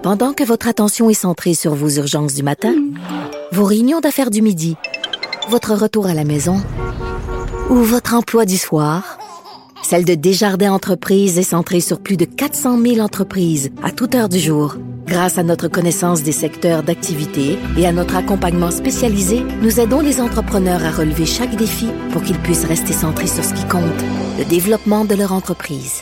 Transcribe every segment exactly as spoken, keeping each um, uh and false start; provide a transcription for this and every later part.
Pendant que votre attention est centrée sur vos urgences du matin, vos réunions d'affaires du midi, votre retour à la maison ou votre emploi du soir, celle de Desjardins Entreprises est centrée sur plus de quatre cent mille entreprises à toute heure du jour. Grâce à notre connaissance des secteurs d'activité et à notre accompagnement spécialisé, nous aidons les entrepreneurs à relever chaque défi pour qu'ils puissent rester centrés sur ce qui compte, le développement de leur entreprise.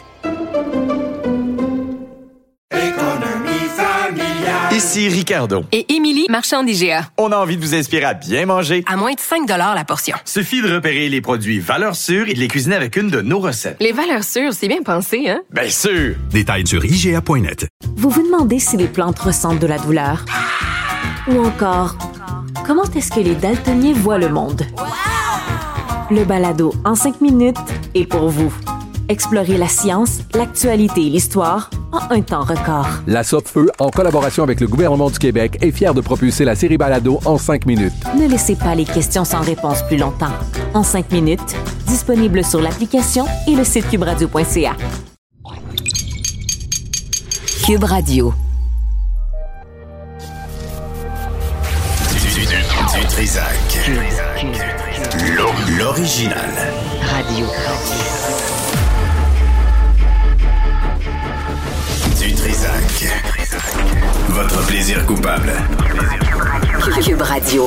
Ici Ricardo. Et Émilie, marchand d'I G A. On a envie de vous inspirer à bien manger. À moins de cinq dollars la portion. Suffit de repérer les produits valeurs sûres et de les cuisiner avec une de nos recettes. Les valeurs sûres, c'est bien pensé, hein? Bien sûr! Détails sur I G A point net. Vous vous demandez si les plantes ressentent de la douleur? Ou encore, comment est-ce que les daltoniens voient le monde? Le balado en cinq minutes est pour vous. Explorez la science, l'actualité et l'histoire en un temps record. La Sopfeu, en collaboration avec le gouvernement du Québec, est fière de propulser la série Balado en cinq minutes. Ne laissez pas les questions sans réponse plus longtemps. En cinq minutes, disponible sur l'application et le site cube radio point c a. Cube Radio. Du, du, du, du Trisac. L'o- L'original. Radio. Du Trisac. Votre plaisir coupable. Cube Radio.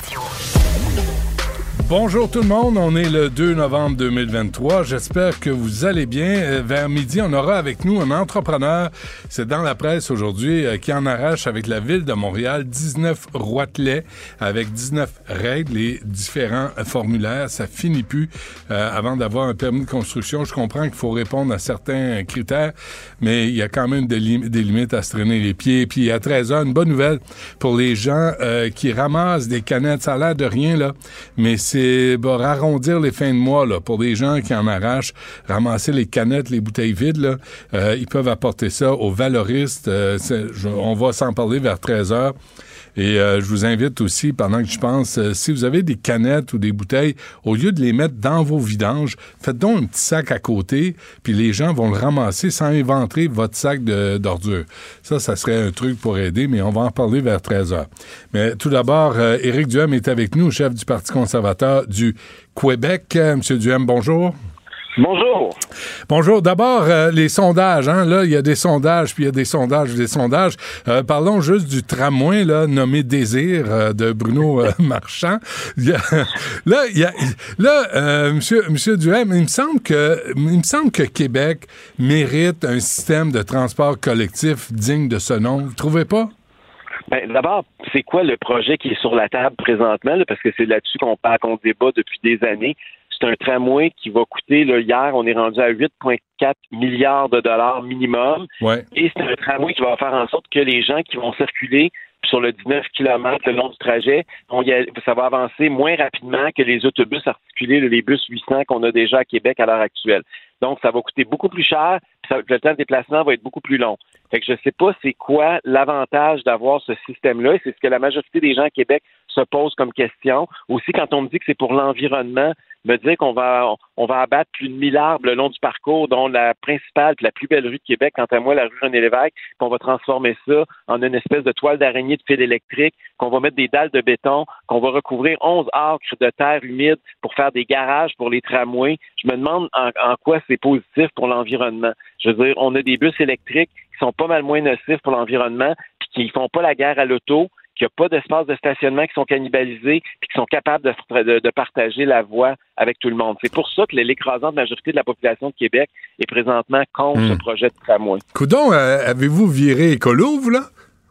Bonjour tout le monde, on est le deux novembre deux mille vingt-trois. J'espère que vous allez bien. Vers midi, on aura avec nous un entrepreneur, c'est dans la presse aujourd'hui, qui en arrache avec la ville de Montréal dix-neuf roitelets avec dix-neuf règles et différents formulaires. Ça finit plus euh, avant d'avoir un permis de construction. Je comprends qu'il faut répondre à certains critères, mais il y a quand même des, lim- des limites à se traîner les pieds. Puis à treize heures, une bonne nouvelle pour les gens euh, qui ramassent des canettes. Ça a l'air de rien, là, mais c'est C'est bah, arrondir les fins de mois là, pour des gens qui en arrachent, ramasser les canettes, les bouteilles vides. Là, euh, ils peuvent apporter ça aux valoristes. Euh, je, on va s'en parler vers treize heures. Et euh, je vous invite aussi, pendant que je pense, euh, si vous avez des canettes ou des bouteilles, au lieu de les mettre dans vos vidanges, faites donc un petit sac à côté, puis les gens vont le ramasser sans inventer votre sac de, d'ordures. Ça, ça serait un truc pour aider, mais on va en parler vers treize heures. Mais tout d'abord, euh, Éric Duhem est avec nous, chef du Parti conservateur du Québec. Euh, Monsieur Duhem, bonjour. Bonjour. Bonjour. D'abord, euh, les sondages. Hein? Là, il y a des sondages, puis il y a des sondages, des sondages. Euh, parlons juste du tramway, là, nommé Désir, euh, de Bruno euh, Marchand. Il y a, là, il y a, là euh, monsieur, monsieur Duhem, il me semble que, il me semble que Québec mérite un système de transport collectif digne de ce nom. Vous trouvez pas? Ben, d'abord, c'est quoi le projet qui est sur la table présentement, là, parce que c'est là-dessus qu'on parle, qu'on débat depuis des années. C'est un tramway qui va coûter, là, hier, on est rendu à huit virgule quatre milliards de dollars minimum. Ouais. Et c'est un tramway qui va faire en sorte que les gens qui vont circuler sur le dix-neuf kilomètres le long du trajet, on y a, ça va avancer moins rapidement que les autobus articulés, les bus huit cents qu'on a déjà à Québec à l'heure actuelle. Donc, ça va coûter beaucoup plus cher, puis ça, le temps de déplacement va être beaucoup plus long. Fait que je sais pas c'est quoi l'avantage d'avoir ce système-là, et c'est ce que la majorité des gens à Québec se posent comme question. Aussi, quand on me dit que c'est pour l'environnement, me dire qu'on va on va abattre plus de mille arbres le long du parcours, dont la principale et la plus belle rue de Québec, quant à moi, la rue René-Lévesque, qu'on va transformer ça en une espèce de toile d'araignée de fil électrique, qu'on va mettre des dalles de béton, qu'on va recouvrir onze acres de terre humide pour faire des garages pour les tramways. Je me demande en, en quoi c'est positif pour l'environnement. Je veux dire, on a des bus électriques qui sont pas mal moins nocifs pour l'environnement, puis qui font pas la guerre à l'auto, qu'il n'y a pas d'espace de stationnement qui sont cannibalisés puis qui sont capables de, de, de partager la voie avec tout le monde. C'est pour ça que l'écrasante majorité de la population de Québec est présentement contre mmh. ce projet de tramway. Coudon, euh, avez-vous viré écolo, vous, là?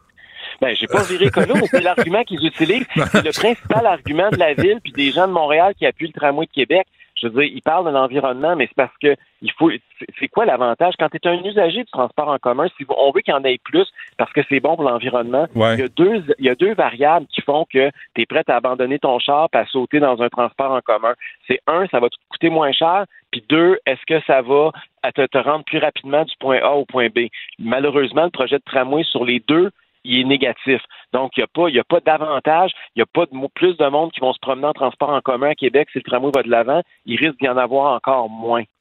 Ben, j'ai pas viré écolo, mais c'est l'argument qu'ils utilisent. C'est le principal argument de la ville puis des gens de Montréal qui appuient le tramway de Québec. Je veux dire, ils parlent de l'environnement, mais c'est parce que il faut. C'est quoi l'avantage quand tu es un usager du transport en commun? Si on veut qu'il y en ait plus, parce que c'est bon pour l'environnement, ouais. il y a deux, il y a deux variables qui font que tu es prêt à abandonner ton char et à sauter dans un transport en commun. C'est un, ça va te coûter moins cher, puis deux, est-ce que ça va te, te rendre plus rapidement du point A au point B? Malheureusement, le projet de tramway sur les deux, il est négatif. Donc, il n'y a pas, il y a pas d'avantage, il n'y a pas de, plus de monde qui vont se promener en transport en commun à Québec si le tramway va de l'avant, il risque d'y en avoir encore moins.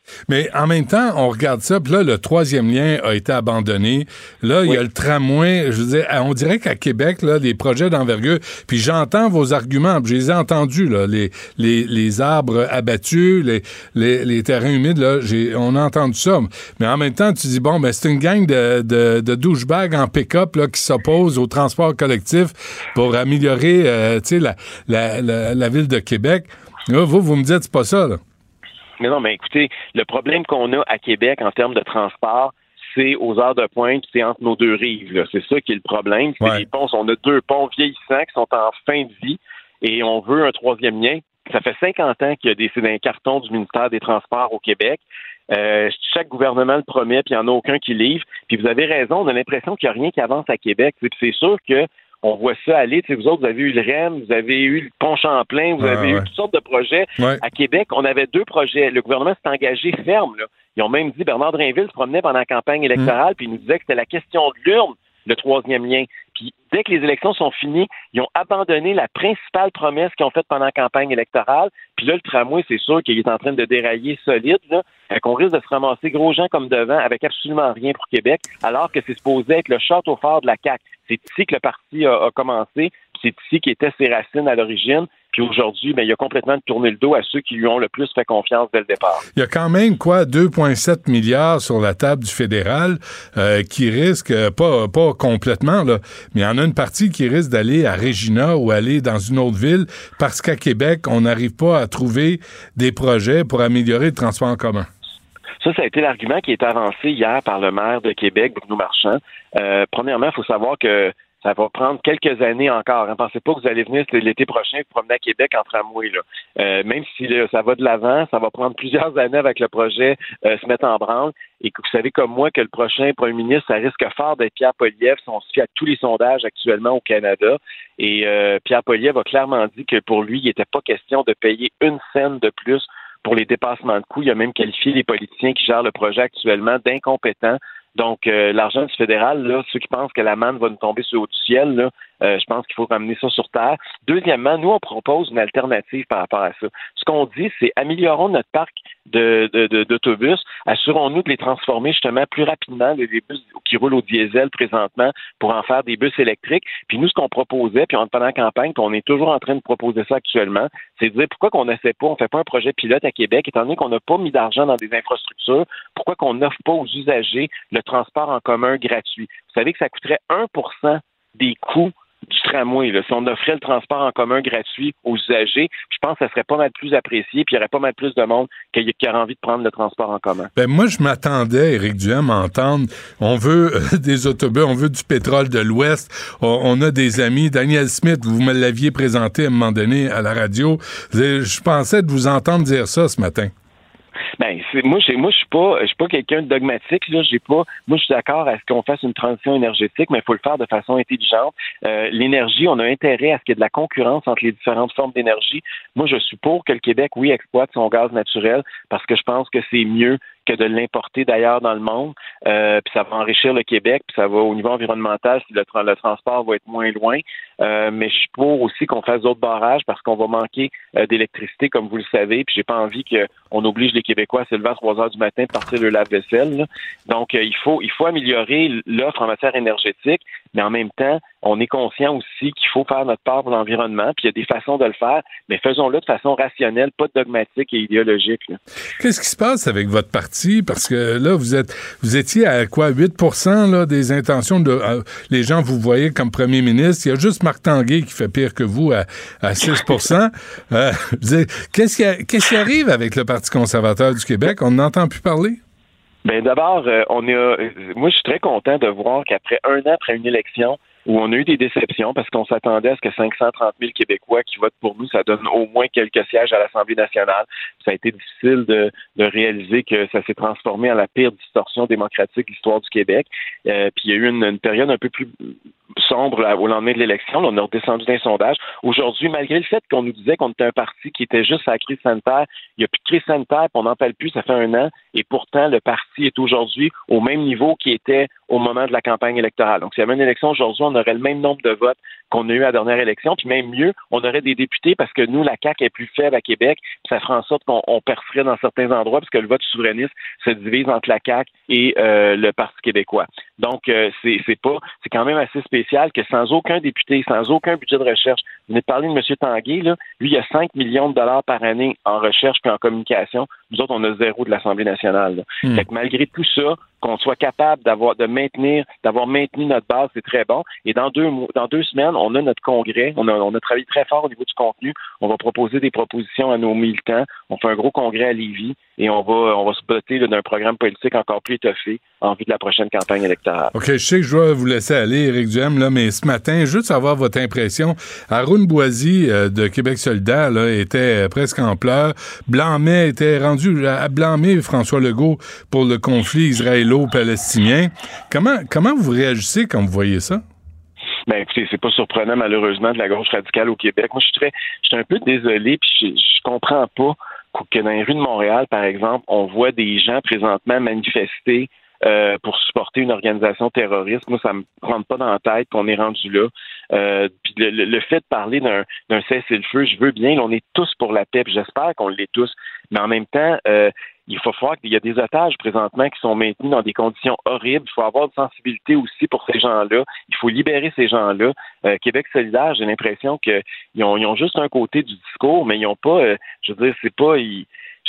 Mais en même temps, on regarde ça, puis là, le troisième lien a été abandonné. Là, il oui. y a le tramway. Je veux dire, on dirait qu'à Québec, là, des projets d'envergure, puis j'entends vos arguments, je les ai entendus, là, les, les, les arbres abattus, les, les, les terrains humides, là, j'ai, on a entendu ça. Mais en même temps, tu dis, bon, ben c'est une gang de, de, de douchebags en pick-up là, qui s'opposent au transport collectif pour améliorer euh, tu sais, la, la, la, la ville de Québec. Là, vous, vous me dites, c'est pas ça, là. Mais non, mais écoutez, le problème qu'on a à Québec en termes de transport, c'est aux heures de pointe, c'est entre nos deux rives. Là. C'est ça qui est le problème. C'est ouais. les ponts, on a deux ponts vieillissants qui sont en fin de vie et on veut un troisième lien. Ça fait cinquante ans qu'il y a des, c'est dans les cartons du ministère des Transports au Québec. Euh, chaque gouvernement le promet, puis il n'y en a aucun qui livre. Puis vous avez raison, on a l'impression qu'il n'y a rien qui avance à Québec. Puis c'est sûr que on voit ça aller. Tu sais, vous autres, vous avez eu le R E M, vous avez eu le Pont Champlain, vous ah, avez ouais. eu toutes sortes de projets. Ouais. À Québec, on avait deux projets. Le gouvernement s'est engagé ferme. Là. Ils ont même dit, Bernard Drinville se promenait pendant la campagne électorale, mmh. puis il nous disait que c'était la question de l'urne, le troisième lien. Puis dès que les élections sont finies, ils ont abandonné la principale promesse qu'ils ont faite pendant la campagne électorale. Puis là, le tramway, c'est sûr qu'il est en train de dérailler solide, là. Fait qu'on risque de se ramasser gros gens comme devant avec absolument rien pour Québec, alors que c'est supposé être le château fort de la C A Q. C'est ici que le parti a, a commencé, puis c'est ici qu'étaient ses racines à l'origine. Puis aujourd'hui, ben, il a complètement tourné le dos à ceux qui lui ont le plus fait confiance dès le départ. Il y a quand même, quoi, deux virgule sept milliards sur la table du fédéral euh, qui risque, euh, pas, pas complètement, là, mais il y en a une partie qui risque d'aller à Regina ou aller dans une autre ville parce qu'à Québec, on n'arrive pas à trouver des projets pour améliorer le transport en commun. Ça, ça a été l'argument qui a été avancé hier par le maire de Québec, Bruno Marchand. Euh, premièrement, il faut savoir que ça va prendre quelques années encore. Hein. Pensez pas que vous allez venir l'été prochain vous promener à Québec en tramway. Là. Euh, même si là, ça va de l'avant, ça va prendre plusieurs années avec le projet euh, se mettre en branle. Et que vous savez comme moi que le prochain premier ministre, ça risque fort d'être Pierre Poilievre si on se fie à tous les sondages actuellement au Canada. Et euh, Pierre Poilievre a clairement dit que pour lui, il n'était pas question de payer une scène de plus pour les dépassements de coûts. Il a même qualifié les politiciens qui gèrent le projet actuellement d'incompétents. Donc, euh, l'argent du fédéral, là, ceux qui pensent que la manne va nous tomber sur haut du ciel, là, euh, je pense qu'il faut ramener ça sur terre. Deuxièmement, nous, on propose une alternative par rapport à ça. Ce qu'on dit, c'est améliorons notre parc de, de, de, d'autobus, assurons-nous de les transformer justement plus rapidement, les bus qui roulent au diesel présentement, pour en faire des bus électriques. Puis nous, ce qu'on proposait, puis on est pendant la campagne, puis on est toujours en train de proposer ça actuellement, c'est de dire pourquoi qu'on n'essaie pas, on fait pas un projet pilote à Québec, étant donné qu'on n'a pas mis d'argent dans des infrastructures, pourquoi qu'on n'offre pas aux usagers le transport en commun gratuit. Vous savez que ça coûterait un pour cent des coûts du tramway. Là. Si on offrait le transport en commun gratuit aux usagers, je pense que ça serait pas mal plus apprécié, puis il y aurait pas mal plus de monde qui, qui aurait envie de prendre le transport en commun. Ben moi, je m'attendais, Éric Duhem, à entendre, on veut euh, des autobus, on veut du pétrole de l'Ouest, on, on a des amis. Daniel Smith, vous me l'aviez présenté à un moment donné à la radio. Je pensais de vous entendre dire ça ce matin. Ben, c'est, moi, j'ai, moi, je suis pas, je suis pas quelqu'un de dogmatique, là. J'ai pas, moi, je suis d'accord à ce qu'on fasse une transition énergétique, mais il faut le faire de façon intelligente. Euh, l'énergie, on a intérêt à ce qu'il y ait de la concurrence entre les différentes formes d'énergie. Moi, je suis pour que le Québec, oui, exploite son gaz naturel parce que je pense que c'est mieux que de l'importer d'ailleurs dans le monde. Euh, puis ça va enrichir le Québec, puis ça va au niveau environnemental, si le, tra- le transport va être moins loin. Euh, mais je suis pour aussi qu'on fasse d'autres barrages parce qu'on va manquer euh, d'électricité, comme vous le savez. Puis j'ai pas envie qu'on oblige les Québécois à se lever à trois heures du matin de partir le lave-vaisselle. Là. Donc euh, il faut il faut améliorer l'offre en matière énergétique, mais en même temps, on est conscient aussi qu'il faut faire notre part pour l'environnement, puis il y a des façons de le faire, mais faisons-le de façon rationnelle, pas dogmatique et idéologique. Là. Qu'est-ce qui se passe avec votre parti? Parce que là, vous êtes vous étiez à quoi, huit pour cent là, des intentions de euh, les gens vous voyez comme premier ministre. Il y a juste Marc Tanguay qui fait pire que vous à, à six pour cent. euh, qu'est-ce, qui a, qu'est-ce qui arrive avec le Parti conservateur du Québec? On n'entend plus parler? Ben d'abord, euh, on a. Moi, je suis très content de voir qu'après un an après une élection où on a eu des déceptions parce qu'on s'attendait à ce que cinq cent trente mille Québécois qui votent pour nous, ça donne au moins quelques sièges à l'Assemblée nationale. Ça a été difficile de, de réaliser que ça s'est transformé en la pire distorsion démocratique de l'histoire du Québec. Euh, puis il y a eu une, une période un peu plus sombre là, au lendemain de l'élection. Là, on a redescendu d'un sondage. Aujourd'hui, malgré le fait qu'on nous disait qu'on était un parti qui était juste à la crise sanitaire, il n'y a plus de crise sanitaire, puis on n'en parle plus, ça fait un an, et pourtant, le parti est aujourd'hui au même niveau qu'il était au moment de la campagne électorale. Donc, s'il y avait une élection aujourd'hui, on aurait le même nombre de votes qu'on a eu à la dernière élection, puis même mieux, on aurait des députés parce que nous, la C A Q est plus faible à Québec, puis ça fera en sorte qu'on on percerait dans certains endroits parce que le vote souverainiste se divise entre la C A Q et euh, le Parti québécois. Donc, euh, c'est, c'est pas, c'est quand même assez spécial que sans aucun député, sans aucun budget de recherche, vous venez de parler de M. Tanguay, là, lui, il a cinq millions de dollars par année en recherche puis en communication. Nous autres, on a zéro de l'Assemblée nationale. Mmh. Fait que malgré tout ça, qu'on soit capable d'avoir, de maintenir, d'avoir maintenu notre base, c'est très bon. Et dans deux mois, dans deux semaines, on a notre congrès. On a, on a travaillé très fort au niveau du contenu. On va proposer des propositions à nos militants. On fait un gros congrès à Lévis et on va, on va se doter là, d'un programme politique encore plus étoffé en vue de la prochaine campagne électorale. OK, je sais que je dois vous laisser aller, Éric Duhem, là, mais ce matin, juste savoir votre impression. Arun Boisy euh, de Québec solidaire là, était presque en pleurs. Blanmay était rendu à blâmer François Legault pour le conflit israélo-palestinien. Comment, comment vous réagissez quand vous voyez ça? Ben écoutez, c'est pas surprenant malheureusement de la gauche radicale au Québec. Moi, je suis très, je suis un peu désolé, puis je, je comprends pas que dans les rues de Montréal, par exemple, on voit des gens présentement manifester euh, pour supporter une organisation terroriste. Moi, ça me rentre pas dans la tête qu'on est rendu là. Euh, puis le, le, le fait de parler d'un, d'un cessez-le-feu, je veux bien, on est tous pour la paix, puis j'espère qu'on l'est tous. Mais en même temps, euh, il faut voir qu'il y a des otages présentement qui sont maintenus dans des conditions horribles. Il faut avoir de sensibilité aussi pour ces gens-là. Il faut libérer ces gens-là. Euh, Québec solidaire, j'ai l'impression qu'ils ont, ils ont juste un côté du discours, mais ils n'ont pas, euh, je veux dire, c'est pas... Ils,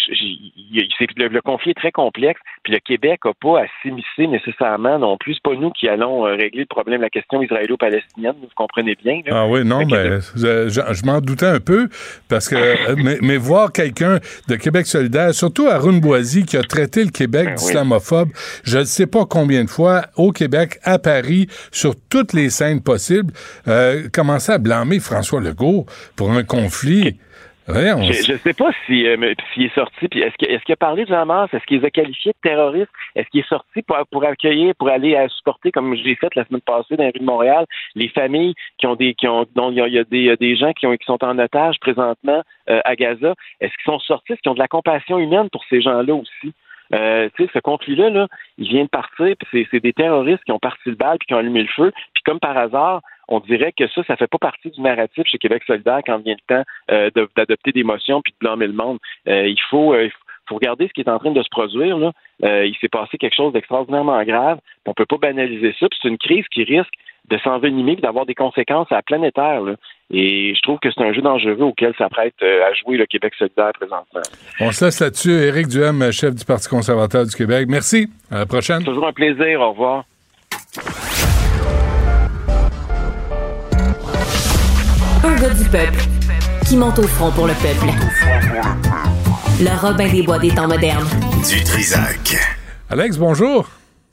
C'est, le, le conflit est très complexe, puis le Québec n'a pas à s'immiscer nécessairement non plus. C'est pas nous qui allons euh, régler le problème, la question israélo-palestinienne, vous comprenez bien. Là. Ah oui, non, ben, je, je, je m'en doutais un peu, parce que mais, mais voir quelqu'un de Québec solidaire, surtout Arun Boisy, qui a traité le Québec ben, d'islamophobe, oui. Je ne sais pas combien de fois, au Québec, à Paris, sur toutes les scènes possibles, euh, commencer à blâmer François Legault pour un conflit... Ouais, on... Je ne sais pas si, euh, s'il est sorti, puis est-ce qu'il, est-ce qu'il a parlé du Hamas, est-ce qu'il les a qualifiés de terroristes, est-ce qu'il est sorti pour, pour accueillir, pour aller à supporter, comme je l'ai fait la semaine passée dans les rues de Montréal, les familles qui ont des, qui ont, dont il y a, il y a des, des gens qui ont, qui sont en otage présentement euh, à Gaza, est-ce qu'ils sont sortis, est-ce qu'ils ont de la compassion humaine pour ces gens-là aussi? Euh, tu sais, ce conflit-là, là, il vient de partir, puis c'est, c'est des terroristes qui ont parti le bal puis qui ont allumé le feu, puis comme par hasard, on dirait que ça, ça fait pas partie du narratif chez Québec solidaire quand vient le temps euh, de, d'adopter des motions puis de blâmer le monde. Euh, il faut, euh, faut regarder ce qui est en train de se produire. Là. Euh, il s'est passé quelque chose d'extraordinairement grave. On peut pas banaliser ça. Puis c'est une crise qui risque de s'envenimer et d'avoir des conséquences à la planétaire. Là. Et je trouve que c'est un jeu dangereux auquel s'apprête euh, à jouer le Québec solidaire présentement. On se laisse là-dessus. Éric Duhem, chef du Parti conservateur du Québec. Merci. À la prochaine. C'est toujours un plaisir. Au revoir. Un gars du peuple qui monte au front pour le peuple. Le Robin des Bois des temps modernes. Du Trisac. Alex, bonjour.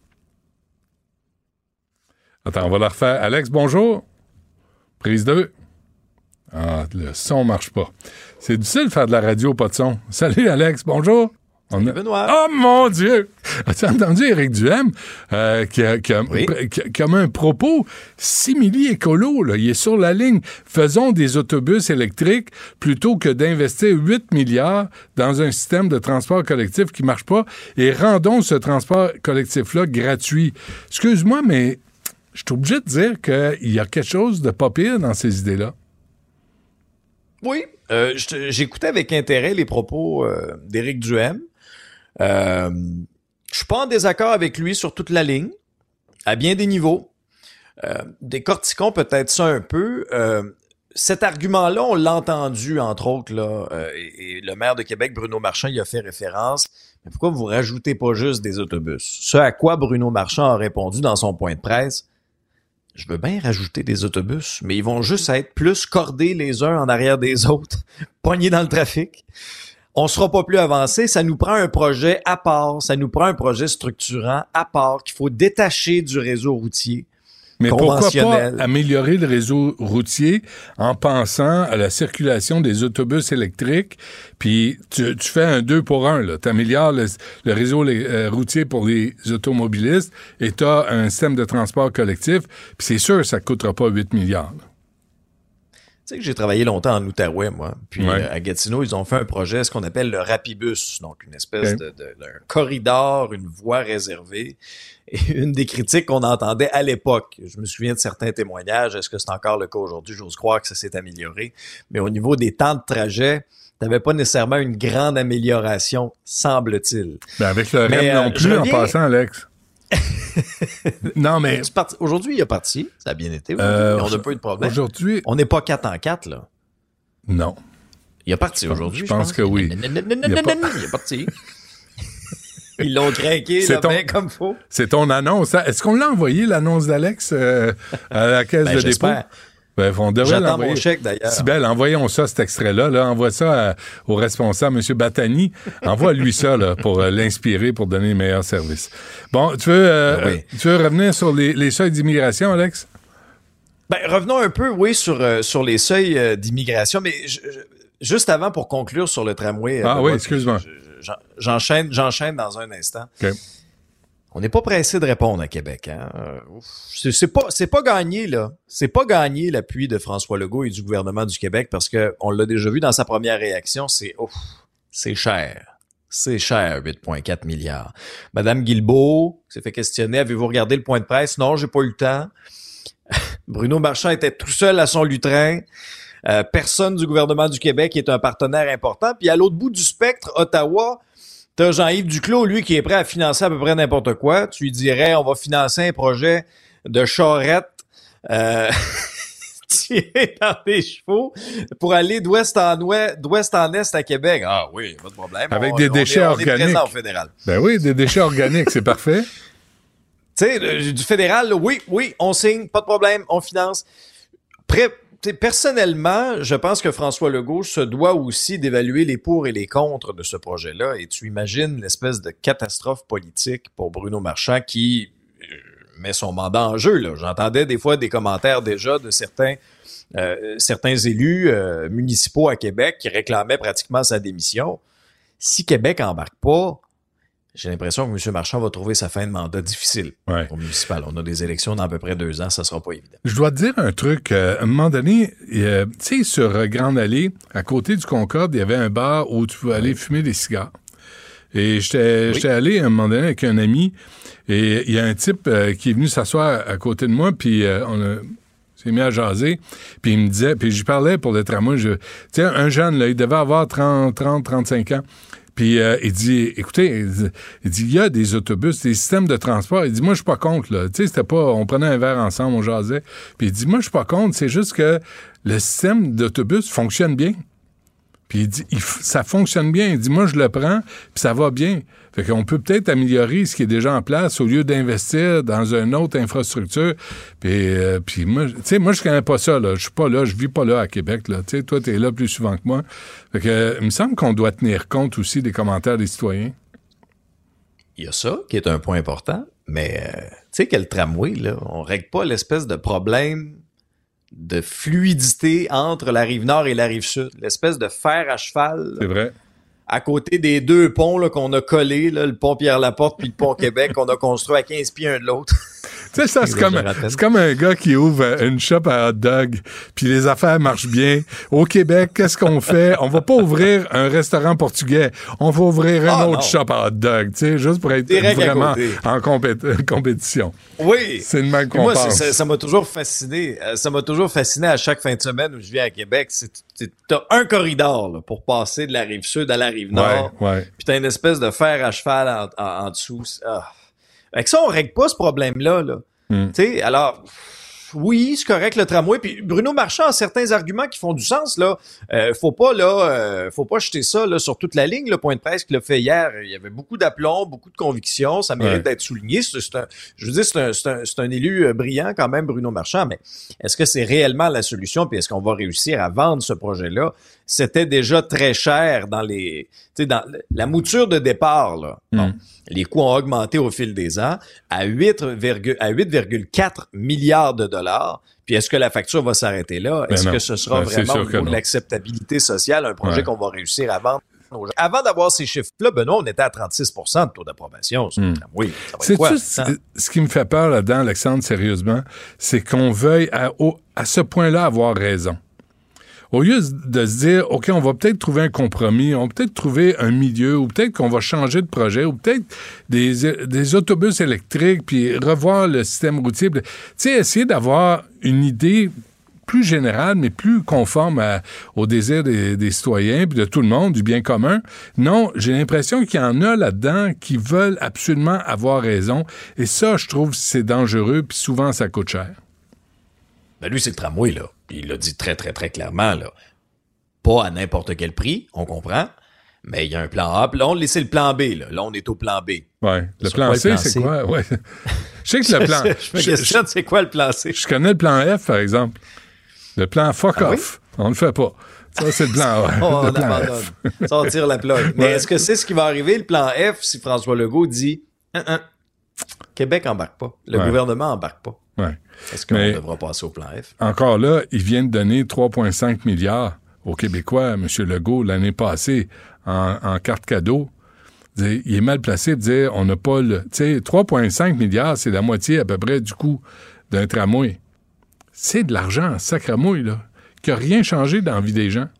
Attends, on va la refaire. Alex, bonjour. Prise deux. Ah, le son marche pas. C'est difficile de faire de la radio, pas de son. Salut, Alex, bonjour. On a... Benoît. Oh mon Dieu! As-tu entendu Éric Duhem euh, qui, a, qui, a, oui. qui, a, qui a mis un propos simili-écolo, là. Il est sur la ligne. Faisons des autobus électriques plutôt que d'investir huit milliards dans un système de transport collectif qui marche pas et rendons ce transport collectif-là gratuit. Excuse-moi, mais je suis obligé de dire qu'il y a quelque chose de pas pire dans ces idées-là. Oui, euh, j'écoutais avec intérêt les propos euh, d'Éric Duhem. Euh, je suis pas en désaccord avec lui sur toute la ligne, à bien des niveaux. Euh, décortiquons peut-être ça un peu. Euh, cet argument-là, on l'a entendu, entre autres, là, euh, et, et le maire de Québec, Bruno Marchand, y a fait référence. Mais pourquoi vous rajoutez pas juste des autobus? Ce à quoi Bruno Marchand a répondu dans son point de presse, je veux bien rajouter des autobus, mais ils vont juste être plus cordés les uns en arrière des autres, pognés dans le trafic. On sera pas plus avancé, ça nous prend un projet à part, ça nous prend un projet structurant à part qu'il faut détacher du réseau routier. Mais pourquoi conventionnel. pas améliorer le réseau routier en pensant à la circulation des autobus électriques, puis tu, tu fais un deux pour un, là. Tu améliores le, le réseau les, euh, routier pour les automobilistes et tu as un système de transport collectif, puis c'est sûr que ça ne coûtera pas huit milliards. Là. Tu sais que j'ai travaillé longtemps en Outaouais, moi. Puis ouais. euh, à Gatineau, ils ont fait un projet, ce qu'on appelle le Rapibus, donc une espèce okay. de, de, d'un corridor, une voie réservée. Et une des critiques qu'on entendait à l'époque, je me souviens de certains témoignages, est-ce que c'est encore le cas aujourd'hui? J'ose croire que ça s'est amélioré. Mais au niveau des temps de trajet, t'avais pas nécessairement une grande amélioration, semble-t-il. Ben avec le R E M euh, non plus, reviens... en passant, Alex. Non, mais... Aujourd'hui, il est parti. Ça a bien été. Euh, on n'a pas eu de problème. Aujourd'hui... On n'est pas quatre en quatre, là. Non. Il est parti aujourd'hui, je pense. Je pense que oui. Il est parti. Ils l'ont craqué, là, ton, bien comme faut. C'est ton annonce. Est-ce qu'on l'a envoyé, l'annonce d'Alex, euh, à la caisse ben, de dépôt? Ben, on devrait J'attends l'envoyer. mon chèque, d'ailleurs. Sibelle, envoyons ça, cet extrait-là. Là. Envoie ça à, au responsable, M. Battani. Envoie-lui ça là, pour euh, l'inspirer, pour donner les meilleurs services. Bon, tu veux, euh, ben oui. tu veux revenir sur les, les seuils d'immigration, Alex? Ben, revenons un peu, oui, sur, euh, sur les seuils euh, d'immigration. Mais je, je, juste avant, pour conclure sur le tramway... Ah euh, oui, moi, excuse-moi. Je, je, j'enchaîne, j'enchaîne dans un instant. OK. On n'est pas pressé de répondre à Québec. Hein? C'est, c'est pas, c'est pas gagné, là. C'est pas gagné l'appui de François Legault et du gouvernement du Québec parce que on l'a déjà vu dans sa première réaction, c'est ouf, c'est cher. C'est cher, huit virgule quatre milliards. Madame Guilbeault s'est fait questionner, avez-vous regardé le point de presse? Non, j'ai pas eu le temps. Bruno Marchand était tout seul à son lutrin. Euh, personne du gouvernement du Québec est un partenaire important. Puis à l'autre bout du spectre, Ottawa, t'as Jean-Yves Duclos, lui, qui est prêt à financer à peu près n'importe quoi. Tu lui dirais, on va financer un projet de charrette euh, tiré dans des chevaux pour aller d'ouest en ouest, d'ouest en est à Québec. Ah oui, pas de problème. Avec on, des on déchets est, organiques. On est présent au fédéral. Ben oui, des déchets organiques, c'est parfait. Tu sais, du fédéral, là, oui, oui, on signe, pas de problème, on finance. Prêt. Personnellement, je pense que François Legault se doit aussi d'évaluer les pour et les contre de ce projet-là. Et tu imagines l'espèce de catastrophe politique pour Bruno Marchand qui met son mandat en jeu. Là. J'entendais des fois des commentaires déjà de certains, euh, certains élus euh, municipaux à Québec qui réclamaient pratiquement sa démission. Si Québec embarque pas, j'ai l'impression que M. Marchand va trouver sa fin de mandat difficile ouais. au municipal. On a des élections dans à peu près deux ans, ça sera pas évident. Je dois te dire un truc. Euh, à un moment donné, euh, tu sais, sur euh, Grande Allée, à côté du Concorde, il y avait un bar où tu pouvais aller oui. fumer des cigares. Et j'étais, oui. j'étais allé à un moment donné avec un ami, et il y a un type euh, qui est venu s'asseoir à côté de moi, puis euh, on a... s'est mis à jaser, puis il me disait, puis j'y parlais pour le tramway, tu sais, un jeune, là, il devait avoir trente, trente-cinq ans. Puis euh, il dit, écoutez, il dit, il dit, il y a des autobus, des systèmes de transport. Il dit, moi, je suis pas contre, là. Tu sais, c'était pas, on prenait un verre ensemble, on jasait. Puis il dit, moi, je suis pas contre, c'est juste que le système d'autobus fonctionne bien. Puis il dit, il, ça fonctionne bien. Il dit, moi, je le prends, puis ça va bien. Fait qu'on peut peut-être améliorer ce qui est déjà en place au lieu d'investir dans une autre infrastructure. Puis, euh, puis moi, tu sais, moi, je connais pas ça, là. Je suis pas là, je vis pas là à Québec, là. Tu sais, toi, t'es là plus souvent que moi. Fait que, euh, il me semble qu'on doit tenir compte aussi des commentaires des citoyens. Il y a ça, qui est un point important, mais, euh, tu sais, que le tramway, là, on règle pas l'espèce de problème de fluidité entre la rive nord et la rive sud. L'espèce de fer à cheval. C'est vrai. À côté des deux ponts là, qu'on a collés, là, le pont Pierre-Laporte puis le pont Québec, qu'on a construit à quinze pieds un de l'autre. Tu sais, ça, c'est comme, c'est comme un gars qui ouvre une shop à hot dog, puis les affaires marchent bien. Au Québec, qu'est-ce qu'on fait? On va pas ouvrir un restaurant portugais. On va ouvrir un ah, autre non. shop à hot dog, tu sais, juste pour être Direct vraiment en compé- compétition. Oui. C'est le même qu'on moi, pense. C'est, ça, ça m'a toujours fasciné. Ça m'a toujours fasciné à chaque fin de semaine où je viens à Québec. C'est, c'est, t'as un corridor là, pour passer de la rive sud à la rive nord. Ouais, ouais. Puis t'as une espèce de fer à cheval en, en, en dessous. Ah. Avec ça, on règle pas ce problème-là. Là. Mm. Tu sais, alors, oui, c'est correct le tramway. Puis Bruno Marchand a certains arguments qui font du sens là. Euh, faut pas là, euh, faut pas jeter ça là sur toute la ligne. Le point de presse qu'il a fait hier, il y avait beaucoup d'aplomb, beaucoup de conviction. Ça mérite ouais. d'être souligné. C'est, c'est un, je veux dire, c'est un, c'est un, c'est un élu brillant quand même, Bruno Marchand. Mais est-ce que c'est réellement la solution? Puis est-ce qu'on va réussir à vendre ce projet-là? C'était déjà très cher dans les, tu sais, dans la mouture de départ là. Mm. Bon, les coûts ont augmenté au fil des ans à huit virgule quatre milliards de dollars. Puis est-ce que la facture va s'arrêter là? Est-ce ben que ce sera ben, vraiment au niveau de l'acceptabilité sociale un projet ouais. qu'on va réussir à vendre? Avant d'avoir ces chiffres-là, Benoît, on était à trente-six pour cent de taux d'approbation. Mm. Oui, ça va c'est être quoi? Juste, ce qui me fait peur là-dedans, Alexandre, sérieusement, c'est qu'on veuille à, au, à ce point-là avoir raison. Au lieu de se dire, OK, on va peut-être trouver un compromis, on va peut-être trouver un milieu, ou peut-être qu'on va changer de projet, ou peut-être des, des autobus électriques, puis revoir le système routier. Tu sais, essayer d'avoir une idée plus générale, mais plus conforme à, aux désirs des, des citoyens, puis de tout le monde, du bien commun. Non, j'ai l'impression qu'il y en a là-dedans qui veulent absolument avoir raison. Et ça, je trouve, c'est dangereux, puis souvent, ça coûte cher. Ben lui, c'est le tramway, là. Il l'a dit très, très, très clairement, là. Pas à n'importe quel prix, on comprend, mais il y a un plan A. Là, on laissait le plan B, là. Là, on est au plan B. Ouais. Le plan C, le plan c'est C? Quoi? Ouais. Je sais que le plan... je me questionne, c'est quoi le plan C? Je connais le plan F, par exemple. Le plan fuck ah, off. Oui? On le fait pas. Ça, c'est le plan A. Oh, on abandonne. Ça, on tire la plug. Mais ouais. Est-ce que c'est ce qui va arriver, le plan F, si François Legault dit hein, hein, Québec embarque pas. Le ouais. gouvernement embarque pas. Ouais. Est-ce qu'on Mais devra passer au plan F? Encore là, il vient de donner trois virgule cinq milliards aux Québécois, M. Legault, l'année passée, en, en carte cadeau. Il est mal placé de dire on n'a pas le... Tu sais, trois virgule cinq milliards, c'est la moitié à peu près du coût d'un tramway. C'est de l'argent, sacramouille, là, qui n'a rien changé dans la vie des gens.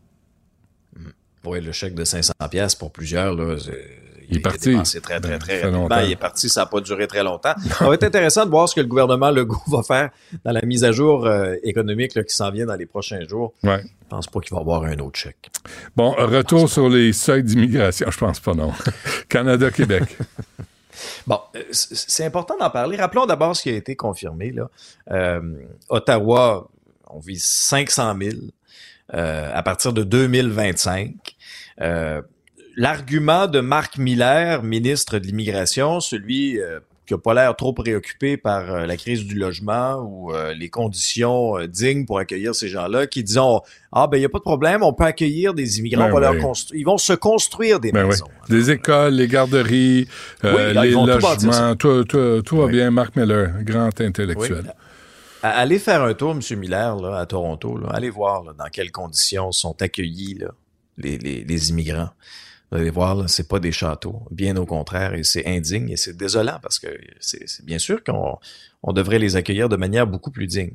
Oui, le chèque de cinq cents dollars pour plusieurs, là... C'est... Il est parti. C'est très, très, très rapidement. Il est parti, ça n'a pas duré très longtemps. Ça va être intéressant de voir ce que le gouvernement Legault va faire dans la mise à jour euh, économique là, qui s'en vient dans les prochains jours. Ouais. Je pense pas qu'il va y avoir un autre chèque. Bon, retour sur les seuils d'immigration. Je pense pas, non. Canada-Québec. Bon, c'est important d'en parler. Rappelons d'abord ce qui a été confirmé, là. Euh, Ottawa, on vise cinq cent mille euh, à partir de deux mille vingt-cinq. Euh, L'argument de Marc Miller, ministre de l'Immigration, celui euh, qui n'a pas l'air trop préoccupé par euh, la crise du logement ou euh, les conditions euh, dignes pour accueillir ces gens-là, qui disent « Ah, ben il n'y a pas de problème, on peut accueillir des immigrants, ben on va oui. leur construire. Ils vont se construire des ben maisons. Oui. » Des écoles, les garderies, euh, oui, les logements, tout, tout, tout va oui. bien. Marc Miller, grand intellectuel. Oui. Allez faire un tour, M. Miller, là, à Toronto. Là. Allez voir là, dans quelles conditions sont accueillis là, les, les, les immigrants. Vous allez voir, là, c'est pas des châteaux, bien au contraire, et c'est indigne et c'est désolant parce que c'est, c'est bien sûr qu'on on devrait les accueillir de manière beaucoup plus digne.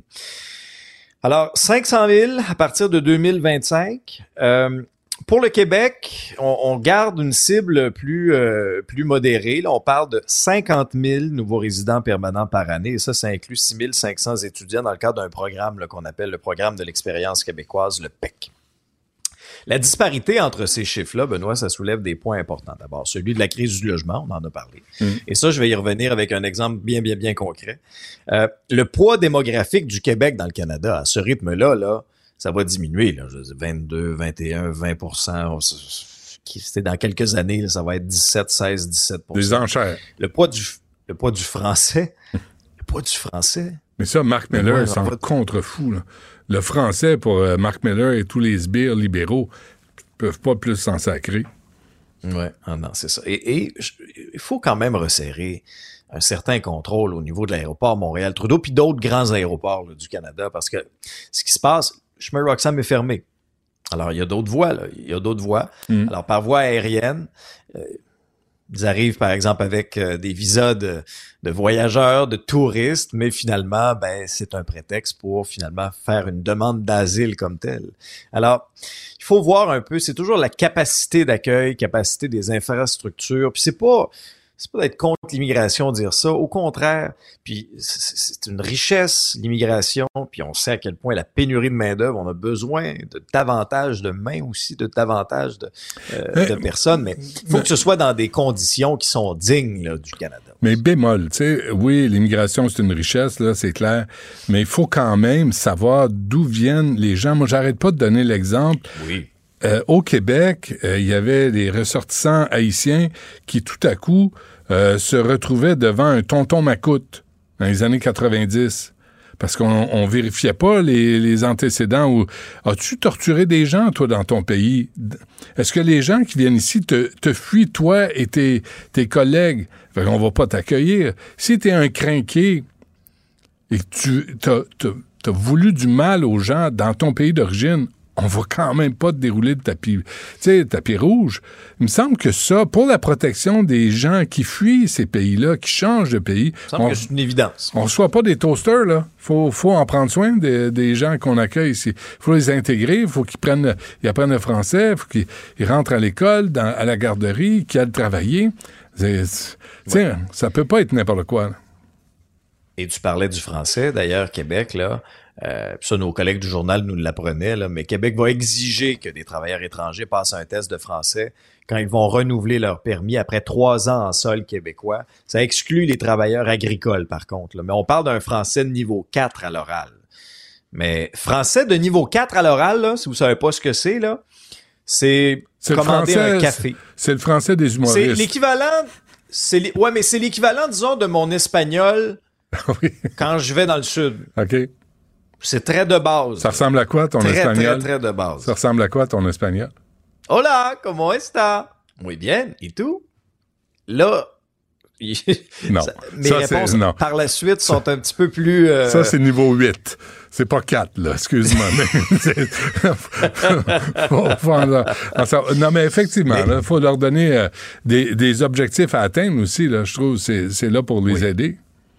Alors, cinq cent mille à partir de deux mille vingt-cinq. Euh, pour le Québec, on, on garde une cible plus euh, plus modérée. Là, on parle de cinquante mille nouveaux résidents permanents par année, et ça, ça inclut six mille cinq cents étudiants dans le cadre d'un programme là, qu'on appelle le programme de l'expérience québécoise, le P E C. La disparité entre ces chiffres-là, Benoît, ça soulève des points importants. D'abord, celui de la crise du logement, on en a parlé. Mmh. Et ça, je vais y revenir avec un exemple bien, bien, bien concret. Euh, le poids démographique du Québec dans le Canada, à ce rythme-là, là, ça va diminuer. Là, je veux dire, vingt-deux, vingt et un, vingt pour cent. C'était dans quelques années, là, ça va être dix-sept, seize, dix-sept pour cent. Des enchères. Le poids du, le poids du français. Le poids du français. Mais ça, Marc Miller, c'est un contre-fou, là. Le français, pour euh, Marc Miller et tous les sbires libéraux, ne peuvent pas plus s'en sacrer. Oui, ah non, c'est ça. Et, et il faut quand même resserrer un certain contrôle au niveau de l'aéroport Montréal-Trudeau puis d'autres grands aéroports là, du Canada parce que ce qui se passe, chemin Roxham est fermé. Alors, il y a d'autres voies, là. Il y a d'autres voies. Mm. Alors, par voie aérienne... Euh, Ils arrivent, par exemple, avec euh, des visas de, de voyageurs, de touristes, mais finalement, ben, c'est un prétexte pour finalement faire une demande d'asile comme telle. Alors, il faut voir un peu, c'est toujours la capacité d'accueil, capacité des infrastructures, puis c'est pas, c'est pas d'être contre l'immigration, dire ça. Au contraire, puis c'est, c'est une richesse, l'immigration, puis on sait à quel point la pénurie de main-d'œuvre, on a besoin de davantage de mains aussi, de davantage de, euh, mais, de personnes, mais il faut mais, que ce soit dans des conditions qui sont dignes là, du Canada. Mais bémol, tu sais, oui, l'immigration, c'est une richesse, là, c'est clair, mais il faut quand même savoir d'où viennent les gens. Moi, j'arrête pas de donner l'exemple. Oui. Euh, au Québec, il euh, y avait des ressortissants haïtiens qui, tout à coup, euh, se retrouvaient devant un tonton macoute dans les années quatre-vingt-dix. Parce qu'on on vérifiait pas les, les antécédents. Ou as-tu torturé des gens, toi, dans ton pays? Est-ce que les gens qui viennent ici te, te fuient, toi et tes, tes collègues? Fait qu'on va pas t'accueillir. Si t'es un crinqué et que tu t'as, t'as, t'as voulu du mal aux gens dans ton pays d'origine, on va quand même pas te dérouler de tapis, tu sais, tapis rouge. Il me semble que ça, pour la protection des gens qui fuient ces pays-là, qui changent de pays... Il me semble on, que c'est une évidence. On ne reçoit pas des toasters, là. Faut, faut en prendre soin des, des gens qu'on accueille ici. Il faut les intégrer, il faut qu'ils prennent, ils apprennent le français, il faut qu'ils ils rentrent à l'école, dans, à la garderie, qu'ils aillent travailler. C'est, c'est, ouais. Ça peut pas être n'importe quoi, là. Et tu parlais du français, d'ailleurs, Québec, là... Euh, ça, nos collègues du journal nous l'apprenaient, là, mais Québec va exiger que des travailleurs étrangers passent un test de français quand ils vont renouveler leur permis après trois ans en sol québécois. Ça exclut les travailleurs agricoles, par contre. Là. Mais on parle d'un français de niveau quatre à l'oral. Mais français de niveau quatre à l'oral, là, si vous savez pas ce que c'est, là, c'est, c'est commander français, un café. C'est le français des humoristes. C'est l'équivalent... C'est li- ouais, mais c'est l'équivalent, disons, de mon espagnol oui. quand je vais dans le sud. OK. C'est très de base. Ça ressemble à quoi, ton très, espagnol? Très, très de base. Ça ressemble à quoi, ton espagnol? Hola, ¿cómo está? Muy bien. Et tout? Là, non. Ça, mes ça, réponses, non. par la suite, sont un petit peu plus... Euh... Ça, c'est niveau huit. C'est pas quatre, là. Excuse-moi. mais faut, faut en, en, non, mais effectivement, il mais... faut leur donner euh, des, des objectifs à atteindre aussi, là. Je trouve que c'est, c'est là pour les oui. aider.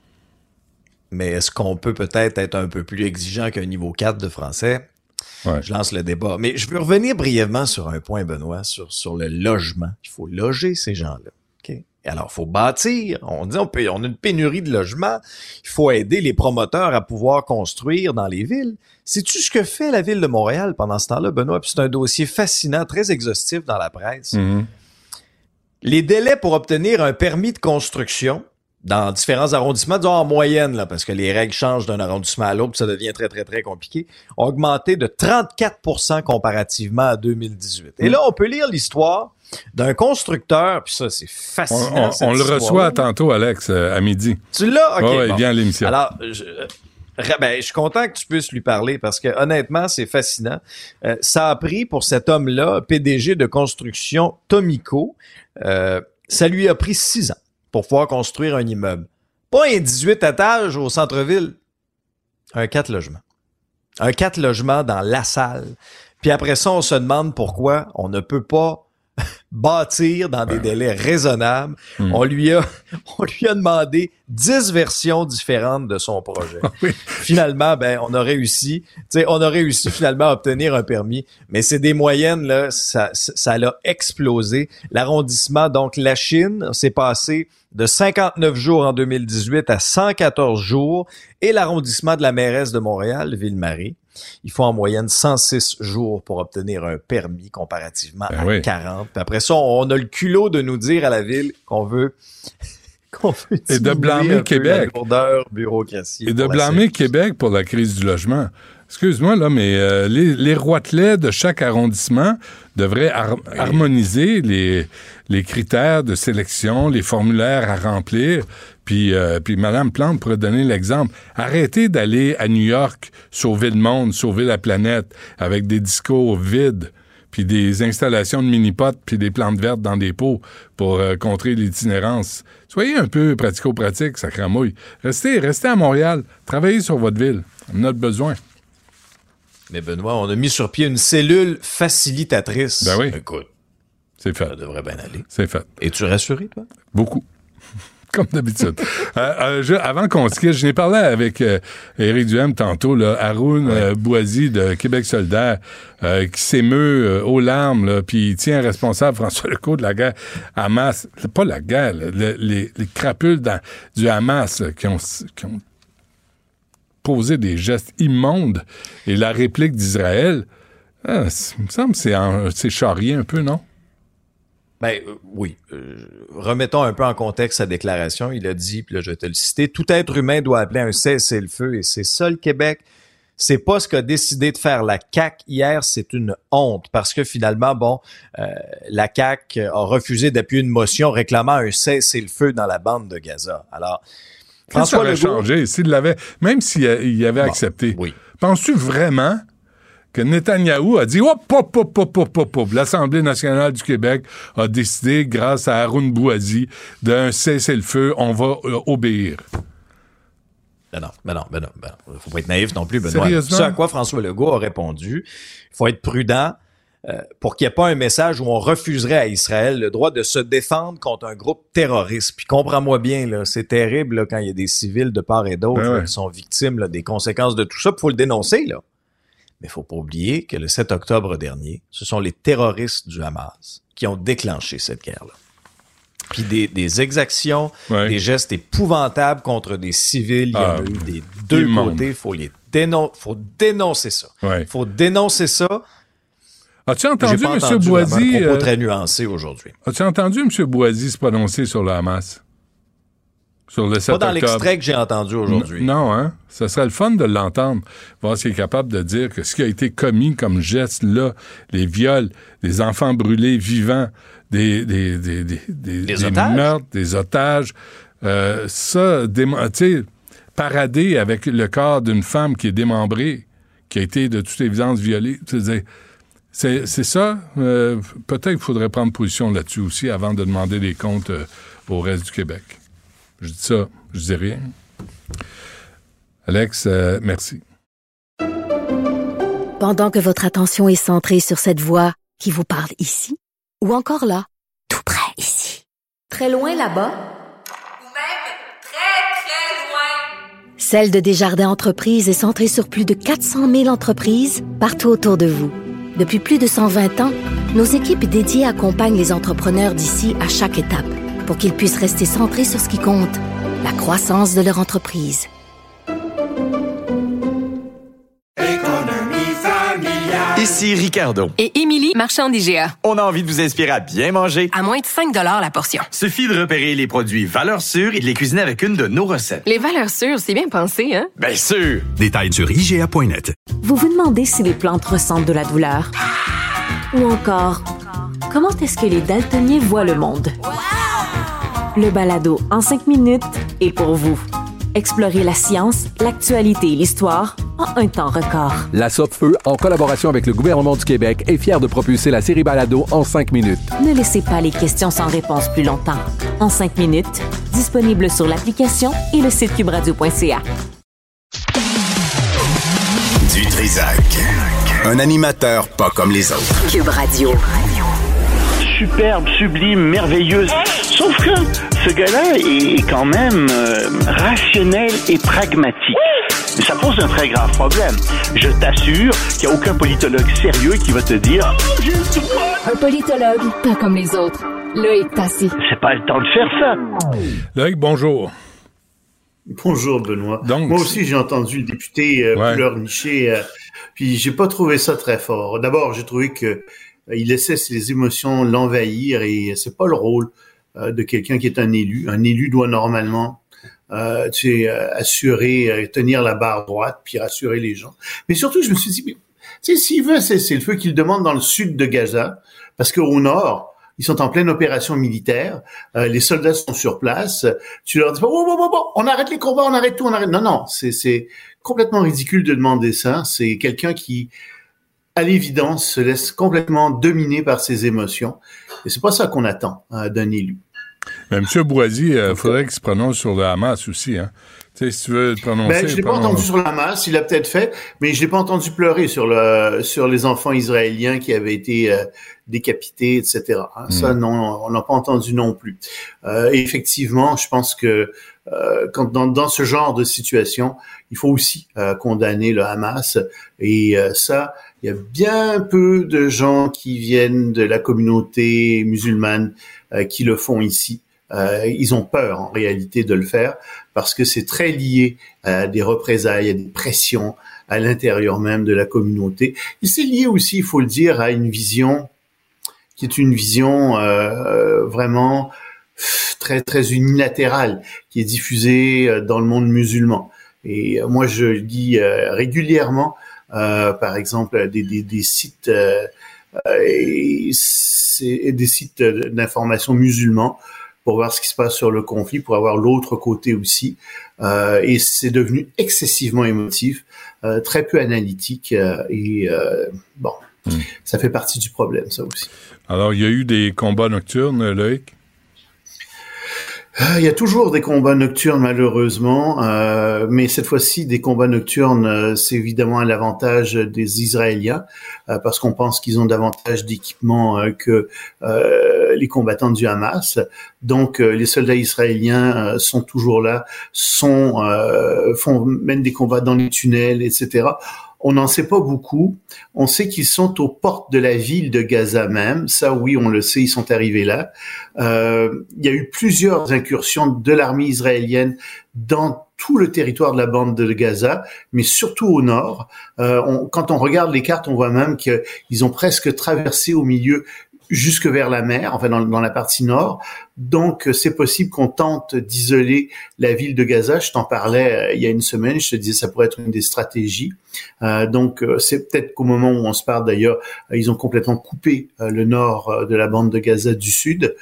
Mais est-ce qu'on peut peut-être être un peu plus exigeant qu'un niveau quatre de français? Ouais. Je lance le débat. Mais je veux revenir brièvement sur un point, Benoît, sur, sur le logement. Il faut loger ces gens-là. Okay? Et alors, il faut bâtir. On dit on, peut, on a une pénurie de logements. Il faut aider les promoteurs à pouvoir construire dans les villes. Sais-tu ce que fait la Ville de Montréal pendant ce temps-là, Benoît? Puis c'est un dossier fascinant, très exhaustif dans la presse. Mm-hmm. Les délais pour obtenir un permis de construction dans différents arrondissements, disons en moyenne, là, parce que les règles changent d'un arrondissement à l'autre, puis ça devient très, très, très compliqué, ont augmenté de trente-quatre pour cent comparativement à deux mille dix-huit. Et là, on peut lire l'histoire d'un constructeur, puis ça, c'est fascinant. On, on, on le reçoit tantôt, Alex, euh, à midi. Tu l'as? OK. Oh, ouais, bon. Il vient à l'émission. Alors, je, euh, ben, je suis content que tu puisses lui parler, parce que honnêtement, c'est fascinant. Euh, ça a pris pour cet homme-là, P D G de construction Tomico, euh, ça lui a pris six ans pour pouvoir construire un immeuble. Pas un dix-huit étages au centre-ville, un quatre logements. Un quatre logements dans La Salle. Puis après ça, on se demande pourquoi on ne peut pas bâtir dans des délais raisonnables. Mmh. On lui a, on lui a demandé dix versions différentes de son projet. Oui. Finalement, ben, on a réussi, tu sais, on a réussi finalement à obtenir un permis, mais c'est des moyennes, là, ça, ça l'a explosé. L'arrondissement, donc, la Chine, s'est passé de cinquante-neuf jours en deux mille dix-huit à cent quatorze jours, et l'arrondissement de la mairesse de Montréal, Ville-Marie, il faut en moyenne cent six jours pour obtenir un permis comparativement ben à oui. quarante. Puis après ça, on a le culot de nous dire à la ville qu'on veut qu'on veut et de blâmer Québec, la lourdeur, bureaucratie, et de blâmer Québec pour la crise du logement. Excuse-moi, là, mais euh, les, les roitelets de chaque arrondissement devraient har- oui. harmoniser les, les critères de sélection, les formulaires à remplir. Puis, euh, puis Mme Plante pourrait donner l'exemple. Arrêtez d'aller à New York sauver le monde, sauver la planète avec des discours vides, puis des installations de mini-potes, puis des plantes vertes dans des pots pour euh, contrer l'itinérance. Soyez un peu pratico-pratique, ça cramouille. Restez, restez à Montréal. Travaillez sur votre ville. On en a besoin. Mais Benoît, on a mis sur pied une cellule facilitatrice. Ben oui. Écoute, c'est fait. Ça devrait bien aller. C'est fait. Es-tu rassuré, toi? Beaucoup. Comme d'habitude. euh, euh, je, avant qu'on se quitte, je n'ai parlé avec euh, Éric Duhem tantôt, là, Haroun ouais. euh, Boisy de Québec solidaire, euh, qui s'émeut euh, aux larmes, là, puis il tient responsable François Legault de la guerre Hamas. Pas la guerre, là, le, les, les crapules dans, du Hamas là, qui, ont, qui ont posé des gestes immondes. Et la réplique d'Israël, ah, il me semble que c'est, en, c'est charrié un peu, non? Ben euh, oui. Euh, remettons un peu en contexte sa déclaration. Il a dit, puis là je vais te le citer, tout être humain doit appeler un cessez-le-feu et c'est ça le Québec. C'est pas ce qu'a décidé de faire la C A Q hier, c'est une honte parce que finalement, bon, euh, la C A Q a refusé d'appuyer une motion réclamant un cessez-le-feu dans la bande de Gaza. Alors, François Legault... Ça aurait changé s'il l'avait, même s'il il avait bon, accepté. Oui. Penses-tu vraiment que Netanyahou a dit « Hop, hop, hop, hop, hop, hop, hop. » L'Assemblée nationale du Québec a décidé, grâce à Haroun Boisy, d'un cessez-le-feu, on va euh, obéir. Ben non, ben non, ben non, ben non. Faut pas être naïf non plus, Benoît. Sérieusement? Ce à quoi François Legault a répondu, il faut être prudent euh, pour qu'il n'y ait pas un message où on refuserait à Israël le droit de se défendre contre un groupe terroriste. Puis comprends-moi bien, là, c'est terrible là, quand il y a des civils de part et d'autre ben là, ouais. qui sont victimes là, des conséquences de tout ça. Il faut le dénoncer, là. Mais il faut pas oublier que le sept octobre dernier, ce sont les terroristes du Hamas qui ont déclenché cette guerre-là. Puis des, des exactions, ouais. des gestes épouvantables contre des civils, il y ah, en a eu des deux côtés. Il faut les dénon- faut dénoncer ça. Il ouais. faut dénoncer ça. As-tu entendu M. entendu, Boisy... un propos euh, très nuancé aujourd'hui. As-tu entendu M. Boisy se prononcer sur le Hamas? Sur le sept Pas dans octobre. l'extrait que j'ai entendu aujourd'hui. N- non, hein? Ça serait le fun de l'entendre. Voir s'il est capable de dire que ce qui a été commis comme geste là, les viols, des enfants brûlés vivants, des, des, des, des, des, des, des otages. meurtres, des otages, euh, ça, tu sais, parader avec le corps d'une femme qui est démembrée, qui a été de toute évidence violée, c'est, c'est, c'est ça. Euh, peut-être qu'il faudrait prendre position là-dessus aussi avant de demander des comptes euh, au reste du Québec. Je dis ça, je dis rien. Alex, euh, merci. Pendant que votre attention est centrée sur cette voix qui vous parle ici, ou encore là, tout près ici, très loin là-bas, ou même très, très loin, Celle de Desjardins Entreprises est centrée sur plus de quatre cent mille entreprises partout autour de vous. Depuis plus de cent vingt ans, nos équipes dédiées accompagnent les entrepreneurs d'ici à chaque étape pour qu'ils puissent rester centrés sur ce qui compte, la croissance de leur entreprise. Ici Ricardo. Et Émilie, marchand d'I G A. On a envie de vous inspirer à bien manger. À moins de cinq dollars la portion. Suffit de repérer les produits valeurs sûres et de les cuisiner avec une de nos recettes. Les valeurs sûres, c'est bien pensé, hein? Bien sûr! Détails sur I G A point net. Vous vous demandez si les plantes ressentent de la douleur? Ou encore, comment est-ce que les daltoniens voient le monde? Le balado en cinq minutes est pour vous. Explorez la science, l'actualité et l'histoire en un temps record. La Sopfeu, en collaboration avec le gouvernement du Québec, est fière de propulser la série Balado en cinq minutes. Ne laissez pas les questions sans réponse plus longtemps. En cinq minutes, disponible sur l'application et le site cube radio point c a. Du Trisac. Un animateur pas comme les autres. Cube Radio. Superbe, sublime, merveilleuse. Sauf que ce gars-là est quand même euh, rationnel et pragmatique. Et ça pose un très grave problème. Je t'assure qu'il n'y a aucun politologue sérieux qui va te dire oh, j'ai le droit. Un politologue, pas comme les autres. Loïc Tassi. C'est pas le temps de faire ça. Loïc, bonjour. Bonjour, Benoît. Donc, moi aussi, j'ai entendu le député euh, ouais. pleurnicher, euh, puis j'ai pas trouvé ça très fort. D'abord, j'ai trouvé que euh, il laissait ses émotions l'envahir et c'est pas le rôle euh, de quelqu'un qui est un élu. Un élu doit normalement euh, tu sais, euh, assurer, euh, tenir la barre droite, puis rassurer les gens. Mais surtout, je me suis dit, tu sais, s'il veut cesser le feu qu'il demande dans le sud de Gaza, parce qu'au nord, ils sont en pleine opération militaire, euh, les soldats sont sur place, tu leur dis pas, oh, oh, oh, oh, on arrête les combats, on arrête tout, on arrête. Non, non, c'est, c'est complètement ridicule de demander ça. C'est quelqu'un qui, à l'évidence, se laisse complètement dominer par ses émotions. Et c'est pas ça qu'on attend hein, d'un élu. Mais M. Boisy, il euh, faudrait qu'il se prononce sur le Hamas aussi. Hein. Tu sais, si tu veux te prononcer... Ben, je l'ai pas pardon. entendu sur le Hamas, il l'a peut-être fait, mais je l'ai pas entendu pleurer sur le sur les enfants israéliens qui avaient été euh, décapités, et cetera. Hein. Mm. Ça, non, on n'a pas entendu non plus. Euh, et effectivement, je pense que euh, quand dans, dans ce genre de situation, il faut aussi euh, condamner le Hamas. Et euh, ça, il y a bien peu de gens qui viennent de la communauté musulmane euh, qui le font ici. Euh, ils ont peur, en réalité, de le faire parce que c'est très lié à des représailles, à des pressions à l'intérieur même de la communauté. Et c'est lié aussi, il faut le dire, à une vision qui est une vision euh, vraiment très, très unilatérale, qui est diffusée dans le monde musulman. Et euh, moi, je lis euh, régulièrement, euh, par exemple, des, des, des sites, euh, et c'est des sites d'information musulmans pour voir ce qui se passe sur le conflit, pour avoir l'autre côté aussi. Euh, et c'est devenu excessivement émotif, euh, très peu analytique. Euh, et euh, bon, mmh. ça fait partie du problème, ça aussi. Alors, il y a eu des combats nocturnes, Loïc? Il y a toujours des combats nocturnes, malheureusement, euh, mais cette fois-ci, des combats nocturnes, euh, c'est évidemment à l'avantage des Israéliens, euh, parce qu'on pense qu'ils ont davantage d'équipement euh, que euh, les combattants du Hamas. Donc, euh, les soldats israéliens euh, sont toujours là, sont euh, font mènent des combats dans les tunnels, et cetera. On n'en sait pas beaucoup. On sait qu'ils sont aux portes de la ville de Gaza même. Ça, oui, on le sait, ils sont arrivés là. Euh, il y a eu plusieurs incursions de l'armée israélienne dans tout le territoire de la bande de Gaza, mais surtout au nord. Euh, on, quand on regarde les cartes, on voit même qu'ils ont presque traversé au milieu jusque vers la mer, enfin dans, dans la partie nord. Donc, c'est possible qu'on tente d'isoler la ville de Gaza. Je t'en parlais euh, il y a une semaine, je te disais ça pourrait être une des stratégies. Euh, donc, euh, c'est peut-être qu'au moment où on se parle d'ailleurs, euh, ils ont complètement coupé euh, le nord euh, de la bande de Gaza du sud.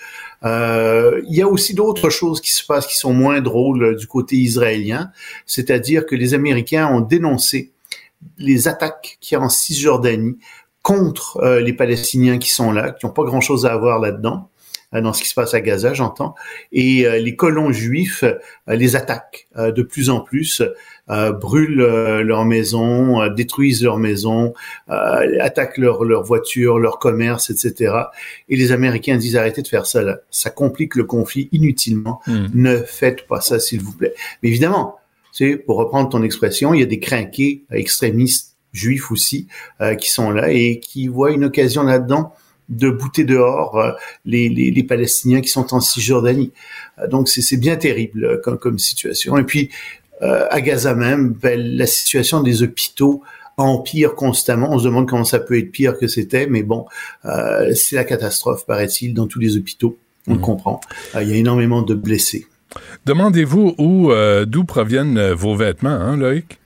Euh, il y a aussi d'autres choses qui se passent qui sont moins drôles euh, du côté israélien, c'est-à-dire que les Américains ont dénoncé les attaques qu'il y a en Cisjordanie contre euh, les Palestiniens qui sont là, qui n'ont pas grand-chose à avoir là-dedans, euh, dans ce qui se passe à Gaza, j'entends. Et euh, les colons juifs euh, les attaquent euh, de plus en plus, euh, brûlent euh, leurs maisons, euh, détruisent leurs maisons, euh, attaquent leurs leur voitures, leurs commerces, et cetera. Et les Américains disent arrêtez de faire ça là, ça complique le conflit inutilement. Mmh. Ne faites pas ça, s'il vous plaît. Mais évidemment, tu sais, pour reprendre ton expression, il y a des crinqués extrémistes juifs aussi, euh, qui sont là et qui voient une occasion là-dedans de bouter dehors euh, les, les, les Palestiniens qui sont en Cisjordanie. Euh, donc, c'est, c'est bien terrible euh, comme, comme situation. Et puis, euh, à Gaza même, ben, la situation des hôpitaux empire constamment. On se demande comment ça peut être pire que c'était, mais bon, euh, c'est la catastrophe, paraît-il, dans tous les hôpitaux. On mmh. le comprend. Euh, il y a énormément de blessés. Demandez-vous où, euh, d'où proviennent vos vêtements, hein, Loïc?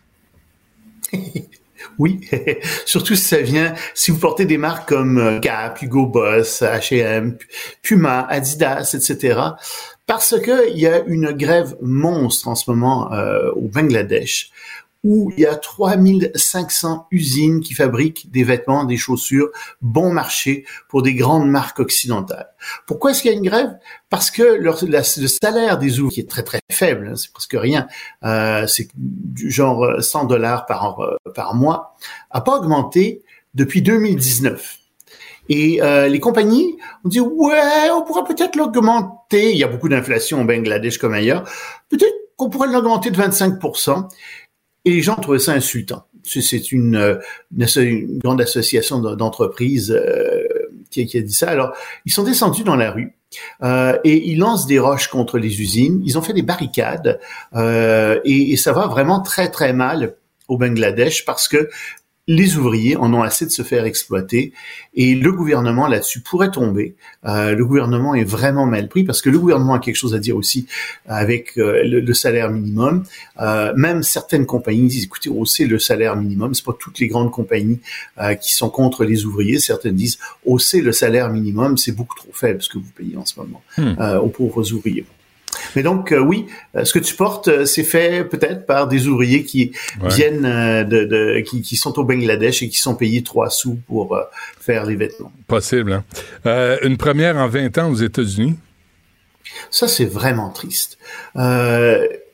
Oui, surtout si ça vient, si vous portez des marques comme Gap, Hugo Boss, H et M, Puma, Adidas, et cetera, parce que il y a une grève monstre en ce moment euh, au Bangladesh, où il y a trois mille cinq cents usines qui fabriquent des vêtements, des chaussures bon marché pour des grandes marques occidentales. Pourquoi est-ce qu'il y a une grève? Parce que leur, la, le salaire des ouvriers, qui est très très faible, hein, c'est presque rien, euh, c'est du genre cent dollars par, par mois, a pas augmenté depuis deux mille dix-neuf. Et euh, les compagnies ont dit « Ouais, on pourrait peut-être l'augmenter. » Il y a beaucoup d'inflation au Bangladesh comme ailleurs. Peut-être qu'on pourrait l'augmenter de vingt-cinq pour cent. Et les gens trouvaient ça insultant. C'est une, une, une grande association d'entreprises euh, qui, qui a dit ça. Alors, ils sont descendus dans la rue euh, et ils lancent des roches contre les usines. Ils ont fait des barricades euh, et, et ça va vraiment très, très mal au Bangladesh parce que les ouvriers en ont assez de se faire exploiter et le gouvernement là-dessus pourrait tomber. Euh, le gouvernement est vraiment mal pris parce que le gouvernement a quelque chose à dire aussi avec euh, le, le salaire minimum. Euh, même certaines compagnies disent, écoutez, hausser le salaire minimum. C'est pas toutes les grandes compagnies euh, qui sont contre les ouvriers. Certaines disent, hausser le salaire minimum, c'est beaucoup trop faible ce que vous payez en ce moment hmm. euh, aux pauvres ouvriers. Mais donc, euh, oui, euh, ce que tu portes, euh, c'est fait peut-être par des ouvriers qui ouais. viennent euh, de, de qui, qui sont au Bangladesh et qui sont payés trois sous pour euh, faire les vêtements. Possible, hein? Euh, une première en vingt ans aux États-Unis? Ça, c'est vraiment triste. Euh,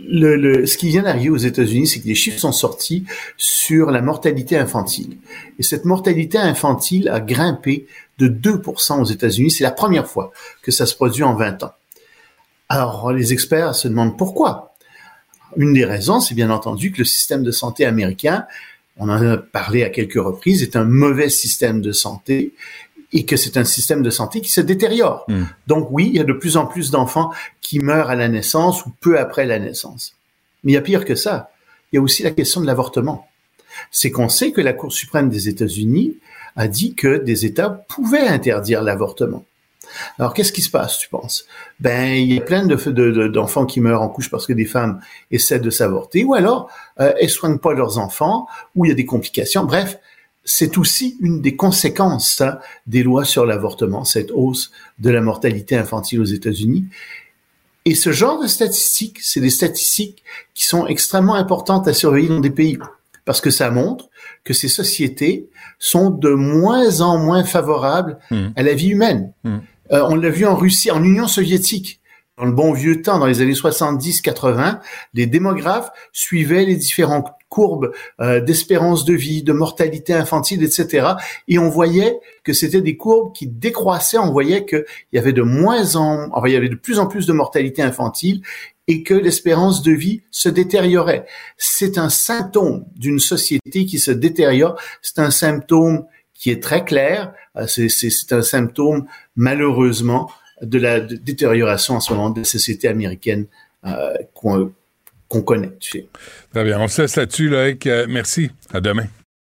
le, le, ce qui vient d'arriver aux États-Unis, c'est que les chiffres sont sortis sur la mortalité infantile. Et cette mortalité infantile a grimpé de deux pour cent aux États-Unis. C'est la première fois que ça se produit en vingt ans. Alors, les experts se demandent pourquoi. Une des raisons, c'est bien entendu que le système de santé américain, on en a parlé à quelques reprises, est un mauvais système de santé et que c'est un système de santé qui se détériore. Mmh. Donc oui, il y a de plus en plus d'enfants qui meurent à la naissance ou peu après la naissance. Mais il y a pire que ça. Il y a aussi la question de l'avortement. C'est qu'on sait que la Cour suprême des États-Unis a dit que des États pouvaient interdire l'avortement. Alors, qu'est-ce qui se passe, tu penses? Ben, il y a plein de, de, de, d'enfants qui meurent en couche parce que des femmes essaient de s'avorter, ou alors, euh, elles soignent pas leurs enfants, ou il y a des complications. Bref, c'est aussi une des conséquences hein, des lois sur l'avortement, cette hausse de la mortalité infantile aux États-Unis. Et ce genre de statistiques, c'est des statistiques qui sont extrêmement importantes à surveiller dans des pays, parce que ça montre que ces sociétés sont de moins en moins favorables mmh. à la vie humaine. Mmh. Euh, on l'a vu en Russie, en Union soviétique. Dans le bon vieux temps, dans les années soixante-dix quatre-vingts, les démographes suivaient les différentes courbes euh, d'espérance de vie, de mortalité infantile, et cetera. Et on voyait que c'était des courbes qui décroissaient. On voyait qu'il y avait de moins en, enfin, il y avait de plus en plus de mortalité infantile et que l'espérance de vie se détériorait. C'est un symptôme d'une société qui se détériore. C'est un symptôme qui est très clair. C'est, c'est, c'est un symptôme, malheureusement, de la de détérioration en ce moment de la société américaine euh, qu'on, qu'on connaît. Tu sais. Très bien. On se laisse là-dessus, Loïc. Euh, merci. À demain.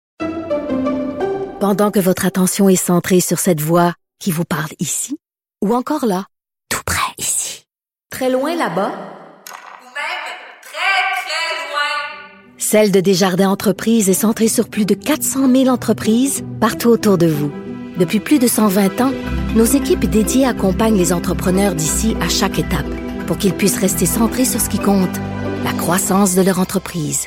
Pendant que votre attention est centrée sur cette voix qui vous parle ici, ou encore là, tout près ici, très loin là-bas, ou même très, très loin. Celle de Desjardins Entreprises est centrée sur plus de quatre cent mille entreprises partout autour de vous. Depuis plus de cent vingt ans, nos équipes dédiées accompagnent les entrepreneurs d'ici à chaque étape pour qu'ils puissent rester centrés sur ce qui compte, la croissance de leur entreprise.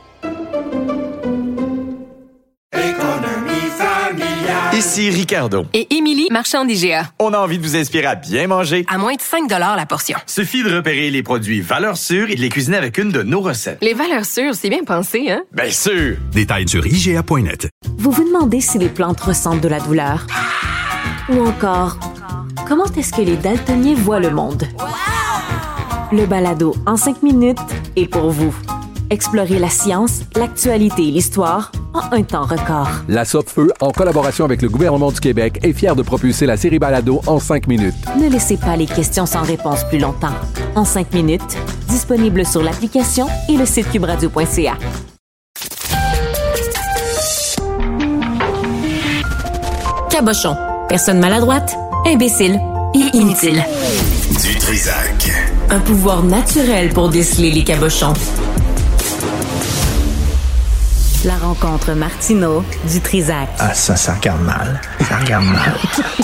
Ici Ricardo. Et Émilie, marchand d'I G A. On a envie de vous inspirer à bien manger. À moins de cinq dollars la portion. Suffit de repérer les produits valeurs sûres et de les cuisiner avec une de nos recettes. Les valeurs sûres, c'est bien pensé, hein? Bien sûr! Détails sur I G A point net. Vous vous demandez si les plantes ressentent de la douleur? Ou encore, comment est-ce que les daltoniens voient le monde? Le balado en cinq minutes est pour vous. Explorez la science, l'actualité et l'histoire en un temps record. La Sopfeu, en collaboration avec le gouvernement du Québec, est fière de propulser la série Balado en cinq minutes. Ne laissez pas les questions sans réponse plus longtemps. En cinq minutes, disponible sur l'application et le site cube radio point c a. Cabochon. Personne maladroite, imbécile et inutile. Du Trisac. Un pouvoir naturel pour déceler les cabochons. La rencontre Martineau du Trisac. Ah, ça, ça regarde mal. Ça regarde mal.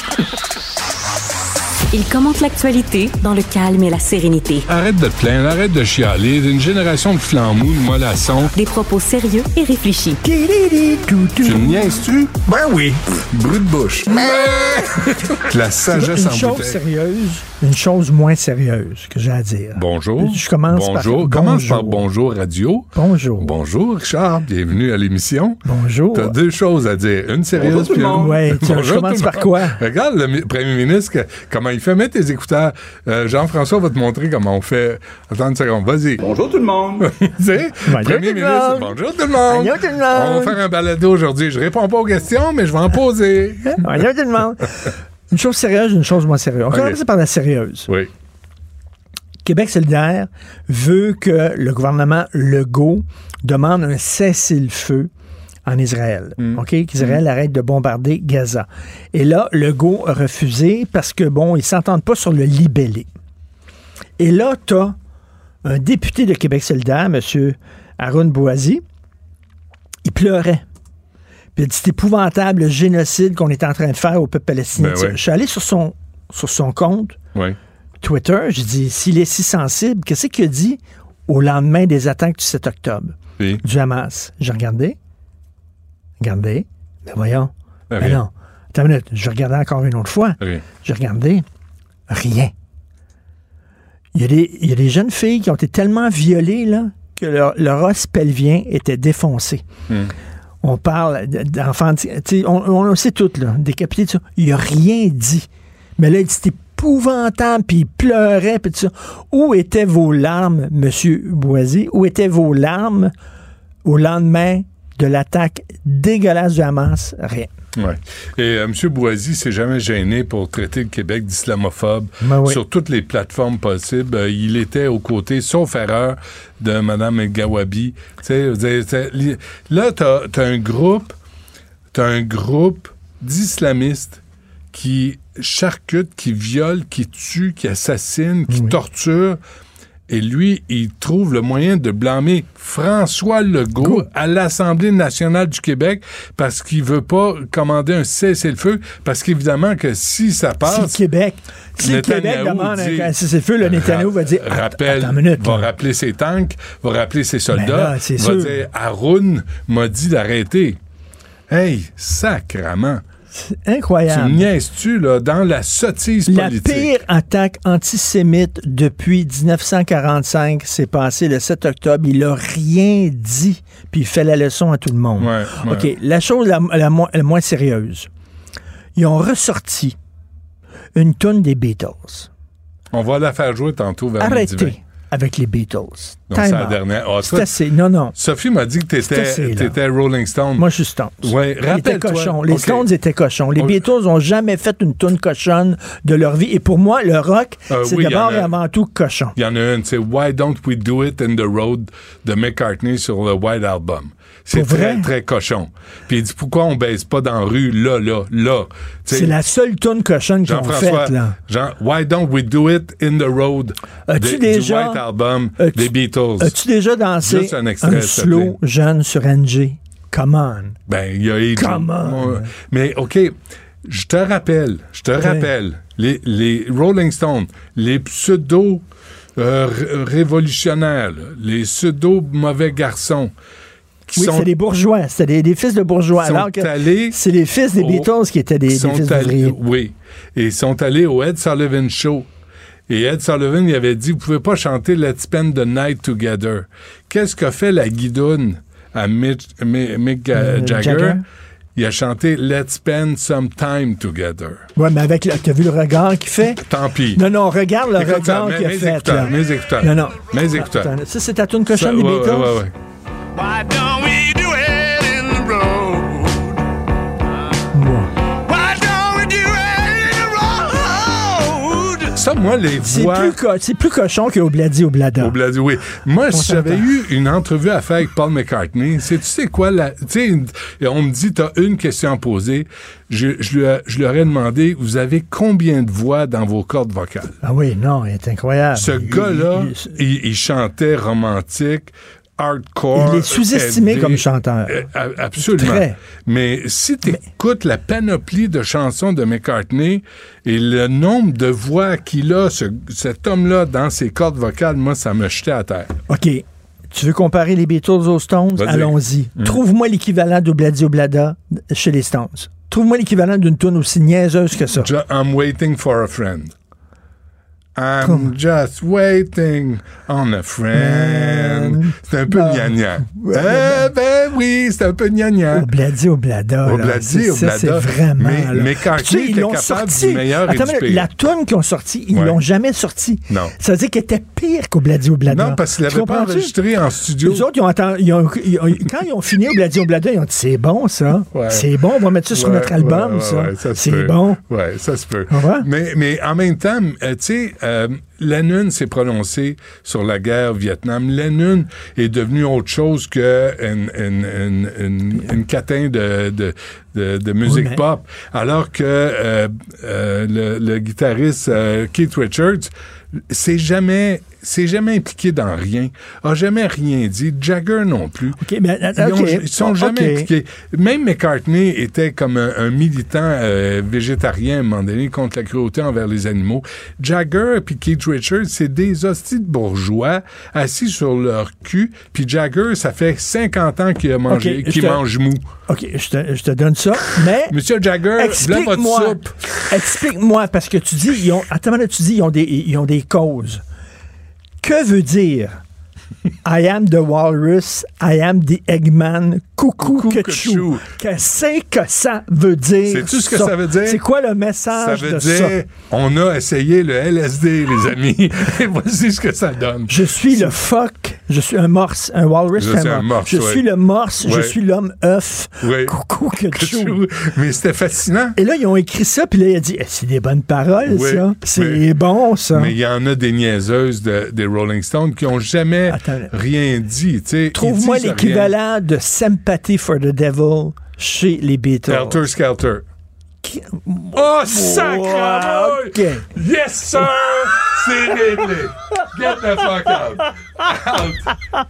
Il commente l'actualité dans le calme et la sérénité. Arrête de te plaindre, arrête de chialer. Une génération de flambous, de mollassons. Des propos sérieux et réfléchis. Tu me niaises-tu? Ben oui. Brut de bouche. La sagesse une en chose bouteille. sérieuse, une chose moins sérieuse que j'ai à dire. Bonjour. Je commence bonjour. par Commence bonjour. par Bonjour Radio. Bonjour. Bonjour, Richard. Bienvenue à l'émission. Bonjour. T'as deux choses à dire. Une sérieuse puis une... Ouais, tiens, je commence par quoi? Regarde le mi- premier ministre, que- comment il fait. Mets tes écouteurs. Euh, Jean-François va te montrer comment on fait. Attends une seconde. Vas-y. Bonjour tout le monde. Tu sais, Bonjour premier tout le ministre. monde. Bonjour tout le monde. Bonjour tout le monde. On va faire un balado aujourd'hui. Je réponds pas aux questions, mais je vais en poser. Bonjour tout le monde. Une chose sérieuse, une chose moins sérieuse. On Okay. commence par la sérieuse. Oui. Québec solidaire veut que le gouvernement Legault demande un cessez-le-feu en Israël. Mm. OK? Qu'Israël mm. arrête de bombarder Gaza. Et là, Legault a refusé parce que, bon, ils ne s'entendent pas sur le libellé. Et là, tu as un député de Québec solidaire, M. Haroun Bouazi, il pleurait. Puis il a dit, c'est épouvantable le génocide qu'on est en train de faire au peuple palestinien. Ben ouais. Je suis allé sur son, sur son compte Oui. Twitter, j'ai dit, s'il est si sensible, qu'est-ce qu'il a dit au lendemain des attaques du sept octobre Oui. du Hamas? J'ai regardé. Regardé. Mais voyons. Rien. Mais non. Attends une minute. Je regardais encore une autre fois. Rien. J'ai regardé. Rien. Il y a des, il y a des jeunes filles qui ont été tellement violées, là, que leur, leur os pelvien était défoncé. Mm. On parle d'enfants, on, on le sait tout, là, décapités, tout ça. Il n'a rien dit. Mais là, c'était épouvantable, puis il pleurait, puis tout ça. Où étaient vos larmes, M. Boisy? Où étaient vos larmes au lendemain de l'attaque dégueulasse du Hamas? Rien. Ouais. Et euh, M. Boisy s'est jamais gêné pour traiter le Québec d'islamophobe ben oui. sur toutes les plateformes possibles. Euh, il était aux côtés, sauf erreur, de Mme El-Gawabi. T'sais, t'sais, là, t'as, t'as un groupe, t'as un groupe d'islamistes qui charcutent, qui violent, qui tuent, qui assassinent, qui oui. torturent. Et lui, il trouve le moyen de blâmer François Legault Go. à l'Assemblée nationale du Québec parce qu'il veut pas commander un cessez-le-feu, parce qu'évidemment que si ça passe... Si le Québec, si le Québec demande dit, un cessez-le-feu, le Netanyahou va dire... Rappelle, attends une minute, va là. rappeler ses tanks, va rappeler ses soldats, là, c'est va sûr. dire « Haroun m'a dit d'arrêter ». Hey, sacrement! C'est incroyable. Tu me niaises-tu, là, dans la sottise politique? La pire attaque antisémite depuis dix-neuf cent quarante-cinq s'est passée le sept octobre. Il a rien dit, puis il fait la leçon à tout le monde. Ouais, ouais. OK, la chose la, la, mo- la moins sérieuse. Ils ont ressorti une toune des Beatles. On va la faire jouer tantôt vers Arrêtez midi vingt. avec les Beatles. Donc, c'est la dernière. Oh, c'est assez. Non, non. Sophie m'a dit que t'étais, t'étais Rolling Stone. Moi, je suis Stones. Ouais, Ils étaient cochons. Les okay. Stones étaient cochons. Les okay. Beatles n'ont jamais fait une toune cochonne de leur vie. Et pour moi, le rock, euh, c'est oui, d'abord et avant tout cochon. Il y en a une, c'est Why Don't We Do It in the Road de McCartney sur le White Album. C'est pour très, vrai? très cochon. Puis il dit, pourquoi on baisse pas dans la rue, là, là, là? T'sais, c'est la seule toune cochonne qu'ils ont faite, là. Jean, Why Don't We Do It in the Road as-tu de, déjà, du White Album des Beatles. As-tu déjà dansé un, extrait, un slow jeune sur N G? Come on. Ben, il y a... Come on. Mais, OK, je te rappelle, je te ouais. rappelle, les, les Rolling Stones, les pseudo... Euh, révolutionnaires, là, les pseudo-mauvais garçons. Oui, sont, c'est des bourgeois, c'est des, des fils de bourgeois. Alors que c'est les fils des Beatles au, qui étaient des, des fils d'ouvriers. Oui, et ils sont allés au Ed Sullivan Show. Et Ed Sullivan, il avait dit, vous pouvez pas chanter Let's Spend the Night Together. Qu'est-ce qu'a fait la guidoune à Mick, Mick, Mick euh, Jagger? Jagger? Il a chanté Let's Spend Some Time Together. Ouais, mais avec, le, t'as vu le regard qu'il fait? Tant pis. Non, non, regarde le Écoute regard ça, qu'il a fait. Écouteurs, là. Mes écouteurs. Non, non. Mes écouteurs. Attends, ça, c'est ta tune cochonne des ouais, Beatles? Ouais, ouais, ouais. Why don't we do it in the road? Moi. Why don't we do it in the road? Ça, moi, les voix... C'est plus, co- c'est plus cochon que Obladi Oblada. Obladi, oui. Moi, on si s'entend. J'avais eu une entrevue à faire avec Paul McCartney, c'est, tu sais quoi, la, tu sais, on me dit, t'as une question à poser. Je, je, lui, je lui aurais demandé, vous avez combien de voix dans vos cordes vocales? Ah oui, non, il est incroyable. Ce il, gars-là, il, il, il chantait romantique, hardcore. Il est sous-estimé élevé, comme chanteur. Euh, absolument. Très. Mais si tu écoutes la panoplie de chansons de McCartney et le nombre de voix qu'il a, ce, cet homme-là, dans ses cordes vocales, moi, ça me jetait à terre. OK. Tu veux comparer les Beatles aux Stones? Vas-y. Allons-y. Mmh. Trouve-moi l'équivalent d'Obladi Oblada chez les Stones. Trouve-moi l'équivalent d'une tune aussi niaiseuse que ça. I'm waiting for a friend. I'm Comme... just waiting on a friend. C'est un peu bah, gnagna. Ouais, eh ben, ben oui, c'est un peu gnagna. Obladi Oblada. Obladi Oblada. C'est vraiment. Mais, mais quand tu sais, ils l'ont sorti. Du meilleur Attends, et du pire. La toune qu'ils ont sortie, ils ouais. l'ont jamais sortie. Non. Ça veut dire qu'elle était pire qu'Obladi Oblada. Non, parce qu'ils l'avaient pas enregistré en studio. Les autres, ils ont entendu, ils ont, ils ont, quand ils ont fini Obladi Oblada, ils ont dit c'est bon ça. Ouais. C'est bon, on va mettre ça sur ouais, notre album, ouais, ça. Ouais, ça c'est peut. bon. Ouais, ça se peut. Ouais. Mais, mais en même temps, euh, tu sais, euh, Lennon s'est prononcé sur la guerre au Vietnam. Lennon est devenu autre chose que une, une, une, une, une catin de, de, de, de musique oui, mais... pop. Alors que euh, euh, le, le guitariste euh, Keith Richards c'est jamais, c'est jamais impliqué dans rien, a jamais rien dit. Jagger non plus. Okay, mais, okay. Ils, ont, ils sont jamais okay. impliqués. Même McCartney était comme un, un militant euh, végétarien à un moment donné contre la cruauté envers les animaux. Jagger puis Keith Richards, c'est des hosties de bourgeois assis sur leur cul. Puis Jagger, ça fait cinquante ans qu'il a mangé, okay, qu'il te... mange mou. OK, je te, je te donne ça, mais... Monsieur Jagger, explique-moi, soupe. explique-moi, parce que tu dis, ils ont, attends, là, tu dis, ils ont des, ils ont des causes. Que veut dire I am the walrus, I am the Eggman, coucou, Coucou Ketchou. Qu'est-ce que ça veut dire? Sais-tu ce que ça veut dire? C'est quoi le Ça message veut de dire, ça? on a essayé le L S D, les amis, et voici ce que ça donne. Je suis le phoque, je suis un morse, un walrus. Je suis un morse, Je ouais. suis le morse, je Ouais. suis l'homme œuf. Oui. Coucou, Ketchou. Ketchou. Mais c'était fascinant. Et là, ils ont écrit ça, puis là, il a dit, eh, c'est des bonnes paroles, Oui, ça. C'est mais- bon, ça. Mais il y en a des niaiseuses de- des Rolling Stones qui ont jamais rien dit. tu sais. Trouve-moi Ils disent l'équivalent de Sympathy for the Devil chez les Beatles. rien. Helter Skelter. Oh, sacre! OK. Yes, sir! C'est réglé. Get the fuck out. Out.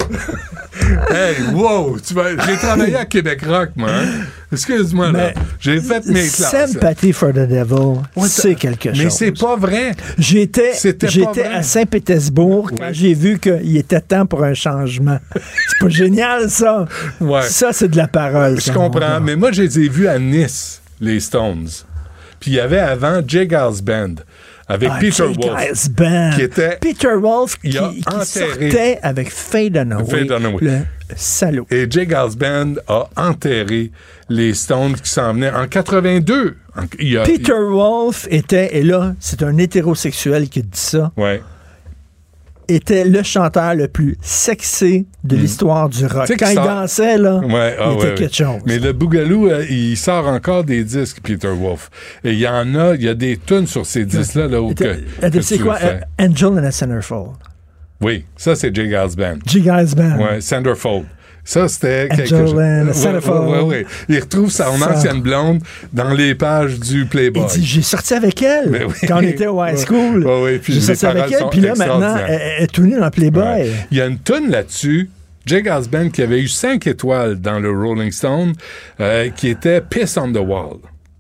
Hey, wow! Tu vas... J'ai travaillé à Québec Rock, moi. Hein? Excuse-moi, là. J'ai fait mes classes. Sympathy for the Devil, c'est quelque chose. Mais c'est pas vrai. J'étais, C'était pas j'étais vrai. à Saint-Pétersbourg quand Oui. j'ai vu qu'il était temps pour un changement. C'est pas génial, ça? Ouais. Ça, c'est de la parole. Je ça, comprends, mon gars. mais moi, je les ai vus à Nice, les Stones. Puis il y avait avant Jay Giles Band avec Ah, Peter Jay Wolf. Giles Band. Qui était... Peter Wolf qui, Il a qui enterré- sortait avec Faye Dunaway. Faye Dunaway. Le salaud. Et Jay Giles Band a enterré les Stones qui s'en venaient en quatre-vingt-deux. En- il a- Peter Wolf était, et là, c'est un hétérosexuel qui dit ça, il- ouais. était le chanteur le plus sexy de l'histoire du rock. Tu sais Quand qu'il il sort- dansait, là, Ouais, ah, il était ouais, quelque ouais. chose. Mais le Boogaloo, euh, il sort encore des disques, Peter Wolf. Et il y en a, il y a des tunes sur ces disques-là là, où que, Attends, que c'est tu quoi? le fais. euh, Angel and a Centerfold. Oui, ça, c'est Jay Giles Band. Jay Giles Band. Ouais, Centerfold. Ça, c'était quelque Angel chose. and a Ouais, Centerfold. ouais, ouais, ouais. Il retrouve son Ça. ancienne blonde dans les pages du Playboy. Il dit, j'ai sorti avec elle Ben oui. quand on était au high school. Ouais, ouais, puis j'ai les sorti avec paroles elle, sont puis là, maintenant, extraordinaires. elle, elle est tout nue dans Playboy. Ouais. Il y a une toune là-dessus, Jay Giles Band, qui avait eu cinq étoiles dans le Rolling Stone, euh, qui était Piss on the Wall.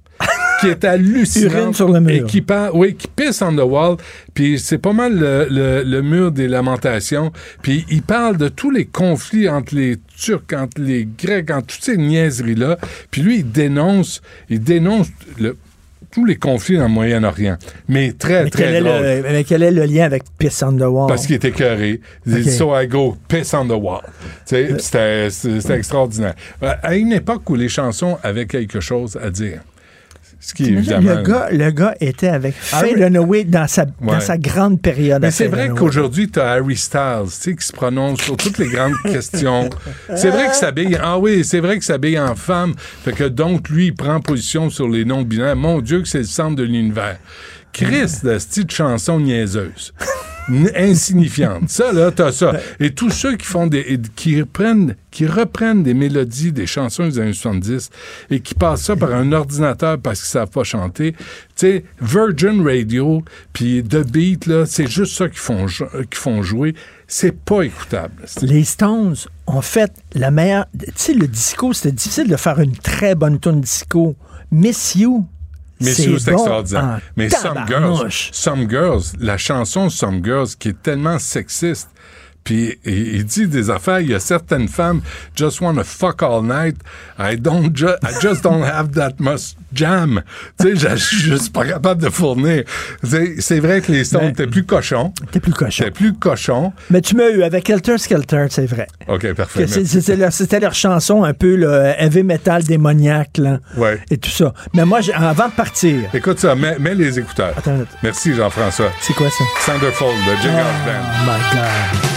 Qui est hallucinant. Urine sur le mur. Et qui, par- oui, qui pisse on the wall. Puis c'est pas mal le, le, le mur des lamentations. Puis il parle de tous les conflits entre les Turcs, entre les Grecs, entre toutes ces niaiseries-là. Puis lui, il dénonce, il dénonce le, tous les conflits dans le Moyen-Orient. Mais très, Mais très quel, est drôle. le, mais quel est le lien avec Piss on the Wall? Parce qu'il était écœuré. Il dit, Ok. so I go piss on the wall. Tu sais, C'était c'était- c'était extraordinaire. Euh, À une époque où les chansons avaient quelque chose à dire. Ce qui est T'imagines, évidemment... le, gars, le gars était avec Ah Faye oui. Dunaway dans sa, dans Ouais. sa grande période. Mais à c'est Faye vrai Dunaway. qu'aujourd'hui, tu as Harry Styles, tu sais, qui se prononce sur toutes les grandes questions. C'est vrai qu'il s'habille... Ah oui, c'est vrai qu'il s'habille en femme. Fait que donc, lui, il prend position sur les non-binaires. Mon Dieu, que c'est le centre de l'univers. Christ, de cette chanson niaiseuse. N- insignifiante. Ça, là, t'as ça. Et tous ceux qui font des... qui reprennent, qui reprennent des mélodies des chansons des années soixante-dix et qui passent ça par un ordinateur parce qu'ils savent pas chanter. Tu sais, Virgin Radio puis The Beat, là, c'est juste ça qu'ils font, jo- qu'ils font jouer. C'est pas écoutable. C'est- Les Stones ont fait la meilleure... Tu sais, le disco, c'était difficile de faire une très bonne tune disco. Miss You... Mais c'est c'est bon extraordinaire. en Mais Some Girls, tabarnouche. Some Girls, la chanson Some Girls qui est tellement sexiste. Puis il, il dit des affaires, il y a certaines femmes just want to fuck all night. I don't ju- I just don't have that much jam. Tu sais, je je suis juste pas capable de fournir. C'est c'est vrai que les Stones Ben, étaient plus cochons. T'es plus cochon. C'était plus cochon. Mais tu m'as eu avec Helter Skelter, c'est vrai. OK, parfait. Que c'est- merci. C'était leur, c'était leur chanson un peu le heavy metal démoniaque, là, Ouais. et tout ça. Mais moi, j'ai- avant de partir... Écoute ça, mets, mets les écouteurs. Attends une minute. Merci Jean-François. C'est quoi ça? Thunderfold de Jay Giles Band. Oh my God.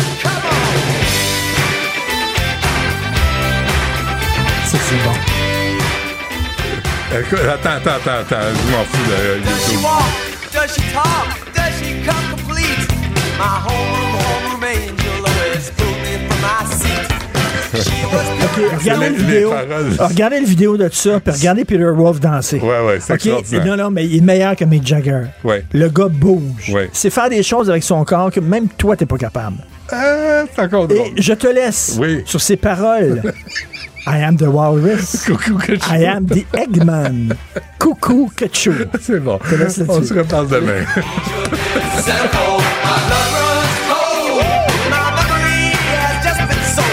Ça, c'est bon. Écoute, attends, attends, attends, attends, je m'en fous de euh, Does she YouTube. walk? Does she talk? Does she come complete? My homeroom, homeroom angel always pulled me from my seat. She was OK, regardez les- une les vidéo. paroles. Ah, regardez une vidéo de ça, puis regardez Peter Wolf danser. Ouais, ouais, c'est OK? extraordinaire. Non, non, mais il est meilleur que Mick Jagger. Ouais. Le gars bouge. Ouais. C'est faire des choses avec son corps que même toi, t'es pas capable. Euh, c'est encore drôle. Et je te laisse Oui. sur ces paroles. I am the walrus. Coucou, Ketchou. I am the Eggman. Coucou, Ketchou. C'est bon. te laisse là-dessus. On se reparle demain. Centerfold. My love runs cold. My memory has just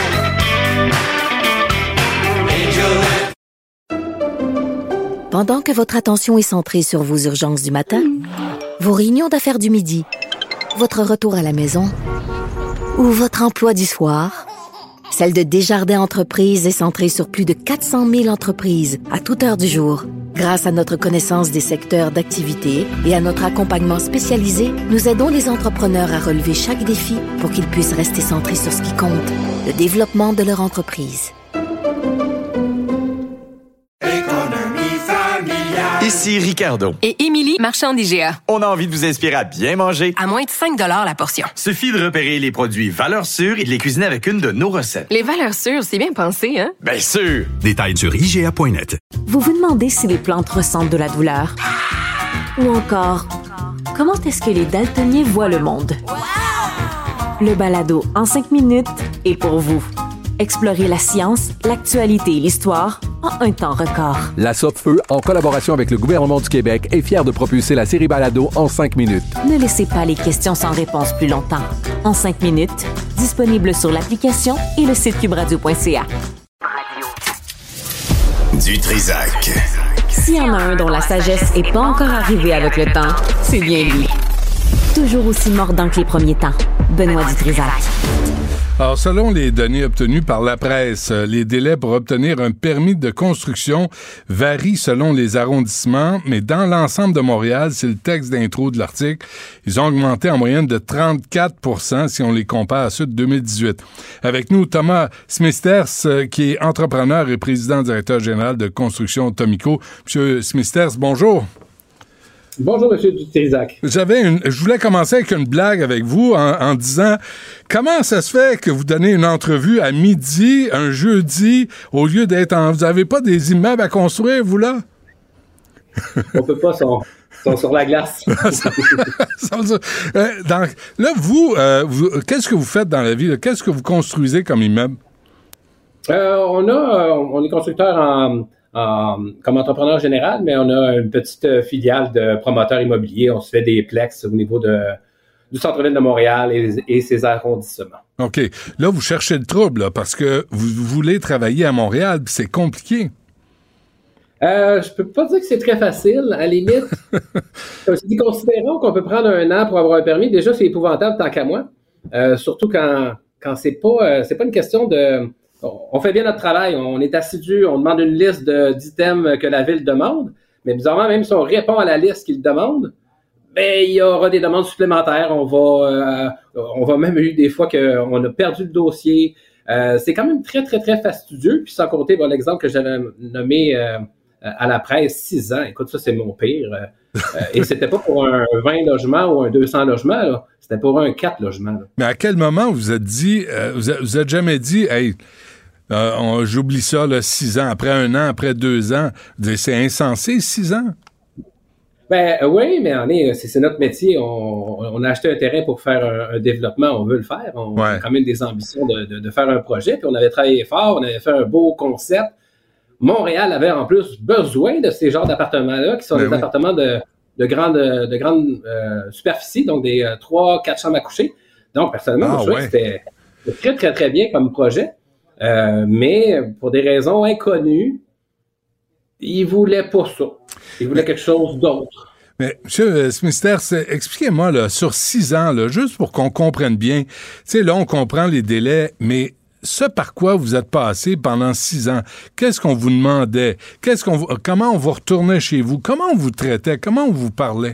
been sold. Angel. Pendant que votre attention est centrée sur vos urgences du matin, vos réunions d'affaires du midi, votre retour à la maison ou votre emploi du soir, celle de Desjardins Entreprises est centrée sur plus de quatre cent mille entreprises à toute heure du jour. Grâce à notre connaissance des secteurs d'activité et à notre accompagnement spécialisé, nous aidons les entrepreneurs à relever chaque défi pour qu'ils puissent rester centrés sur ce qui compte, le développement de leur entreprise. Ici Ricardo. Et Émilie, marchand d'I G A. On a envie de vous inspirer à bien manger. À moins de cinq dollars la portion. Suffit de repérer les produits valeurs sûres et de les cuisiner avec une de nos recettes. Les valeurs sûres, c'est bien pensé, hein? Bien sûr! Détails sur I G A point net. Vous vous demandez si les plantes ressentent de la douleur? Ou encore, comment est-ce que les daltoniens voient le monde? Le balado en cinq minutes est pour vous. Explorez la science, l'actualité et l'histoire en un temps record. La Sopfeu, en collaboration avec le gouvernement du Québec, est fière de propulser la série Balado en cinq minutes. Ne laissez pas les questions sans réponse plus longtemps. En cinq minutes, disponible sur l'application et le site cube radio point c a. Du Trizac. S'il y en a un dont la sagesse n'est pas encore arrivée avec le temps, c'est bien lui. Toujours aussi mordant que les premiers temps. Benoît Dutrisac. Alors, selon les données obtenues par la presse, les délais pour obtenir un permis de construction varient selon les arrondissements, mais dans l'ensemble de Montréal, c'est le texte d'intro de l'article, ils ont augmenté en moyenne de trente-quatre pour cent si on les compare à ceux de deux mille dix-huit. Avec nous, Thomas Smithers, qui est entrepreneur et président-directeur général de Construction Tomico. Monsieur Smithers, bonjour. Bonjour, M. Dutrisac. J'avais une, je voulais commencer avec une blague avec vous en, en disant comment ça se fait que vous donnez une entrevue à midi, un jeudi, au lieu d'être en... Vous n'avez pas des immeubles à construire, vous, là? On peut pas, sont, sont sur la glace. Donc, là, vous, euh, vous, qu'est-ce que vous faites dans la vie? Là? Qu'est-ce que vous construisez comme immeuble? Euh, on a, on est constructeur en... Euh, comme entrepreneur général, mais on a une petite filiale de promoteurs immobiliers. On se fait des plex au niveau de, du centre-ville de Montréal et, et ses arrondissements. OK. Là, vous cherchez le trouble, là, parce que vous, vous voulez travailler à Montréal, puis c'est compliqué. Euh, je peux pas dire que c'est très facile. À la limite, comme je dis, considérons qu'on peut prendre un an pour avoir un permis. Déjà, c'est épouvantable tant qu'à moi. Euh, surtout quand, quand c'est pas, euh, c'est pas une question de... On fait bien notre travail, on est assidu, on demande une liste de, d'items que la ville demande, mais bizarrement, même si on répond à la liste qu'il demande, ben, il y aura des demandes supplémentaires. On va, euh, on va même eu des fois qu'on a perdu le dossier. Euh, c'est quand même très, très, très fastidieux. Puis sans compter, bon, l'exemple que j'avais nommé euh, à la presse, six ans. Écoute, ça, c'est mon pire. Euh, et c'était pas pour un vingt logements ou un deux cents logements, là. C'était pour un quatre logements. Là. Mais à quel moment vous êtes dit, euh, vous, a, vous êtes jamais dit, hey, Euh, on, j'oublie ça, là, six ans, après un an, après deux ans. C'est insensé, six ans? Ben euh, oui, mais on est, c'est, c'est notre métier. On, on a acheté un terrain pour faire un, un développement, on veut le faire. On ouais. a quand même des ambitions de, de, de faire un projet. Puis on avait travaillé fort, on avait fait un beau concept. Montréal avait en plus besoin de ces genres d'appartements-là, qui sont ben des oui. appartements de, de grande, de grande euh, superficie, donc des euh, trois, quatre chambres à coucher. Donc, personnellement, ah, je ouais. c'était, c'était très, très, très bien comme projet. Euh, mais pour des raisons inconnues, il voulait pas ça. Il voulait quelque chose d'autre. Mais, M. Smithers, expliquez-moi, là, sur six ans, là, juste pour qu'on comprenne bien, tu sais, là, on comprend les délais, mais ce par quoi vous êtes passé pendant six ans, qu'est-ce qu'on vous demandait? Qu'est-ce qu'on, comment on vous retournait chez vous? Comment on vous traitait? Comment on vous parlait?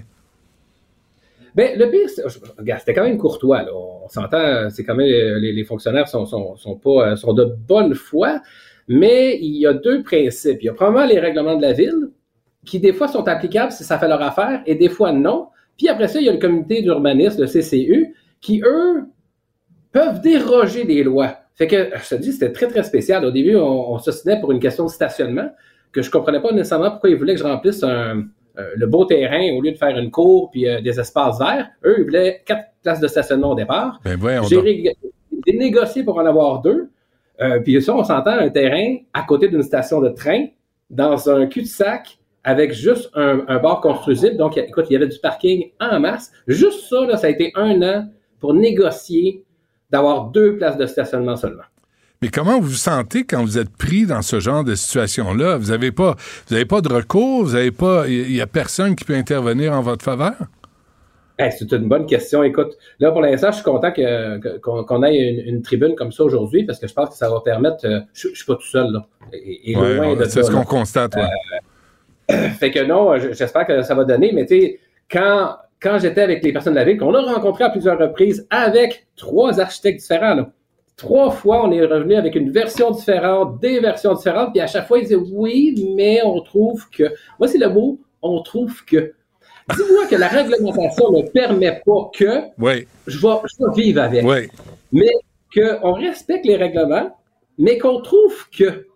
Ben, le pire, regarde, c'était quand même courtois, là. On s'entend, c'est quand même, les, les fonctionnaires sont, sont, sont pas, sont de bonne foi, mais il y a deux principes. Il y a probablement les règlements de la ville, qui des fois sont applicables si ça fait leur affaire, et des fois non. Puis après ça, il y a le comité d'urbanisme, le C C U, qui, eux, peuvent déroger des lois. Fait que, je te dis, c'était très, très spécial. Au début, on, on s'ostinait pour une question de stationnement, que je comprenais pas nécessairement pourquoi ils voulaient que je remplisse un... Euh, le beau terrain, au lieu de faire une cour puis euh, des espaces verts, eux, ils voulaient quatre places de stationnement au départ. Ben voyons J'ai rég... négocié pour en avoir deux. Euh, puis ça, on s'entend, un terrain à côté d'une station de train, dans un cul-de-sac, avec juste un, un bar construisible. Donc, écoute, il y avait du parking en masse. Juste ça, là, ça a été un an pour négocier d'avoir deux places de stationnement seulement. Mais comment vous vous sentez quand vous êtes pris dans ce genre de situation-là? Vous n'avez pas, vous avez pas de recours? Vous avez pas, il n'y a personne qui peut intervenir en votre faveur? Hey, c'est une bonne question. Écoute, là, pour l'instant, je suis content que, que- qu'on, qu'on ait une, une tribune comme ça aujourd'hui parce que je pense que ça va permettre... euh, je, je suis pas tout seul, là. Et, et Ouais, loin ouais, de c'est ça, ce qu'on là. constate. Ouais. Euh, fait que non, j- j'espère que ça va donner, mais tu sais, quand, quand j'étais avec les personnes de la ville, qu'on a rencontré à plusieurs reprises avec trois architectes différents, là. Trois fois, on est revenu avec une version différente, des versions différentes, puis à chaque fois, ils disaient oui, mais on trouve que... Moi, c'est le mot « on trouve que ». Dis-moi que la réglementation ne permet pas que Oui. je vais, je vais vivre avec. Oui. Mais qu'on respecte les règlements, mais qu'on trouve que.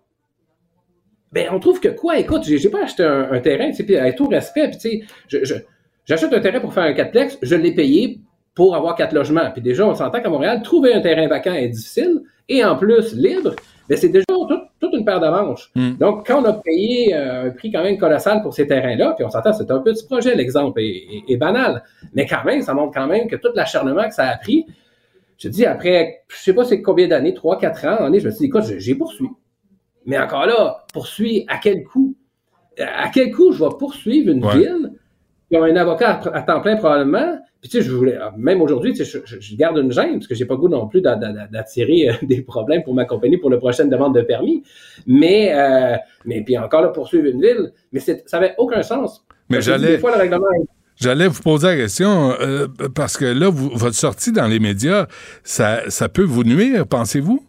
Ben, on trouve que quoi? Écoute, j'ai, j'ai pas acheté un, un terrain, tu sais, puis avec tout respect, puis tu sais, je, je, j'achète un terrain pour faire un quatreplex, je l'ai payé pour avoir quatre logements. Puis déjà, on s'entend qu'à Montréal, trouver un terrain vacant est difficile, et en plus, libre, ben c'est déjà toute, toute une paire de manches. Mm. Donc, quand on a payé euh, un prix quand même colossal pour ces terrains-là, puis on s'entend, c'est un petit projet, l'exemple est, est- est banal, mais quand même, ça montre quand même que tout l'acharnement que ça a pris, je dis, après, je sais pas c'est combien d'années, trois, quatre ans, je me suis dit, écoute, j'ai j'ai poursuivi. Mais encore là, poursuivre à quel coût? À quel coût je vais poursuivre une Ouais. ville qui a un avocat à, à temps plein probablement? Puis tu sais, je voulais, même aujourd'hui, tu sais, je, je- je garde une gêne parce que j'ai pas le goût non plus d'a- d'a- d'attirer euh, des problèmes pour ma compagnie pour la prochaine demande de permis. Mais, euh, mais puis encore là, poursuivre une ville, mais c'est- ça avait aucun sens. Mais Parce que j'allais- Des fois, le règlement est J'allais vous poser la question, euh, parce que là, vous- votre sortie dans les médias, ça, ça peut vous nuire, pensez-vous?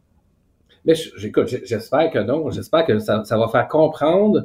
Mais je- j'écoute, j'- j'espère que non. J'espère que ça, ça va faire comprendre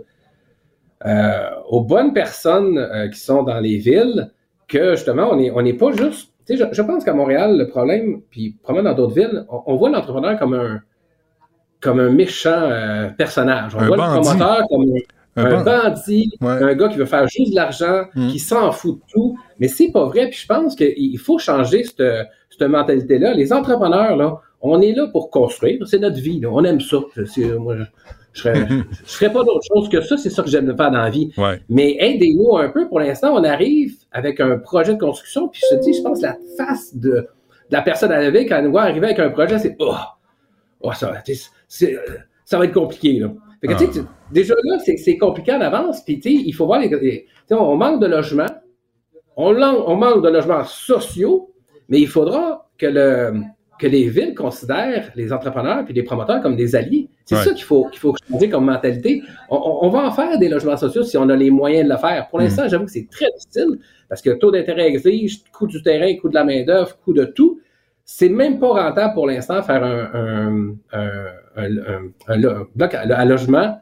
euh, aux bonnes personnes euh, qui sont dans les villes que justement, on n'est on n'est pas juste. Tu sais, je, je pense qu'à Montréal, le problème, puis probablement dans d'autres villes, on, on voit l'entrepreneur comme un comme un méchant euh, personnage. On Un voit bandit. le promoteur comme un, Un un ban- bandit, un gars qui veut faire juste de l'argent, Mm. qui s'en fout de tout. Mais c'est pas vrai. Puis je pense qu'il faut changer cette, cette mentalité-là. Les entrepreneurs, là, on est là pour construire. C'est notre vie. Là. On aime ça. Je, c'est- moi, je, je serais, je ferais pas d'autre chose que ça. C'est ça que j'aime faire dans la vie. Ouais. Mais aidez-nous un peu. Pour l'instant, on arrive avec un projet de construction. Puis je te dis, je pense la face de, de la personne à la ville, quand elle nous voit arriver avec un projet, c'est oh, oh ça, tu sais, c'est, ça va être compliqué. Là. Fait que, tu sais, tu- déjà là, c'est, c'est compliqué en avance. Puis tu sais, il faut voir les, les- tu sais, on manque de logements. On, lan- on manque de logements sociaux, mais il faudra que, le, que les villes considèrent les entrepreneurs puis les promoteurs comme des alliés. C'est Ouais. ça qu'il faut, qu'il faut changer comme mentalité. On, on- on va en faire des logements sociaux si on a les moyens de le faire. Pour l'instant, j'avoue que c'est très difficile parce que le taux d'intérêt exige, coût du terrain, coût de la main-d'œuvre, coût de tout. C'est même pas rentable pour l'instant faire un, un, un, un, un- un lo- un bloc à, à logement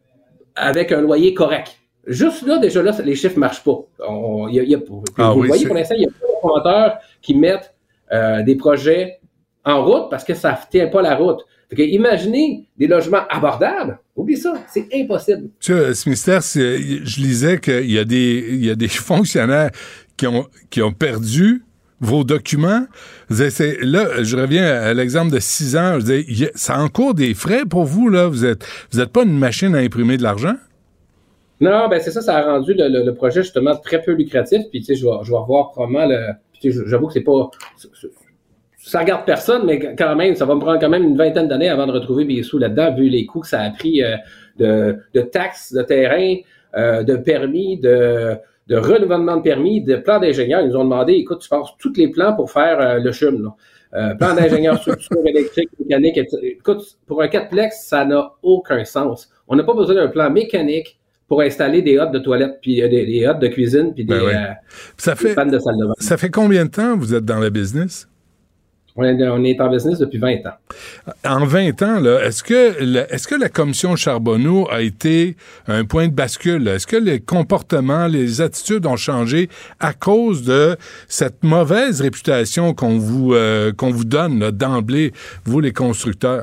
avec un loyer correct. Juste là, déjà là, les chiffres marchent pas. On, y a, y a, vous Ah vous oui, voyez, c'est- pour l'instant, il y a pas de promoteurs qui mettent euh, des projets en route parce que ça ne tient pas la route. Fait que imaginez des logements abordables. Oublie ça, c'est impossible. Monsieur Smith, c'est- je lisais qu'il y a des, il y a des fonctionnaires qui ont, qui ont perdu vos documents. Je disais, c'est- là, je reviens à l'exemple de six ans. Je disais, il y a- ça encourt des frais pour vous, là. Vous êtes, vous êtes pas une machine à imprimer de l'argent? Non, ben c'est ça, ça a rendu le, le- le projet justement très peu lucratif. Puis tu sais, je vais, je vais revoir probablement le. Puis, tu sais, j'avoue que c'est pas. c'est- c'est- Ça regarde personne, mais quand même, ça va me prendre quand même une vingtaine d'années avant de retrouver mes sous là-dedans, vu les coûts que ça a pris euh, de, de taxes de terrain, euh, de permis, de, de renouvellement de permis, de plans d'ingénieur. Ils nous ont demandé, écoute, tu passes tous les plans pour faire euh, le C H U M, là. Euh, plan d'ingénieur, structure électrique, mécanique, et cetera. Écoute, pour un quatreplex, ça n'a aucun sens. On n'a pas besoin d'un plan mécanique pour installer des hottes de toilette, puis euh, des, des hottes de cuisine, puis des, Ben oui. euh, Ça des fait, pannes de salle de bain. ça fait combien de temps que vous êtes dans le business? On est, on est en business depuis vingt ans. En vingt ans, là, est-ce que, le- est-ce que la commission Charbonneau a été un point de bascule? Est-ce que les comportements, les attitudes ont changé à cause de cette mauvaise réputation qu'on vous, euh, qu'on vous donne là, d'emblée, vous les constructeurs?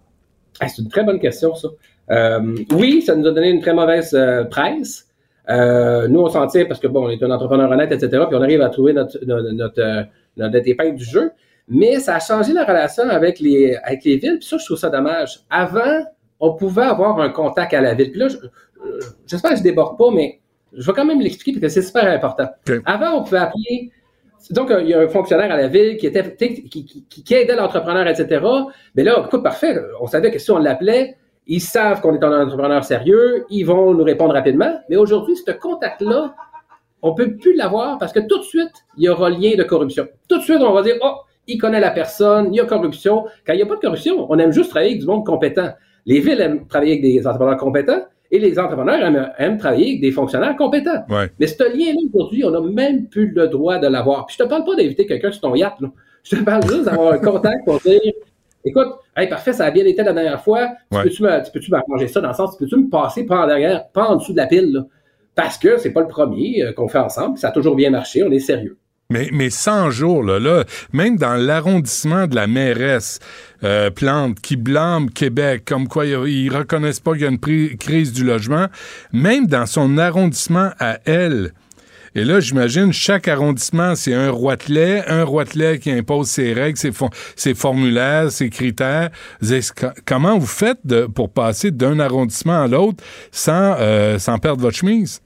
Ah, c'est une très bonne question, ça. Euh, oui, ça nous a donné une très mauvaise euh, presse. Euh, nous, on s'en tire parce que, bon, on est un entrepreneur honnête, et cetera, puis on arrive à trouver notre, notre, notre, euh, notre épingle du jeu. Mais ça a changé la relation avec les, avec les villes, puis ça, je trouve ça dommage. Avant, on pouvait avoir un contact à la ville. Puis là, je- euh, j'espère que je déborde pas, mais je vais quand même l'expliquer parce que c'est super important. Okay. Avant, on pouvait appeler... Donc, il y a un fonctionnaire à la ville qui était qui, qui, qui, qui aidait l'entrepreneur, et cetera. Mais là, écoute, parfait. On savait que si on l'appelait, ils savent qu'on est un entrepreneur sérieux, ils vont nous répondre rapidement. Mais aujourd'hui, ce contact-là, on peut plus l'avoir parce que tout de suite, il y aura lien de corruption. Tout de suite, on va dire, oh, il connaît la personne, il y a corruption. Quand il n'y a pas de corruption, on aime juste travailler avec du monde compétent. Les villes aiment travailler avec des entrepreneurs compétents et les entrepreneurs aiment, aiment travailler avec des fonctionnaires compétents. Ouais. Mais ce lien-là, aujourd'hui, on n'a même plus le droit de l'avoir. Puis je te parle pas d'inviter quelqu'un sur ton yacht, là. Je te parle juste d'avoir un contact pour dire, écoute, hey, parfait, ça a bien été la dernière fois. Tu Ouais. peux-tu me- tu peux-tu m'arranger ça dans le sens, tu peux-tu me passer pas en derrière, pas en dessous de la pile, là? Parce que c'est pas le premier euh, qu'on fait ensemble, ça a toujours bien marché, on est sérieux. Mais, mais cent jours, là, là, même dans l'arrondissement de la mairesse euh, Plante, qui blâme Québec, comme quoi ils ne reconnaissent pas qu'il y a une pri- crise du logement, même dans son arrondissement à elle, et là, j'imagine, chaque arrondissement, c'est un roitelet, un roitelet qui impose ses règles, ses, fo- ses formulaires, ses critères. Vous avez- Comment vous faites de, pour passer d'un arrondissement à l'autre sans, euh, sans perdre votre chemise?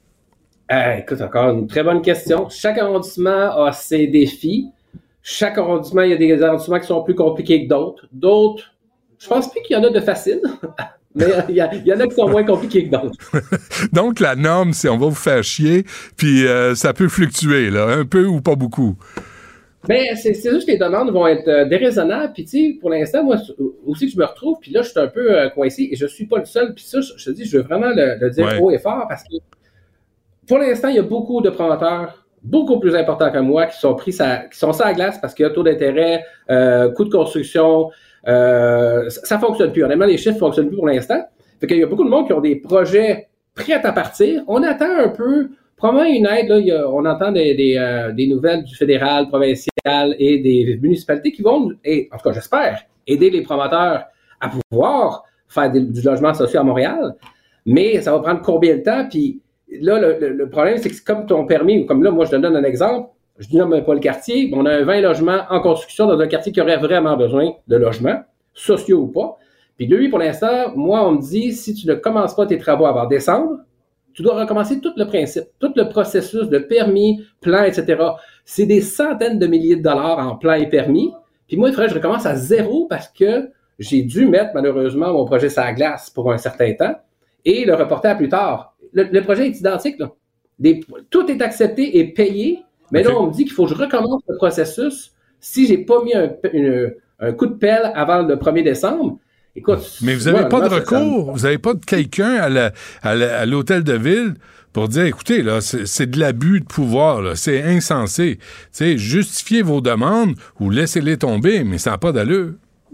Euh, écoute, encore une très bonne question. Chaque arrondissement a ses défis. Chaque arrondissement, il y a des arrondissements qui sont plus compliqués que d'autres. D'autres, je pense plus qu'il y en a de faciles, mais il y, a- il y en a qui sont moins compliqués que d'autres. Donc, la norme, c'est on va vous faire chier, puis euh, ça peut fluctuer, là, un peu ou pas beaucoup. Mais c'est c'est juste que les demandes vont être euh, déraisonnables. Puis, tu sais, pour l'instant, moi aussi, je me retrouve. Puis là, je suis un peu euh, coincé et je suis pas le seul. Puis ça, je, je te dis, je veux vraiment le, le dire Ouais. haut et fort parce que pour l'instant, il y a beaucoup de promoteurs beaucoup plus importants que moi qui sont pris sa, qui sont sur la glace parce qu'il y a taux d'intérêt, euh, coût de construction. Euh, ça, ça fonctionne plus. Honnêtement, les chiffres fonctionnent plus pour l'instant. Fait qu'il y a beaucoup de monde qui ont des projets prêts à partir. On attend un peu, probablement une aide. Là, il y a, on entend des, des, euh, des nouvelles du fédéral, provincial et des municipalités qui vont, et, en tout cas, j'espère, aider les promoteurs à pouvoir faire des- du logement social à Montréal. Mais ça va prendre combien de temps? Puis là, le, le- le problème, c'est que c'est comme ton permis, ou comme là, moi, je te donne un exemple. Je ne nomme pas le quartier. On a un vingt logements en construction dans un quartier qui aurait vraiment besoin de logements, sociaux ou pas. Puis lui, pour l'instant, moi, on me dit, si tu ne commences pas tes travaux avant décembre, tu dois recommencer tout le principe, tout le processus de permis, plan, et cetera. C'est des centaines de milliers de dollars en plan et permis. Puis moi, il faudrait que je recommence à zéro parce que j'ai dû mettre, malheureusement, mon projet sur la glace pour un certain temps et le reporter à plus tard. Le, le projet est identique, là. Des- tout est accepté et payé, mais Okay. là, on me dit qu'il faut que je recommence le processus si j'ai pas mis un, une- un coup de pelle avant le premier décembre. Écoute, Mais vous n'avez moi, pas de moi, ça- ça me- recours, vous n'avez pas de quelqu'un à, la- à la- à l'hôtel de ville pour dire, écoutez, là, c'est, c'est de l'abus de pouvoir, là, c'est insensé. Tu sais, justifiez vos demandes ou laissez-les tomber, mais ça n'a pas d'allure.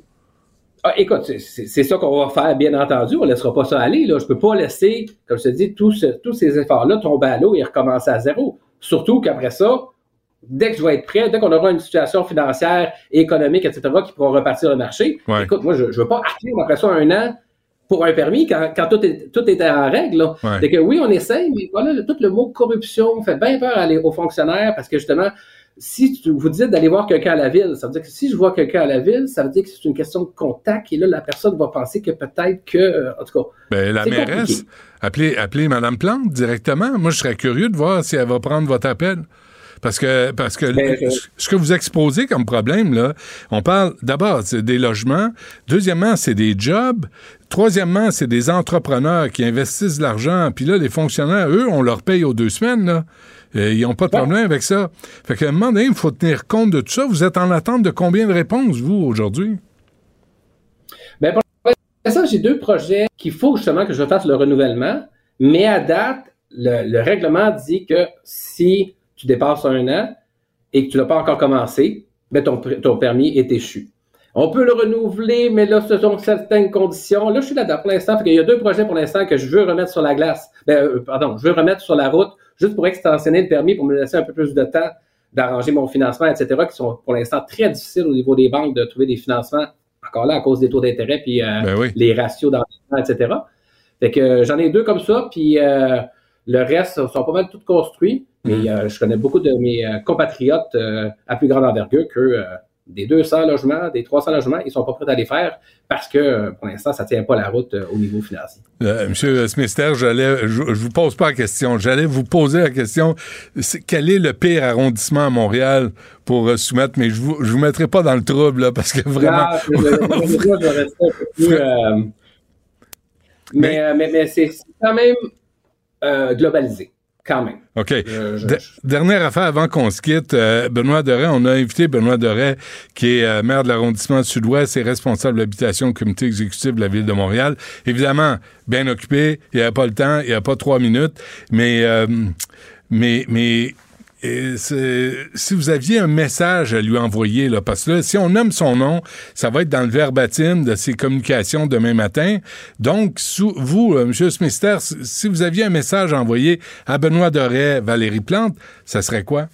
Ah, écoute, c'est, c'est, c'est ça qu'on va faire, bien entendu. On ne laissera pas ça aller. Là. Je ne peux pas laisser, comme je te dis, tous, ce- tous ces efforts-là tomber à l'eau et recommencer à zéro. Surtout qu'après ça, dès que je vais être prêt, dès qu'on aura une situation financière, économique, et cetera, qui pourra repartir le marché, Ouais. écoute, moi, je ne veux pas attendre après ça un an pour un permis quand, quand tout, est, tout est en règle. Là. Ouais. C'est que oui, on essaye, mais voilà, le- tout le mot corruption fait bien peur à les- aux fonctionnaires parce que justement, si tu, vous dites d'aller voir quelqu'un à la ville, ça veut dire que si je vois quelqu'un à la ville, ça veut dire que c'est une question de contact et là, la personne va penser que peut-être que, euh, en tout cas, Ben, la c'est mairesse, compliqué. appelez, appelez Mme Plante directement. Moi, je serais curieux de voir si elle va prendre votre appel. Parce que, parce que Ben, le- je- ce que vous exposez comme problème, là, on parle d'abord c'est des logements, deuxièmement, c'est des jobs, troisièmement, c'est des entrepreneurs qui investissent de l'argent, puis là, les fonctionnaires, eux, on leur paye aux deux semaines, là. Euh, ils n'ont pas de problème avec ça. Fait qu'à un moment donné, il faut tenir compte de tout ça. Vous êtes en attente de combien de réponses, vous, aujourd'hui? Ben, pour l'instant, j'ai deux projets qu'il faut justement que je fasse le renouvellement, mais à date, le, le règlement dit que si tu dépasses un an et que tu n'as pas encore commencé, ben ton, ton permis est échu. On peut le renouveler, mais là, ce sont certaines conditions. Là, je suis là-dedans pour l'instant. Fait qu'il y a deux projets pour l'instant que je veux remettre sur la glace. Ben, euh, pardon, je veux remettre sur la route juste pour extensionner le permis, pour me laisser un peu plus de temps d'arranger mon financement, et cetera, qui sont pour l'instant très difficiles au niveau des banques de trouver des financements, encore là, à cause des taux d'intérêt, puis euh, Ben oui. les ratios d'endettement, et cetera. Fait que euh, j'en ai deux comme ça, puis euh, le reste sont pas mal tous construits. Mais euh, je connais beaucoup de mes euh, compatriotes euh, à plus grande envergure que euh, des deux cents logements, des trois cents logements, ils sont pas prêts à les faire parce que euh, pour l'instant, ça tient pas la route euh, au niveau financier. Euh, Monsieur Smith-Terre, j'allais, je, je vous pose pas la question. J'allais vous poser la question. C'est, quel est le pire arrondissement à Montréal pour euh, soumettre, mais je vous, je vous mettrai pas dans le trouble, là, parce que vraiment. Ah, je, je, je, je vais rester un peu plus, euh, mais, mais, mais, mais c'est, c'est quand même euh, globalisé. quand même. OK. Euh, je, De- dernière affaire avant qu'on se quitte, euh, Benoît Doré, on a invité Benoît Doré, qui est euh, maire de l'arrondissement Sud-Ouest et responsable de l'habitation au comité exécutif de la Ville de Montréal. Évidemment, bien occupé, il n'y a pas le temps, il n'y a pas trois minutes, mais... Euh, mais... mais Et si vous aviez un message à lui envoyer, là, parce que là, si on nomme son nom, ça va être dans le verbatim de ses communications demain matin. Donc, sous, vous, euh, M. Smith-Sterrs, si vous aviez un message à envoyer à Benoît Doré, Valérie Plante, ça serait quoi?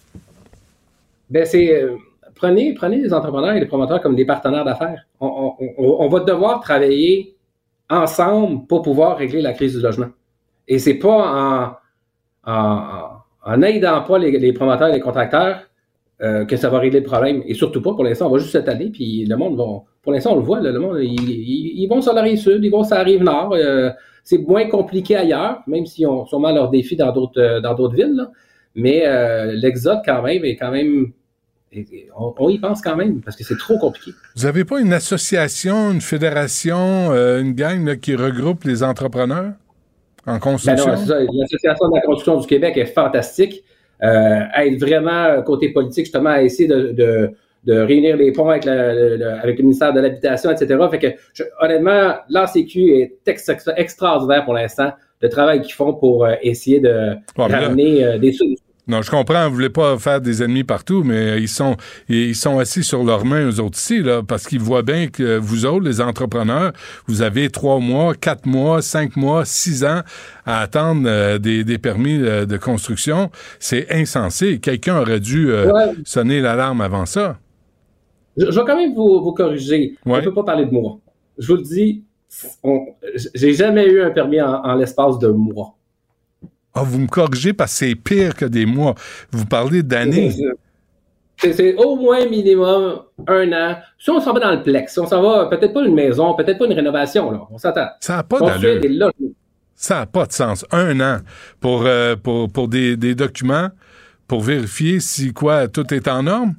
Ben, c'est... Euh, prenez, prenez les entrepreneurs et les promoteurs comme des partenaires d'affaires. On, on, on, on va devoir travailler ensemble pour pouvoir régler la crise du logement. Et c'est pas en... en, en en n'aidant pas les, les promoteurs et les contracteurs euh, que ça va régler le problème. Et surtout pas, pour l'instant, on va juste cette année, puis le monde va... Pour l'instant, on le voit, là, le monde, ils, ils, ils vont sur la rive sud, ils vont sur la rive nord. Euh, c'est moins compliqué ailleurs, même s'ils ont sûrement leurs défis dans d'autres, euh, dans d'autres villes. Là. Mais euh, l'exode, quand même, est quand même... On, on y pense quand même, parce que c'est trop compliqué. Vous avez pas une association, une fédération, euh, une gang là, qui regroupe les entrepreneurs? En construction? Ben non, c'est ça. L'Association de la construction du Québec est fantastique. Euh, aide vraiment, côté politique, justement, à essayer de, de, de réunir les ponts avec, la, le, avec le ministère de l'Habitation, et cetera. Fait que, je, honnêtement, l'A C Q est ex, extraordinaire pour l'instant, le travail qu'ils font pour euh, essayer de bon, ramener euh, des solutions. Non, je comprends, vous voulez pas faire des ennemis partout, mais ils sont ils sont assis sur leurs mains, eux autres ici, là, parce qu'ils voient bien que vous autres, les entrepreneurs, vous avez trois mois, quatre mois, cinq mois, six ans à attendre euh, des, des permis euh, de construction. C'est insensé. Quelqu'un aurait dû euh, ouais. sonner l'alarme avant ça. Je, je vais quand même vous, vous corriger. Ouais. On ne peut pas parler de mois. Je vous le dis, on, j'ai jamais eu un permis en, en l'espace de mois. Ah, vous me corrigez parce que c'est pire que des mois. Vous parlez d'années. C'est, c'est au moins minimum un an. Si on s'en va dans le plex, si on s'en va, peut-être pas une maison, peut-être pas une rénovation, là. On s'attend. Ça n'a pas d'allure. Ça n'a pas de sens. Un an pour, euh, pour, pour des, des documents, pour vérifier si quoi, tout est en norme?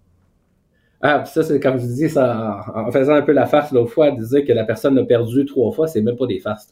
Ah, ça, c'est comme je dis, ça, en faisant un peu la farce l'autre fois, disait que la personne a perdu trois fois, c'est même pas des farces.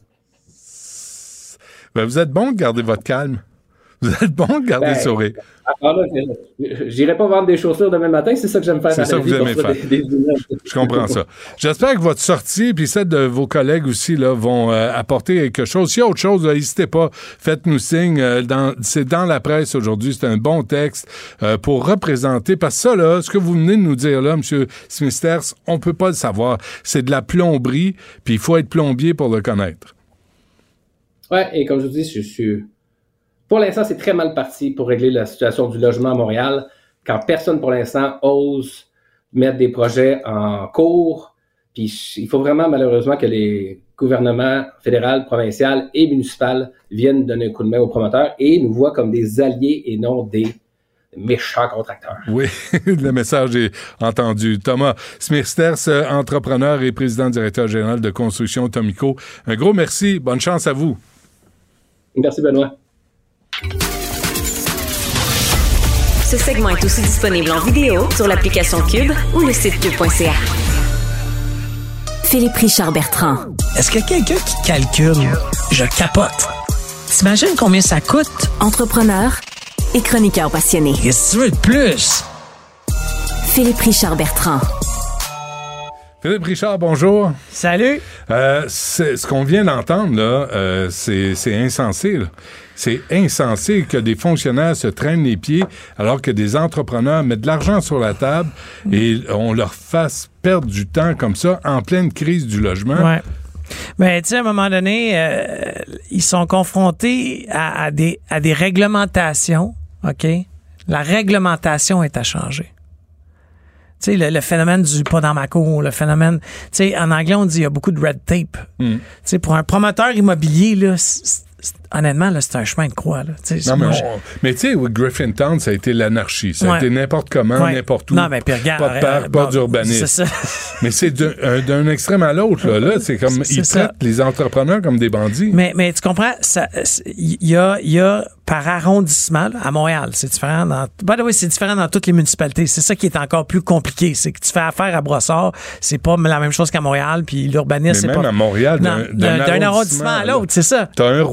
Ben, vous êtes bon de garder votre calme. Vous êtes bon de garder ben, le sourire. Alors là, j'irai pas vendre des chaussures demain matin, c'est ça que j'aime faire. C'est ça que vous aimez faire. Des, des Je comprends ça. J'espère que votre sortie, puis celle de vos collègues aussi, là, vont euh, apporter quelque chose. S'il y a autre chose, n'hésitez pas, faites-nous signe. Euh, dans, c'est dans la presse aujourd'hui, c'est un bon texte euh, pour représenter. Parce que ça, là, ce que vous venez de nous dire là, M. Smith-Sterrs, on peut pas le savoir. C'est de la plomberie, puis il faut être plombier pour le connaître. Ouais, et comme je vous dis, je suis... Pour l'instant, c'est très mal parti pour régler la situation du logement à Montréal, quand personne, pour l'instant, ose mettre des projets en cours. Puis il faut vraiment, malheureusement, que les gouvernements fédéral, provincial et municipal viennent donner un coup de main aux promoteurs et nous voient comme des alliés et non des méchants contracteurs. Oui, le message est entendu. Thomas Smith-Sterrs, entrepreneur et président-directeur général de Construction Tomico. Un gros merci. Bonne chance à vous. Merci, Benoît. Ce segment est aussi disponible en vidéo sur l'application Cube ou le site cube point c a. Philippe Richard Bertrand. Est-ce qu'il y a quelqu'un qui calcule? Je capote. T'imagines combien ça coûte? Entrepreneur et chroniqueur passionné. Qu'est-ce que tu veux de plus? Philippe Richard Bertrand. Philippe Richard, bonjour. Salut. Euh, c'est, ce qu'on vient d'entendre, là, euh, c'est, c'est insensé, là. C'est insensé que des fonctionnaires se traînent les pieds alors que des entrepreneurs mettent de l'argent sur la table et on leur fasse perdre du temps comme ça en pleine crise du logement. Ouais. Mais tu sais, à un moment donné, euh, ils sont confrontés à, à, des, à des réglementations, OK? La réglementation est à changer. Tu sais, le, le phénomène du pas dans ma cour, le phénomène... Tu sais, en anglais, on dit il y a beaucoup de red tape. Mm. Tu sais, pour un promoteur immobilier, là, c'est, c'est, honnêtement, là, c'est un chemin de croix. Là. Non, mais, on, mais tu sais, with Griffintown, ça a été l'anarchie. Ça ouais. a été n'importe comment, ouais. n'importe où. Non, mais puis regarde... Pas de parc, euh, pas bon, d'urbanisme. C'est ça. Mais c'est d'un, d'un extrême à l'autre. Là, là c'est comme... C'est ils ça. traitent les entrepreneurs comme des bandits. Mais, mais tu comprends? Il y a... Y a par arrondissement, là, à Montréal, c'est différent dans... By the way, c'est différent dans toutes les municipalités. C'est ça qui est encore plus compliqué. C'est que tu fais affaire à Brossard, c'est pas la même chose qu'à Montréal, puis l'urbanisme, c'est même pas... même à Montréal, d'un, non, d'un, d'un, d'un arrondissement à l'autre, c'est ça. T'as un Roitelet,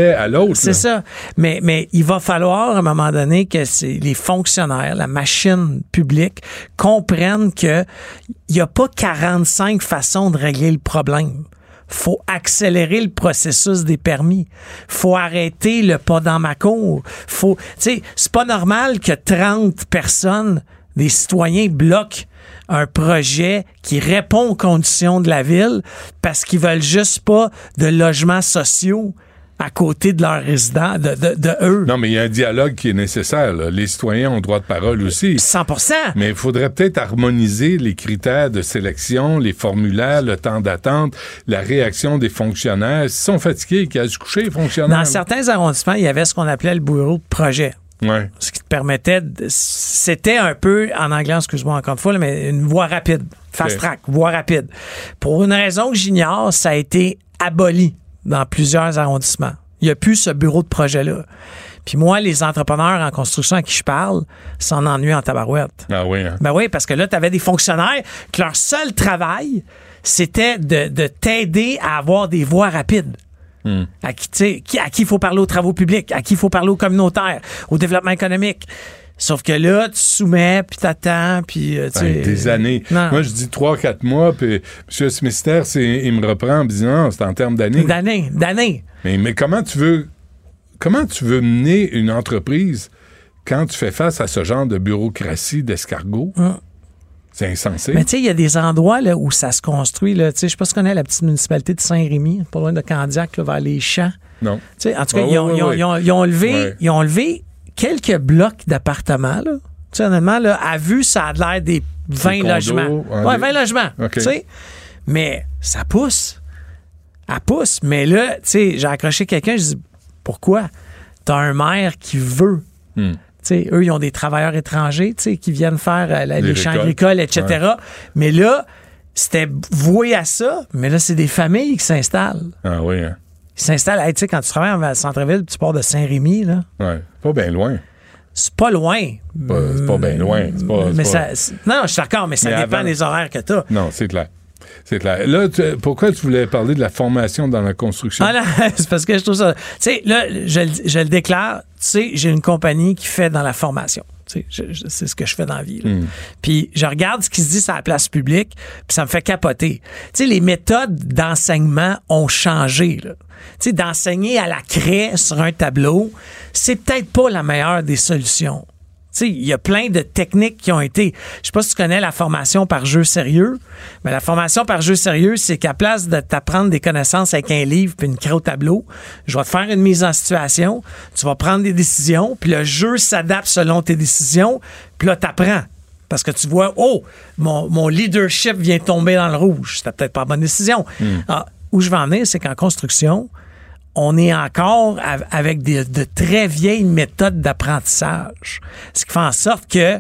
relais à l'autre. C'est là. ça. Mais, mais il va falloir, à un moment donné, que c'est les fonctionnaires, la machine publique, comprennent que il n'y a pas quarante-cinq façons de régler le problème. Faut accélérer le processus des permis. Faut arrêter le pas dans ma cour. Faut, tu sais, c'est pas normal que trente personnes, des citoyens, bloquent un projet qui répond aux conditions de la ville parce qu'ils veulent juste pas de logements sociaux à côté de leurs résidents, de, de, de eux. Non, mais il y a un dialogue qui est nécessaire. Là. Les citoyens ont droit de parole aussi. cent pour cent. Mais il faudrait peut-être harmoniser les critères de sélection, les formulaires, le temps d'attente, la réaction des fonctionnaires. S'ils sont fatigués, qu'ils aillent se coucher, les fonctionnaires. Dans certains arrondissements, il y avait ce qu'on appelait le bureau de projet. Ouais. Ce qui te permettait, de, c'était un peu, en anglais, excuse-moi encore une fois, là, mais une voie rapide, fast track, okay. voie rapide. Pour une raison que j'ignore, ça a été aboli dans plusieurs arrondissements. Il n'y a plus ce bureau de projet-là. Puis moi, les entrepreneurs en construction à qui je parle s'en ennuient en tabarouette. Ah oui, hein? Ben oui, parce que là, tu avais des fonctionnaires que leur seul travail, c'était de, de t'aider à avoir des voies rapides. Hmm. À qui il à qui faut parler aux travaux publics, à qui il faut parler aux communautaires, au développement économique. Sauf que là, tu soumets, puis t'attends, puis tu sais... Ben, des années. Non. Moi, je dis trois, quatre mois, puis M. Smithster, il me reprend en me disant, non, c'est en termes d'années. D'années, d'années. Mais, mais comment tu veux... Comment tu veux mener une entreprise quand tu fais face à ce genre de bureaucratie d'escargot? Hum. C'est insensé. Mais tu sais, il y a des endroits là, où ça se construit. Je ne sais pas si tu connais la petite municipalité de Saint-Rémy, pas loin de Candiac, là, vers les champs. Non. T'sais, en tout cas, oh, ils, ont, oui, ils, ont, oui. ils, ont, ils ont levé, ouais. ils ont levé quelques blocs d'appartements. Là. T'sais, honnêtement, là, à vue, ça a l'air des vingt des logements. Condos, ouais, des... vingt logements. Okay. Mais ça pousse. Elle pousse. Mais là, j'ai accroché quelqu'un, je dis, pourquoi? T'as un maire qui veut. Hmm. T'sais, eux, ils ont des travailleurs étrangers qui viennent faire euh, la, les, les champs agricoles, et cetera. Ouais. Mais là, c'était voué à ça, mais là, c'est des familles qui s'installent. Ah oui, hein? Ils s'installent. Hey, tu sais, quand tu travailles en centre-ville, tu pars de Saint-Rémy, là. Ouais, pas bien loin. C'est pas loin. C'est pas, c'est pas bien loin. C'est pas, c'est mais pas... Ça, non, non, je suis d'accord, mais ça mais dépend avant... des horaires que tu as. Non, c'est clair. C'est clair. Là, tu, pourquoi tu voulais parler de la formation dans la construction? Ah non, c'est parce que je trouve ça... Tu sais, là, je, je le déclare, tu sais, j'ai une compagnie qui fait dans la formation. Tu sais, je, je, c'est ce que je fais dans la vie. Mm. Puis je regarde ce qui se dit sur la place publique, puis ça me fait capoter. Tu sais, les méthodes d'enseignement ont changé, là. Tu sais, d'enseigner à la craie sur un tableau, c'est peut-être pas la meilleure des solutions. Tu sais, il y a plein de techniques qui ont été... Je sais pas si tu connais la formation par jeu sérieux, mais la formation par jeu sérieux, c'est qu'à place de t'apprendre des connaissances avec un livre puis une craie au tableau, je vais te faire une mise en situation, tu vas prendre des décisions, puis le jeu s'adapte selon tes décisions, puis là, t'apprends. Parce que tu vois, oh, mon, mon leadership vient tomber dans le rouge. C'était peut-être pas la bonne décision. Mm. Alors, où je vais en venir, c'est qu'en construction, on est encore avec des, de très vieilles méthodes d'apprentissage. Ce qui fait en sorte que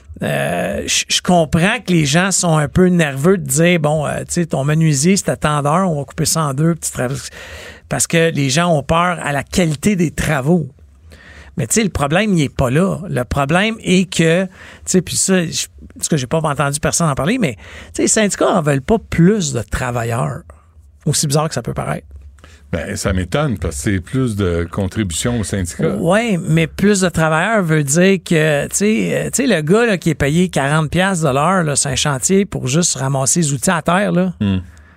euh, je comprends que les gens sont un peu nerveux de dire, bon, euh, tu sais, ton menuisier, c'est à tant d'heures, on va couper ça en deux. Parce que les gens ont peur à la qualité des travaux. Mais tu sais, le problème, il n'est pas là. Le problème est que, tu sais, puis ça, je, parce que j'ai pas entendu personne en parler, mais tu sais, les syndicats en veulent pas plus de travailleurs. Aussi bizarre que ça peut paraître. Ben, ça m'étonne parce que c'est plus de contributions au syndicat. Oui, mais plus de travailleurs veut dire que, tu sais, tu sais, le gars là, qui est payé quarante piastres de l'heure, là, c'est un chantier pour juste ramasser les outils à terre, là. Mm. Tu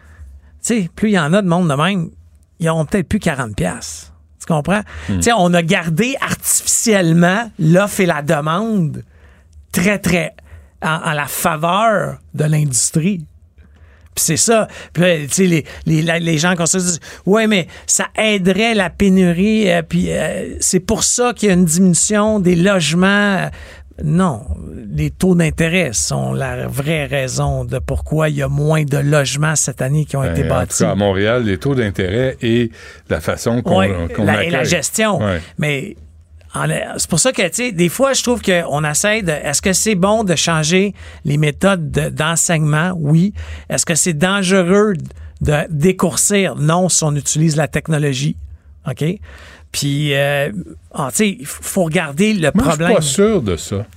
sais, plus il y en a de monde de même, ils n'auront peut-être plus quarante piastres. Tu comprends? Mm. Tu sais, on a gardé artificiellement l'offre et la demande très, très en, en la faveur de l'industrie. Puis c'est ça. Puis là, tu sais, les, les, les gens comme ça disent « Ouais, mais ça aiderait la pénurie. Euh, puis euh, c'est pour ça qu'il y a une diminution des logements. » Non, les taux d'intérêt sont la vraie raison de pourquoi il y a moins de logements cette année qui ont ben, été bâtis. En tout cas, à Montréal, les taux d'intérêt et la façon qu'on, ouais, qu'on la, accueille. Et la gestion. Ouais. Mais... C'est pour ça que, tu sais, des fois, je trouve qu'on essaie de... Est-ce que c'est bon de changer les méthodes de, d'enseignement? Oui. Est-ce que c'est dangereux de décourcir? Non, si on utilise la technologie. OK? Puis, euh, ah, tu sais, il faut regarder le Moi, problème. Je suis pas sûr de ça.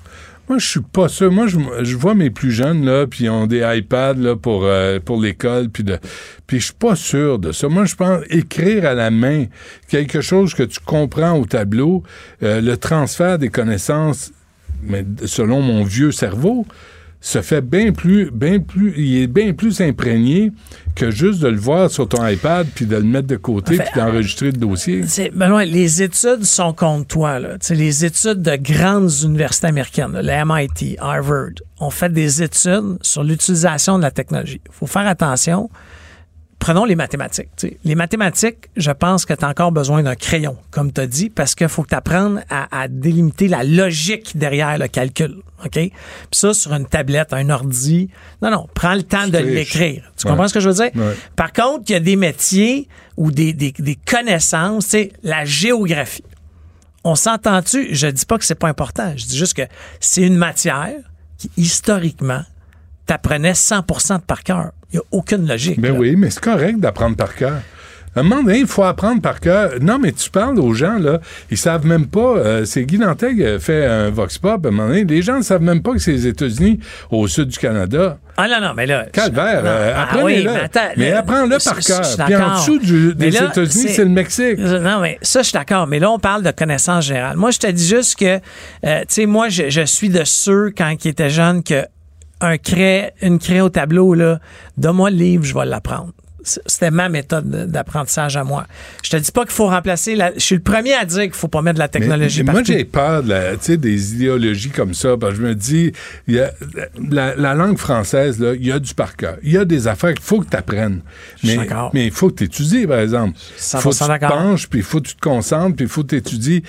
Moi, je suis pas sûr. Moi, je, je vois mes plus jeunes, là, puis ils ont des iPads, là, pour, euh, pour l'école, puis de, puis je suis pas sûr de ça. Moi, je pense écrire à la main quelque chose que tu comprends au tableau, euh, le transfert des connaissances, mais selon mon vieux cerveau, se fait bien plus, bien plus, il est bien plus imprégné que juste de le voir sur ton iPad puis de le mettre de côté En fait, puis d'enregistrer le dossier. Benoît, les études sont contre toi. Là. Les études de grandes universités américaines, là, le M I T, Harvard, ont fait des études sur l'utilisation de la technologie. Il faut faire attention. Prenons les mathématiques. T'sais. Les mathématiques, je pense que tu as encore besoin d'un crayon, comme tu as dit, parce qu'il faut que tu apprennes à, à délimiter la logique derrière le calcul. OK? Puis ça, sur une tablette, un ordi, non, non, prends le temps de l'écrire. Tu ouais. comprends ce que je veux dire? Ouais. Par contre, il y a des métiers ou des, des, des connaissances, tu sais, la géographie. On s'entend-tu? Je dis pas que c'est pas important. Je dis juste que c'est une matière qui, historiquement, t'apprenais cent pour cent de par cœur. Il n'y a aucune logique. Ben là. oui, mais c'est correct d'apprendre par cœur. À un moment donné, il faut apprendre par cœur. Non, mais tu parles aux gens, là, ils savent même pas. Euh, c'est Guy Nantel qui a fait un Vox Pop. À un moment donné, les gens ne savent même pas que c'est les États-Unis au sud du Canada. Ah non, non, mais là... Calvaire, non, euh, ah, apprenez-le. oui, mais, attends, mais là, apprends-le par cœur. Puis en dessous du, des là, États-Unis, c'est... c'est le Mexique. Non, mais ça, je suis d'accord. Mais là, on parle de connaissances générales. Moi, je te dis juste que, euh, tu sais, moi, je, je suis de ceux, quand ils étaient jeunes, que un craie, une craie au tableau, là, donne-moi le livre, je vais l'apprendre. C'était ma méthode d'apprentissage à moi. Je te dis pas qu'il faut remplacer la... Je suis le premier à dire qu'il faut pas mettre de la technologie mais, partout. Moi, j'ai peur de la, des idéologies comme ça, parce que je me dis, y a, la, la langue française, il y a du par cœur. Il y a des affaires qu'il faut que tu apprennes. Mais il faut que tu étudies, par exemple. Il faut que tu te penches, puis il faut que tu te concentres, puis il faut que tu étudies.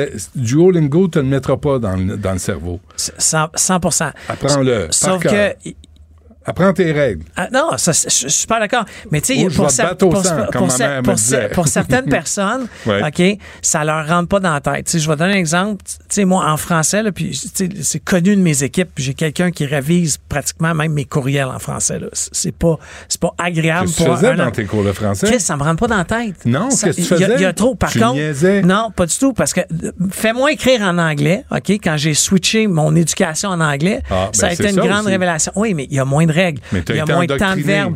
Duolingo, tu ne le mettras pas dans le, dans le cerveau. cent pour cent. Apprends-le. Sauf par cœur. que... Apprends tes règles. Ah, non, ça, je, je suis pas d'accord. Mais tu sais, pour, pour, pour, pour, sang, pour, pour, pour certaines personnes, ouais. OK, ça leur rentre pas dans la tête. T'sais, je vais donner un exemple. Tu sais, moi, en français, là, puis c'est connu de mes équipes, j'ai quelqu'un qui révise pratiquement même mes courriels en français. Là. C'est pas, c'est pas agréable pour. Qu'est-ce que tu faisais dans tes cours de français? Chris, ça me rentre pas dans la tête. Non, ça, qu'est-ce que tu faisais? Il y, y a trop. Par tu contre, niaisais? Non, pas du tout, parce que fais-moi écrire en anglais. OK, quand j'ai switché mon éducation en anglais, ah, ça ben a été une ça grande aussi. révélation. Oui, mais il y a moins de règles. Mais il y a moins de temps de verbe.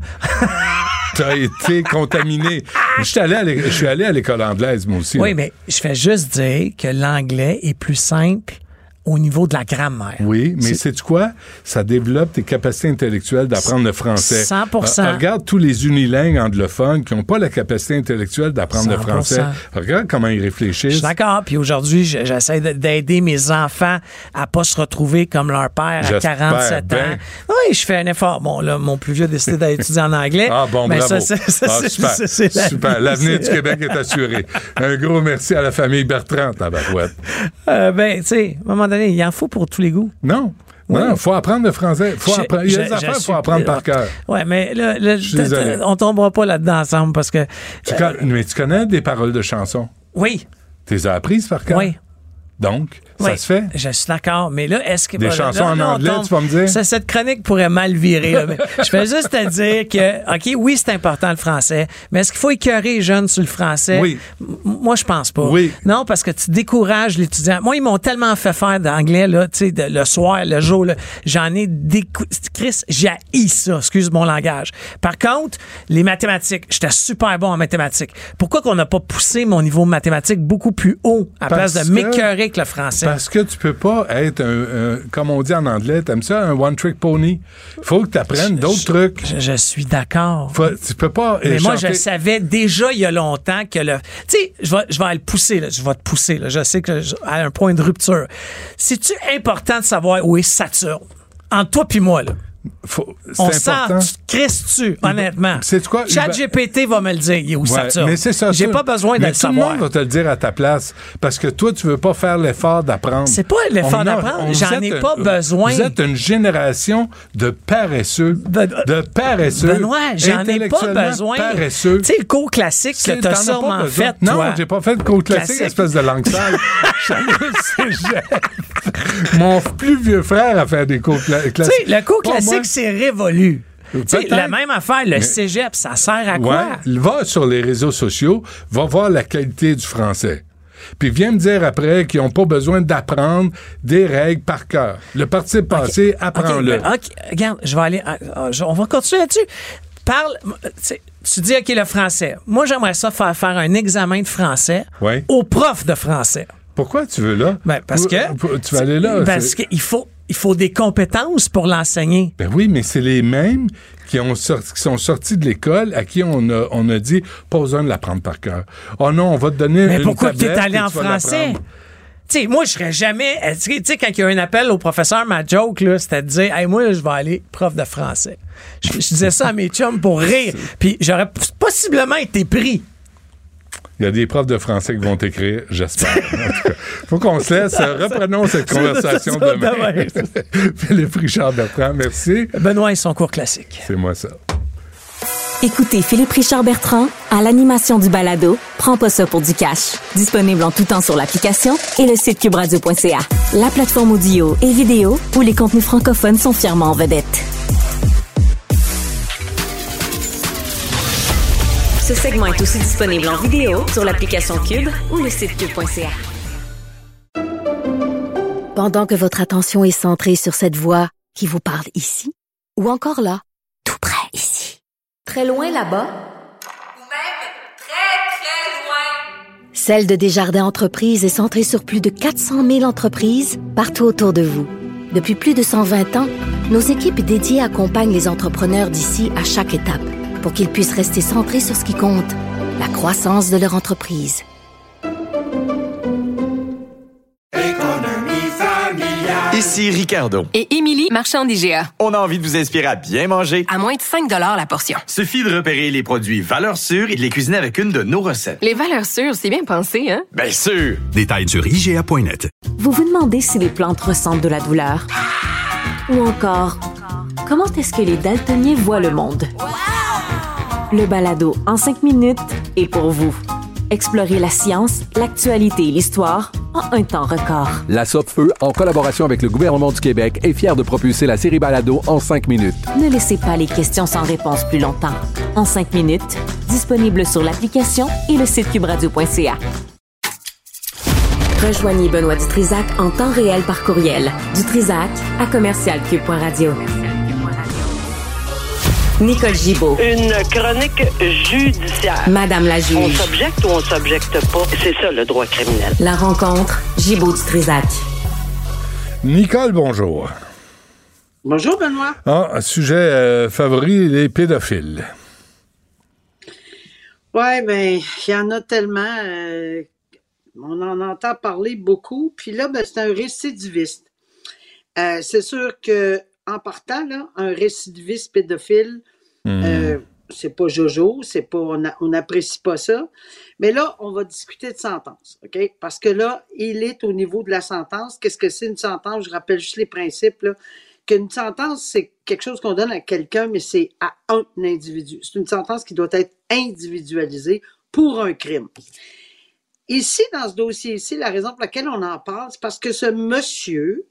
T'as été contaminé. Je suis allé à l'école, je suis allé à l'école anglaise, moi aussi. Oui, là. mais je fais juste dire que l'anglais est plus simple au niveau de la grammaire. Oui, mais sais-tu quoi? Ça développe tes capacités intellectuelles d'apprendre le français. cent pour cent. Euh, regarde tous les unilingues anglophones qui n'ont pas la capacité intellectuelle d'apprendre cent le pour cent. français. Regarde comment ils réfléchissent. Je suis d'accord. Puis aujourd'hui, j'essaie d'aider mes enfants à pas se retrouver comme leur père à quarante-sept bien. ans. Oui, je fais un effort. Bon, là, mon plus vieux a décidé d'étudier en anglais. Ah bon, mais bravo. Ça, ça, ah, ça, super. Ça, c'est la super. L'avenir du Québec est assuré. Un gros merci à la famille Bertrand, tabarouette. Euh, ben, tu sais, à un moment donné, il en faut pour tous les goûts. Non. Il oui. faut apprendre le français. Faut je, apprendre. Il y a je, des affaires qu'il faut suis... apprendre par cœur. Oui, mais là, là on tombera pas là-dedans ensemble parce que... Tu euh... con... Mais tu connais des paroles de chansons? Oui. Tu les as apprises par cœur? Oui. Donc, oui, ça se fait? Je suis d'accord, mais là, est-ce que... Des là, chansons là, en là, anglais, tombe, tu vas me dire? Ça, cette chronique pourrait mal virer. Là, mais je fais juste te dire que, OK, oui, c'est important le français, mais est-ce qu'il faut écœurer les jeunes sur le français? Oui. M- moi, je pense pas. Oui. Non, parce que tu décourages l'étudiant. Moi, ils m'ont tellement fait faire d'anglais, là, tu sais, le soir, le jour, là, j'en ai décou... Chris, j'ai haï ça, excuse mon langage. Par contre, les mathématiques, j'étais super bon en mathématiques. Pourquoi qu'on n'a pas poussé mon niveau mathématique beaucoup plus haut à parce place de m'écœurer avec le français? Parce que tu peux pas être, un, un, comme on dit en anglais, t'aimes ça, un one-trick pony? Il faut que tu apprennes d'autres je, trucs. Je, je suis d'accord. Faut, tu peux pas... Mais chanter. Moi, je savais déjà il y a longtemps que le... Tu sais, je vais, je vais le pousser, là, je vais te pousser. Là, je sais que je, à un point de rupture. C'est-tu important de savoir où est Saturne? Entre toi puis moi, là. Faut, on important. sent, tu crisses-tu, honnêtement. C'est quoi? ChatGPT va me le dire, il est où ouais, Saturne? Mais c'est ça. J'ai ça. pas besoin de mais le tout savoir. le monde va te le dire à ta place, parce que toi, tu veux pas faire l'effort d'apprendre. C'est pas l'effort d'apprendre, j'en ai pas un, besoin. Vous êtes une génération de paresseux. Ben, de paresseux. Benoît, j'en ai pas besoin. Paresseux. Tu sais, le cours classique que t'as sûrement fait, Non, toi. j'ai pas fait le cours classique, classique. Espèce de langue sale. Mon plus vieux frère a fait des cours cla- classiques. Tu sais, le cours classique, c'est révolu. T'sais, la même affaire, le mais, cégep, ça sert à quoi? Ouais, va sur les réseaux sociaux, va voir la qualité du français. Puis viens me dire après qu'ils n'ont pas besoin d'apprendre des règles par cœur. Le participe passé, okay. apprends-le. Okay, ben, okay. Regarde, je vais aller... On va continuer là-dessus. Parle... Tu dis, OK, le français. Moi, j'aimerais ça faire faire un examen de français ouais. au prof de français. Pourquoi tu veux là? Ben, parce que... Tu vas aller là? Parce qu'il faut... Il faut des compétences pour l'enseigner. Ben oui, mais c'est les mêmes qui, ont sorti, qui sont sortis de l'école à qui on a, on a dit pas besoin de l'apprendre par cœur. Oh non, on va te donner mais une pourquoi tablette. Mais pourquoi tu es allé en français? Tu sais, moi, je serais jamais... Tu sais, quand il y a un appel au professeur, ma joke, là, c'était de dire « Hey, moi, je vais aller prof de français. » Je, je disais ça à mes chums pour rire. Puis j'aurais possiblement été pris. Il y a des profs de français qui vont t'écrire, j'espère. En tout cas, faut qu'on se laisse. Reprenons cette conversation ça, demain. demain. Philippe Richard Bertrand, merci. Benoît et son cours classique. C'est moi ça. Écoutez Philippe Richard Bertrand à l'animation du balado Prends pas ça pour du cash. Disponible en tout temps sur l'application et le site cube radio point c a. La plateforme audio et vidéo où les contenus francophones sont fièrement en vedette. Ce segment est aussi disponible en vidéo sur l'application Cube ou le site cube point c a. Pendant que votre attention est centrée sur cette voix qui vous parle ici, ou encore là, tout près ici, très loin là-bas, ou même très, très loin, Celle de Desjardins Entreprises est centrée sur plus de quatre cent mille entreprises partout autour de vous. Depuis plus de cent vingt ans, nos équipes dédiées accompagnent les entrepreneurs d'ici à chaque étape pour qu'ils puissent rester centrés sur ce qui compte, la croissance de leur entreprise. Ici Ricardo. Et Émilie, marchand d'I G A. On a envie de vous inspirer à bien manger. À moins de cinq dollars la portion. Suffit de repérer les produits valeurs sûres et de les cuisiner avec une de nos recettes. Les valeurs sûres, c'est bien pensé, hein? Bien sûr! Détails sur I G A point net. Vous vous demandez si les plantes ressentent de la douleur? Ou encore, comment est-ce que les daltoniens voient le monde? Le balado en cinq minutes est pour vous. Explorez la science, l'actualité et l'histoire en un temps record. La Sopfeu, en collaboration avec le gouvernement du Québec, est fière de propulser la série Balado en cinq minutes. Ne laissez pas les questions sans réponse plus longtemps. En cinq minutes, disponible sur l'application et le site cube radio point c a. Rejoignez Benoît Dutrisac en temps réel par courriel. Dutrisac à commercial cube point radio. Nicole Gibaud. Une chronique judiciaire. Madame la juge. On s'objecte ou on s'objecte pas. C'est ça, le droit criminel. La rencontre, Gibaud-Dutrisac. Nicole, bonjour. Bonjour, Benoît. Ah, sujet euh, favori, les pédophiles. Oui, bien, il y en a tellement. Euh, on en entend parler beaucoup. Puis là, ben, c'est un récidiviste. Euh, c'est sûr que en partant, là, un récidiviste pédophile, mmh. euh, c'est pas Jojo, c'est pas, on n'apprécie pas ça. Mais là, on va discuter de sentence, OK? Parce que là, il est au niveau de la sentence. Qu'est-ce que c'est une sentence? Je rappelle juste les principes, là. Qu'une sentence, c'est quelque chose qu'on donne à quelqu'un, mais c'est à un individu. C'est une sentence qui doit être individualisée pour un crime. Ici, dans ce dossier-ci, la raison pour laquelle on en parle, c'est parce que ce monsieur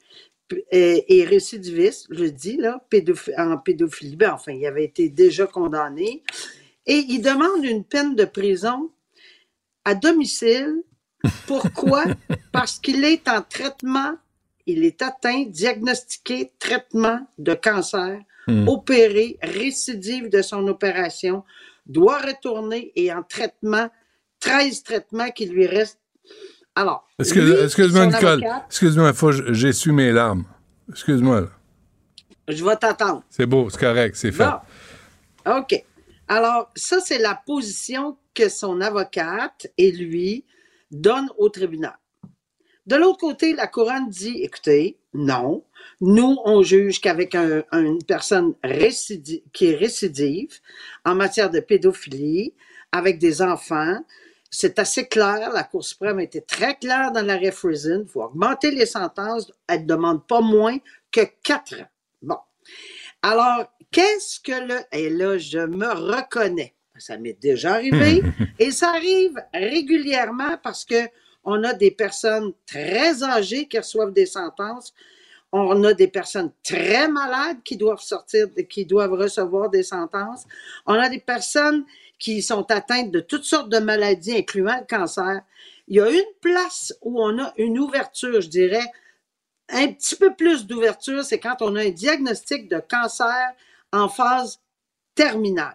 est récidiviste, je le dis, là, pédoph- en pédophilie. Ben, enfin, il avait été déjà condamné. Et il demande une peine de prison à domicile. Pourquoi? Parce qu'il est en traitement, il est atteint, diagnostiqué, traitement de cancer, mmh. opéré, récidive de son opération, doit retourner et en traitement, treize traitements qui lui restent. Alors, Excuse, lui, excuse-moi, Nicole. Avocat, excuse-moi, faut, j'ai su mes larmes. Excuse-moi. Là. Je vais t'attendre. C'est beau, c'est correct, c'est fait. Bon. OK. Alors, ça, c'est la position que son avocate et lui donnent au tribunal. De l'autre côté, la couronne dit, écoutez, non, nous, on juge qu'avec un, un, une personne récidive, qui est récidive en matière de pédophilie, avec des enfants, c'est assez clair, la Cour suprême a été très claire dans l'arrêt Friesen, il faut augmenter les sentences, elle ne demande pas moins que quatre ans. Bon. Alors, qu'est-ce que le... Et là, je me reconnais. Ça m'est déjà arrivé, et ça arrive régulièrement parce que on a des personnes très âgées qui reçoivent des sentences, on a des personnes très malades qui doivent sortir, qui doivent recevoir des sentences, on a des personnes qui sont atteintes de toutes sortes de maladies, incluant le cancer. Il y a une place où on a une ouverture, je dirais, un petit peu plus d'ouverture, c'est quand on a un diagnostic de cancer en phase terminale.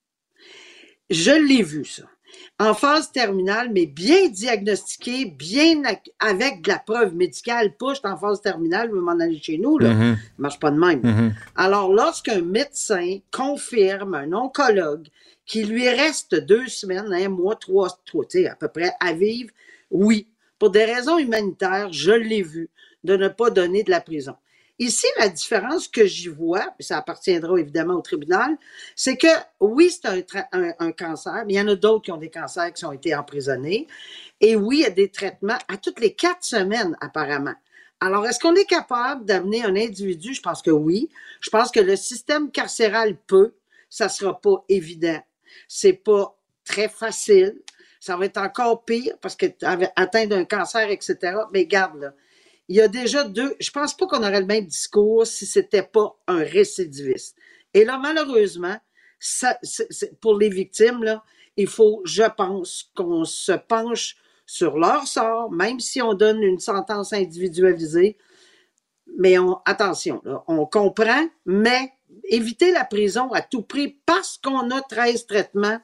Je l'ai vu, ça. En phase terminale, mais bien diagnostiqué, bien avec de la preuve médicale. Pas, je suis en phase terminale, je veux m'en aller chez nous, là. Mm-hmm. Ça marche pas de même. Mm-hmm. Alors, lorsqu'un médecin confirme, un oncologue, qu'il lui reste deux semaines, un mois, trois, trois, tu sais, à peu près, à vivre, oui. Pour des raisons humanitaires, je l'ai vu, de ne pas donner de la prison. Ici, la différence que j'y vois, puis ça appartiendra évidemment au tribunal, c'est que oui, c'est un, tra- un, un cancer, mais il y en a d'autres qui ont des cancers qui ont été emprisonnés. Et oui, il y a des traitements à toutes les quatre semaines, apparemment. Alors, est-ce qu'on est capable d'amener un individu? Je pense que oui. Je pense que le système carcéral peut. Ça sera pas évident. C'est pas très facile. Ça va être encore pire parce que atteint d'un cancer, et cetera. Mais garde là. Il y a déjà deux. Je pense pas qu'on aurait le même discours si c'était pas un récidiviste. Et là, malheureusement, ça, c'est, c'est, pour les victimes, là, il faut, je pense, qu'on se penche sur leur sort, même si on donne une sentence individualisée. Mais on, attention, là, on comprend, mais éviter la prison à tout prix parce qu'on a treize traitements,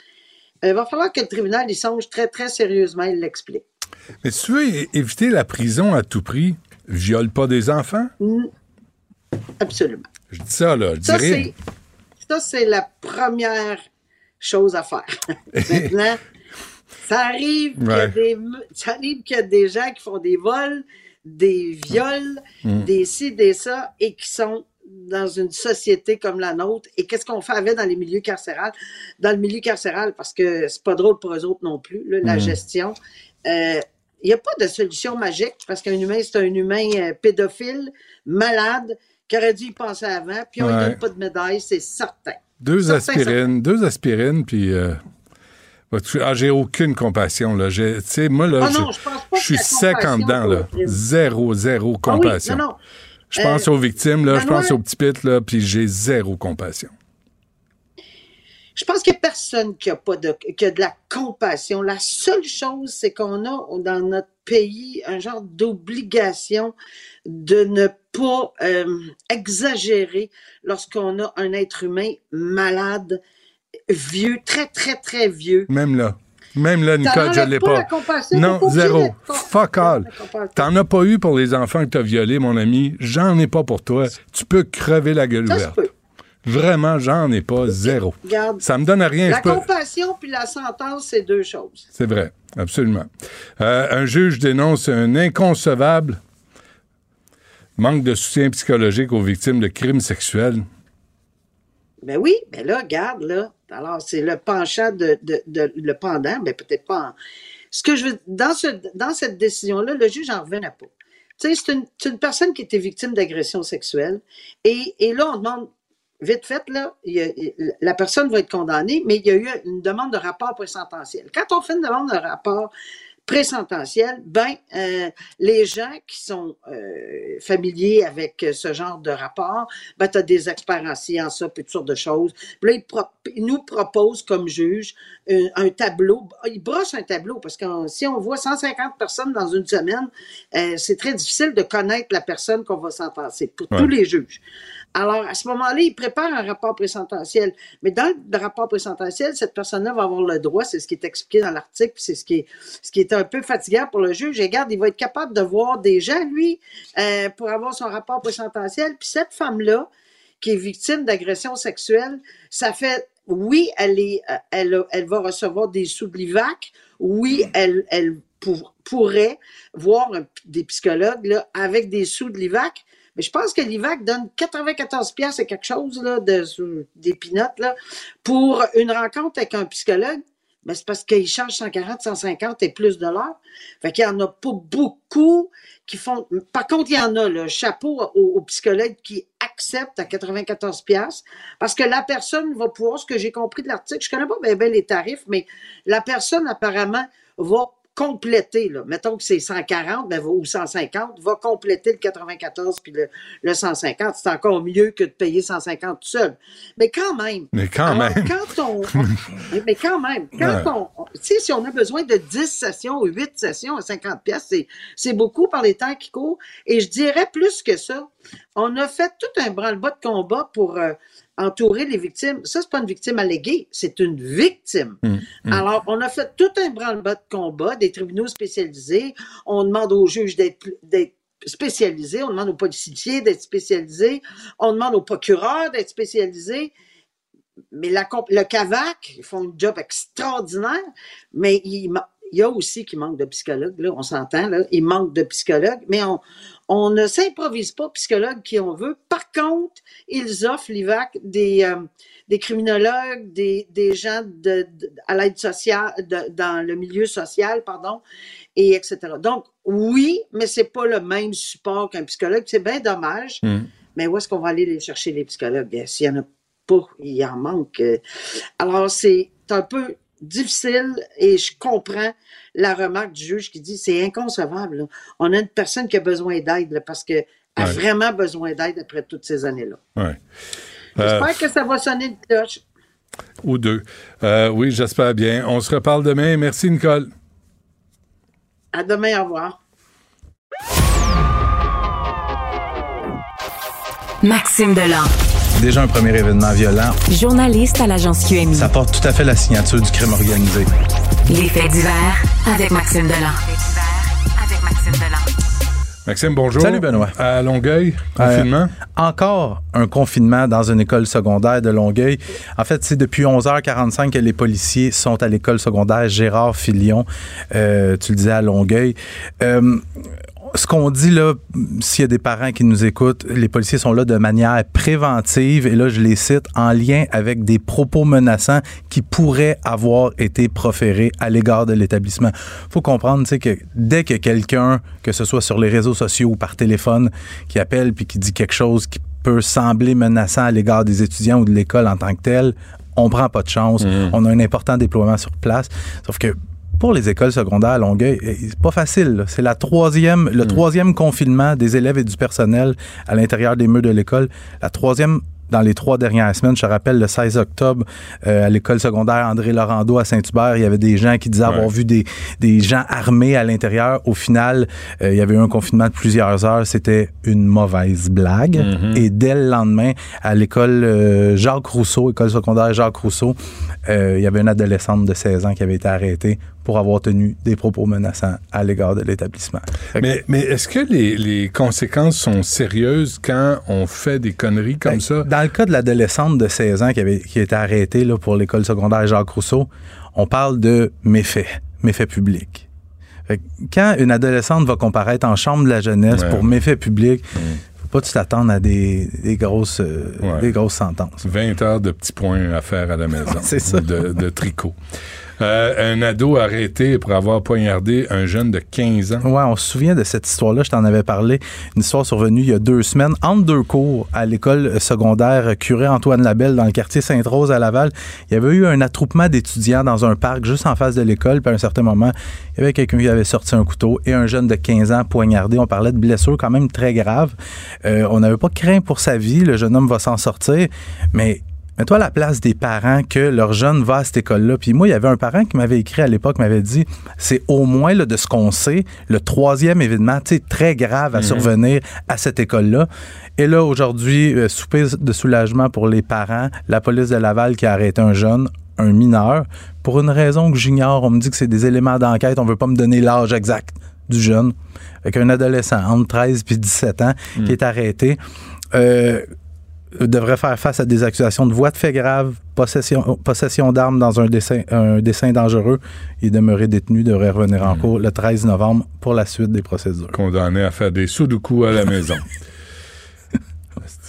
il va falloir que le tribunal y songe très, très sérieusement, il l'explique. Mais si tu veux é- éviter la prison à tout prix, viole pas des enfants? Mm. Absolument. Je dis ça, là, je Ça, dis rien. c'est, ça, c'est la première chose à faire. Maintenant, ça arrive, qu'il y a Ouais. des, ça arrive qu'il y a des gens qui font des vols, des viols, Mm. des ci, des ça, et qui sont dans une société comme la nôtre. Et qu'est-ce qu'on fait avec dans les milieux carcérales? Dans le milieu carcéral, parce que c'est pas drôle pour eux autres non plus, là, la Mm. gestion. Il euh, n'y a pas de solution magique, parce qu'un humain, c'est un humain euh, pédophile, malade, qui aurait dû y penser avant, puis on ne Ouais. donne pas de médaille, c'est certain. Deux Certain, aspirines, deux aspirines, puis... Euh... Ah, j'ai aucune compassion, là. J'ai- Tu sais, moi, là, Ah je, non, je pense pas je suis que la sec en compassion dedans, là. pour le crime. Zéro, zéro Ah oui, compassion. non, non. Je pense Euh, aux victimes, là, je Benoît- pense aux petits pits, là, puis j'ai zéro compassion. Je pense qu'il n'y a personne qui a, pas de, qui a de la compassion. La seule chose, c'est qu'on a dans notre pays un genre d'obligation de ne pas euh, exagérer lorsqu'on a un être humain malade, vieux, très, très, très vieux. Même là. Même là, Ça Nicole, je enlève l'ai pas pas. la compassion, Non, t'es pas obligé zéro. d'être con- Fuck all. la compassion. T'en as pas eu pour les enfants que t'as violés, mon ami. J'en ai pas pour toi. Tu peux crever la gueule Ça se ouverte. peut. Vraiment, j'en ai pas. Zéro. Regarde, Ça me donne à rien. la je peux- compassion puis la sentence, c'est deux choses. C'est vrai, absolument. Euh, un juge dénonce un inconcevable manque de soutien psychologique aux victimes de crimes sexuels. Ben oui, ben là, regarde, là. Alors, c'est le penchant de, de, de- le pendant, ben peut-être pas en... Ce que je veux, dans ce, dans cette décision-là, le juge n'en revenait pas. Tu sais, c'est une, c'est une personne qui était victime d'agression sexuelle. Et, et là, on demande, vite fait, là, il y a- il- la personne va être condamnée, mais il y a eu une demande de rapport présententiel. Quand on fait une demande de rapport présententiel, ben, euh, les gens qui sont euh, familiers avec ce genre de rapport, ben, tu as des experts en sciences, ça, puis toutes sortes de choses. Puis là, ils, pro- ils nous proposent comme juge un, un tableau. Ils brossent un tableau parce que si on voit cent cinquante personnes dans une semaine, euh, c'est très difficile de connaître la personne qu'on va sentencer pour Ouais. tous les juges. Alors, à ce moment-là, il prépare un rapport présententiel. Mais dans le rapport présententiel, cette personne-là va avoir le droit, c'est ce qui est expliqué dans l'article, puis c'est ce qui est, ce qui est un peu fatigant pour le juge. Et regarde, il va être capable de voir des gens, lui, euh, pour avoir son rapport présententiel. Puis cette femme-là, qui est victime d'agression sexuelle, ça fait, oui, elle est, euh, elle, a- elle va recevoir des sous de l'I V A C. Oui, elle, elle pour- pourrait voir un- des psychologues là, avec des sous de l'I V A C. Mais je pense que l'I V A C donne quatre-vingt-quatorze piastres et quelque chose, là, de, des pinottes, là, pour une rencontre avec un psychologue. Ben, c'est parce qu'ils chargent cent quarante, cent cinquante et plus de l'heure. Fait qu'il y en a pas beaucoup qui font... Par contre, il y en a, le chapeau aux, aux psychologues qui acceptent à quatre-vingt-quatorze piastres parce que la personne va pouvoir, ce que j'ai compris de l'article, je connais pas bien, bien les tarifs, mais la personne, apparemment, va compléter, là. Mettons que c'est cent quarante ben, ou cent cinquante, va compléter le quatre-vingt-quatorze puis le, le cent cinquante. C'est encore mieux que de payer cent cinquante tout seul. Mais quand même. Mais quand alors, même. Quand on, on, mais quand même. Quand Ouais. on, tu sais, si on a besoin de dix sessions ou huit sessions à cinquante piastres, c'est, c'est beaucoup par les temps qui courent. Et je dirais plus que ça. On a fait tout un branle-bas de combat pour euh, entourer les victimes. Ça, c'est pas une victime alléguée, c'est une victime. Mmh, mmh. Alors, on a fait tout un branle-bas de combat, des tribunaux spécialisés. On demande aux juges d'être, d'être spécialisés. On demande aux policiers d'être spécialisés. On demande aux procureurs d'être spécialisés. Mais la, le C A V A C, ils font un job extraordinaire, mais il, il y a aussi qui manque de psychologues, là, on s'entend, là, il manque de psychologues, mais on, on ne s'improvise pas psychologues qui on veut. Par contre, ils offrent, l'I V A C, des, euh, des criminologues, des, des gens de, de, à l'aide sociale, de, dans le milieu social, pardon, et et cetera. Donc, oui, mais c'est pas le même support qu'un psychologue, c'est bien dommage, Mm. mais où est-ce qu'on va aller les chercher, les psychologues? S'il y en a pas, il en manque. Alors, c'est un peu difficile et je comprends la remarque du juge qui dit c'est inconcevable. Là. On a une personne qui a besoin d'aide là, parce qu'elle a Ouais. vraiment besoin d'aide après toutes ces années-là. Ouais. J'espère Euh, que ça va sonner une cloche. ou deux. Euh, oui, j'espère bien. On se reparle demain. Merci, Nicole. À demain, au revoir. Maxime Delan. Déjà un premier événement violent. Journaliste à l'agence Q M I. Ça porte tout à fait la signature du crime organisé. Les faits divers avec Maxime Delan. Avec Maxime Delan. Maxime, bonjour. Salut, Benoît. À Longueuil, confinement. Euh, encore un confinement dans une école secondaire de Longueuil. En fait, c'est depuis onze heures quarante-cinq que les policiers sont à l'école secondaire Gérard Filion. Euh, tu le disais, à Longueuil. Euh, Ce qu'on dit là, s'il y a des parents qui nous écoutent, les policiers sont là de manière préventive, et là, je les cite, en lien avec des propos menaçants qui pourraient avoir été proférés à l'égard de l'établissement. Il faut comprendre, tu sais, que dès que quelqu'un, que ce soit sur les réseaux sociaux ou par téléphone, qui appelle puis qui dit quelque chose qui peut sembler menaçant à l'égard des étudiants ou de l'école en tant que telle, on prend pas de chance. Mmh. On a un important déploiement sur place. Sauf que pour les écoles secondaires à Longueuil, c'est pas facile. Là. C'est la troisième, le mmh. troisième confinement des élèves et du personnel à l'intérieur des murs de l'école. La troisième dans les trois dernières semaines. Je te rappelle, le seize octobre, euh, à l'école secondaire André Laurando à Saint-Hubert, il y avait des gens qui disaient ouais. avoir vu des, des gens armés à l'intérieur. Au final, euh, il y avait eu un confinement de plusieurs heures. C'était une mauvaise blague. Mm-hmm. Et dès le lendemain, à l'école euh, Jacques Rousseau, école secondaire Jacques Rousseau, euh, il y avait une adolescente de seize ans qui avait été arrêtée pour avoir tenu des propos menaçants à l'égard de l'établissement. Mais, mais est-ce que les, les conséquences sont sérieuses quand on fait des conneries comme ben, ça? Dans le cas de l'adolescente de seize ans qui, avait, qui a été arrêtée là, pour l'école secondaire Jacques Rousseau, on parle de méfaits, méfaits publics. Fait que quand une adolescente va comparaître en chambre de la jeunesse ouais. pour méfaits publics, mmh. faut pas tu t'attendre à des, des, grosses, euh, ouais. des grosses sentences. vingt heures de petits points à faire à la maison. C'est ça. De, de tricot. Euh, un ado arrêté pour avoir poignardé un jeune de quinze ans. Ouais, on se souvient de cette histoire-là, je t'en avais parlé. Une histoire survenue il y a deux semaines, entre deux cours à l'école secondaire Curé Antoine Labelle dans le quartier Sainte-Rose à Laval. Il y avait eu un attroupement d'étudiants dans un parc juste en face de l'école, puis à un certain moment, il y avait quelqu'un qui avait sorti un couteau et un jeune de quinze ans poignardé. On parlait de blessures quand même très graves. Euh, on n'avait pas craint pour sa vie, le jeune homme va s'en sortir, mais mets-toi à la place des parents que leur jeune va à cette école-là. Puis moi, il y avait un parent qui m'avait écrit à l'époque, m'avait dit, c'est au moins là, de ce qu'on sait, le troisième événement très grave à mm-hmm. survenir à cette école-là. Et là, aujourd'hui, euh, soupir de soulagement pour les parents, la police de Laval qui a arrêté un jeune, un mineur, pour une raison que j'ignore. On me dit que c'est des éléments d'enquête, on veut pas me donner l'âge exact du jeune. Avec un adolescent entre treize et dix-sept ans mm. qui est arrêté. Euh, devrait faire face à des accusations de voies de fait grave, possession, possession d'armes dans un dessin, un dessin dangereux. Il est demeuré détenu, devrait revenir en mmh. cours le treize novembre pour la suite des procédures. Condamné à faire des sudoku à la maison.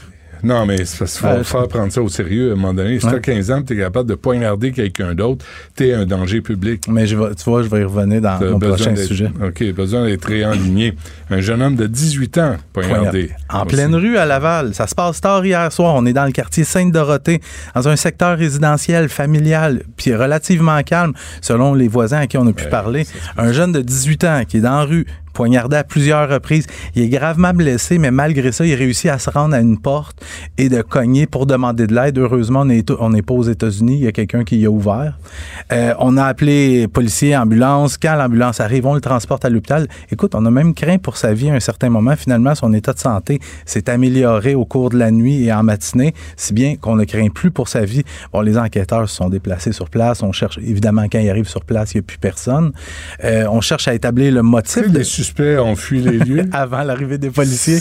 Non, mais c'est parce qu'il faut Ouais, faire prendre ça au sérieux à un moment donné. Si Ouais. t'as quinze ans, t'es capable de poignarder quelqu'un d'autre, t'es un danger public. Mais je vais, tu vois, je vais y revenir dans T'as mon besoin prochain d'être- sujet. OK, besoin d'être réaligné. Un jeune homme de dix-huit ans poignardé. En Aussi. pleine rue à Laval. Ça se passe tard hier soir. On est dans le quartier Sainte-Dorothée, dans un secteur résidentiel, familial, puis relativement calme, selon les voisins à qui on a pu Ouais, parler. Un jeune de dix-huit ans qui est dans la rue, poignardé à plusieurs reprises. Il est gravement blessé, mais malgré ça, il réussit à se rendre à une porte et de cogner pour demander de l'aide. Heureusement, on n'est on n'est pas aux États-Unis. Il y a quelqu'un qui y a ouvert. Euh, on a appelé policiers, ambulance. Quand l'ambulance arrive, on le transporte à l'hôpital. Écoute, on a même craint pour sa vie à un certain moment. Finalement, son état de santé s'est amélioré au cours de la nuit et en matinée, si bien qu'on ne craint plus pour sa vie. Bon, les enquêteurs se sont déplacés sur place. On cherche, évidemment, quand ils arrivent sur place, il n'y a plus personne. Euh, on cherche à établir le motif. Les suspects ont fui les lieux. Avant l'arrivée des policiers.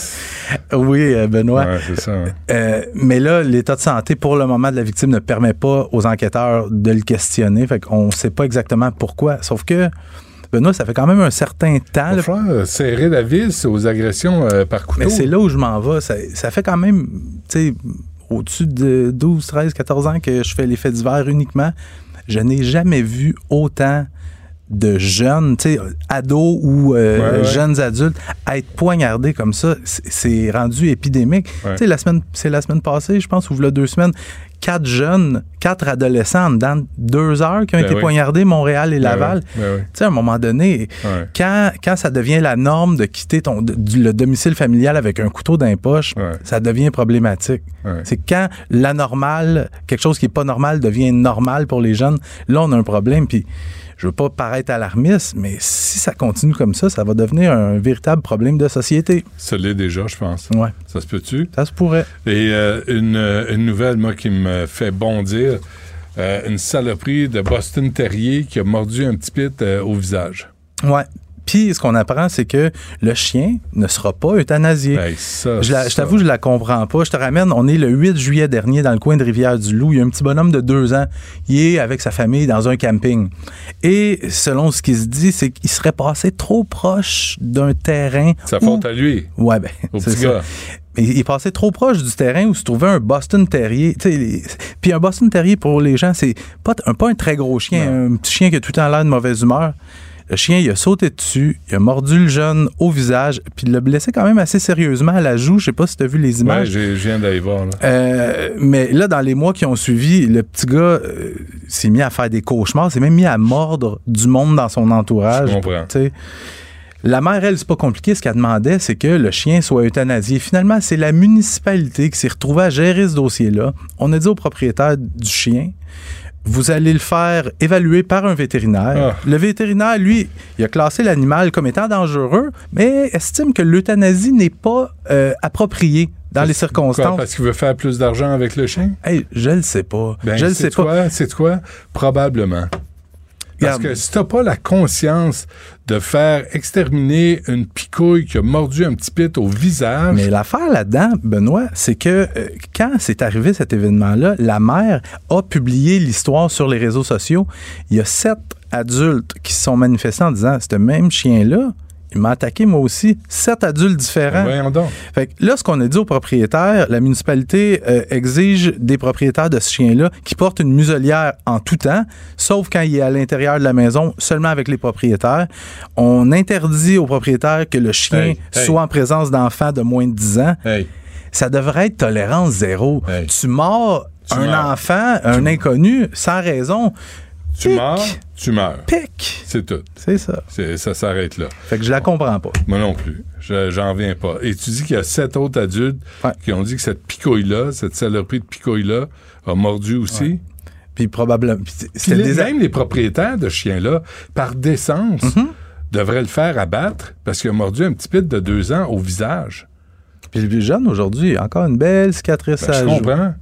Oui, euh, Benoît. Ouais, c'est ça. Ouais. Euh, mais là, l'état de santé, pour le moment, de la victime ne permet pas aux enquêteurs de le questionner. Fait qu'on ne sait pas exactement pourquoi. Sauf que, Benoît, ça fait quand même un certain temps. Il là, va falloir serrer la vis aux agressions euh, par couteau. mais c'est là où je m'en vais. Ça, ça fait quand même, tu sais, au-dessus de douze, treize, quatorze ans que je fais les faits divers uniquement. Je n'ai jamais vu autant de jeunes, tu sais, ados ou euh, Ouais, ouais. jeunes adultes, à être poignardés comme ça. C'est, c'est rendu épidémique. Ouais. Tu sais, la semaine, c'est la semaine passée, je pense, ou il y a deux semaines, quatre jeunes, quatre adolescents dans deux heures qui ont Ben été oui. poignardés, Montréal et Ben Laval. oui, ben oui. Tu sais, à un moment donné, Ouais. quand, quand ça devient la norme de quitter ton, de- du- le domicile familial avec un couteau dans les poches, Ouais. ça devient problématique. Ouais. C'est quand l'anormal, quelque chose qui n'est pas normal, devient normal pour les jeunes, là, on a un problème. Puis, je veux pas paraître alarmiste, mais si ça continue comme ça, ça va devenir un véritable problème de société. Ça l'est déjà, je pense. Ouais. Ça se peut-tu? Ça se pourrait. Et euh, une, euh, une nouvelle, moi, qui me fait bondir, euh, une saloperie de Boston Terrier qui a mordu un petit pit euh, au visage. Ouais. Puis, ce qu'on apprend, c'est que le chien ne sera pas euthanasié. Hey, ça, Je, la- je ça. t'avoue, je la comprends pas. Je te ramène, on est le huit juillet dernier dans le coin de Rivière-du-Loup. Il y a un petit bonhomme de deux ans. Il est avec sa famille dans un camping. Et selon ce qui se dit, c'est qu'il serait passé trop proche d'un terrain. Sa où- faute à lui. Ouais, ben, Au c'est petit ça. gars. Mais il est passé trop proche du terrain où se trouvait un Boston Terrier. Tu sais, les- Puis un Boston Terrier, pour les gens, c'est pas un, pas un très gros chien, un petit chien qui a tout le temps l'air de mauvaise humeur. Le chien, il a sauté dessus, il a mordu le jeune au visage, puis il l'a blessé quand même assez sérieusement à la joue. Je sais pas si tu as vu les Ouais, images. j'ai- je viens d'aller voir. Là. Euh, mais là, dans les mois qui ont suivi, le petit gars euh, s'est mis à faire des cauchemars, s'est même mis à mordre du monde dans son entourage. Je comprends. Tu sais. La mère, elle, c'est pas compliqué. Ce qu'elle demandait, c'est que le chien soit euthanasié. Finalement, c'est la municipalité qui s'est retrouvée à gérer ce dossier-là. On a dit au propriétaire du chien, vous allez le faire évaluer par un vétérinaire. Ah. Le vétérinaire, lui, il a classé l'animal comme étant dangereux, mais estime que l'euthanasie n'est pas euh, appropriée dans les circonstances. Quoi, parce qu'il veut faire plus d'argent avec le chien? Hey, je le sais pas. Ben, je le c'est sais pas. quoi? C'est quoi? Probablement. Parce Regarde. que si t'as pas la conscience de faire exterminer une picouille qui a mordu un petit pit au visage... Mais l'affaire là-dedans, Benoît, c'est que euh, quand c'est arrivé cet événement-là, la mère a publié l'histoire sur les réseaux sociaux. Il y a sept adultes qui se sont manifestés en disant « Ce même chien-là, il m'a attaqué moi aussi. » Sept adultes différents. Voyons donc. Fait que là, ce qu'on a dit aux propriétaires, la municipalité euh, exige des propriétaires de ce chien-là qui portent une muselière en tout temps, sauf quand il est à l'intérieur de la maison, seulement avec les propriétaires. On interdit aux propriétaires que le chien Hey, hey. soit en présence d'enfants de moins de dix ans. Hey. Ça devrait être tolérance zéro. Hey. Tu mords Tu un meurs. enfant, un inconnu, sans raison. Tu Pic. meurs, tu meurs. Pic! C'est tout. C'est ça. C'est, ça s'arrête là. Fait que je la comprends pas. Moi non plus. Je, j'en viens pas. Et tu dis qu'il y a sept autres adultes Ouais. qui ont dit que cette picouille-là, cette saloperie de picouille-là, a mordu aussi. Ouais. Puis probablement... puis Puis c'était les- des... même les propriétaires de chiens-là, par décence, Mhm. devraient le faire abattre parce qu'il a mordu un petit pit de deux ans au visage. Puis le jeune, aujourd'hui, encore une belle cicatrice Ben, à je la joue. comprends.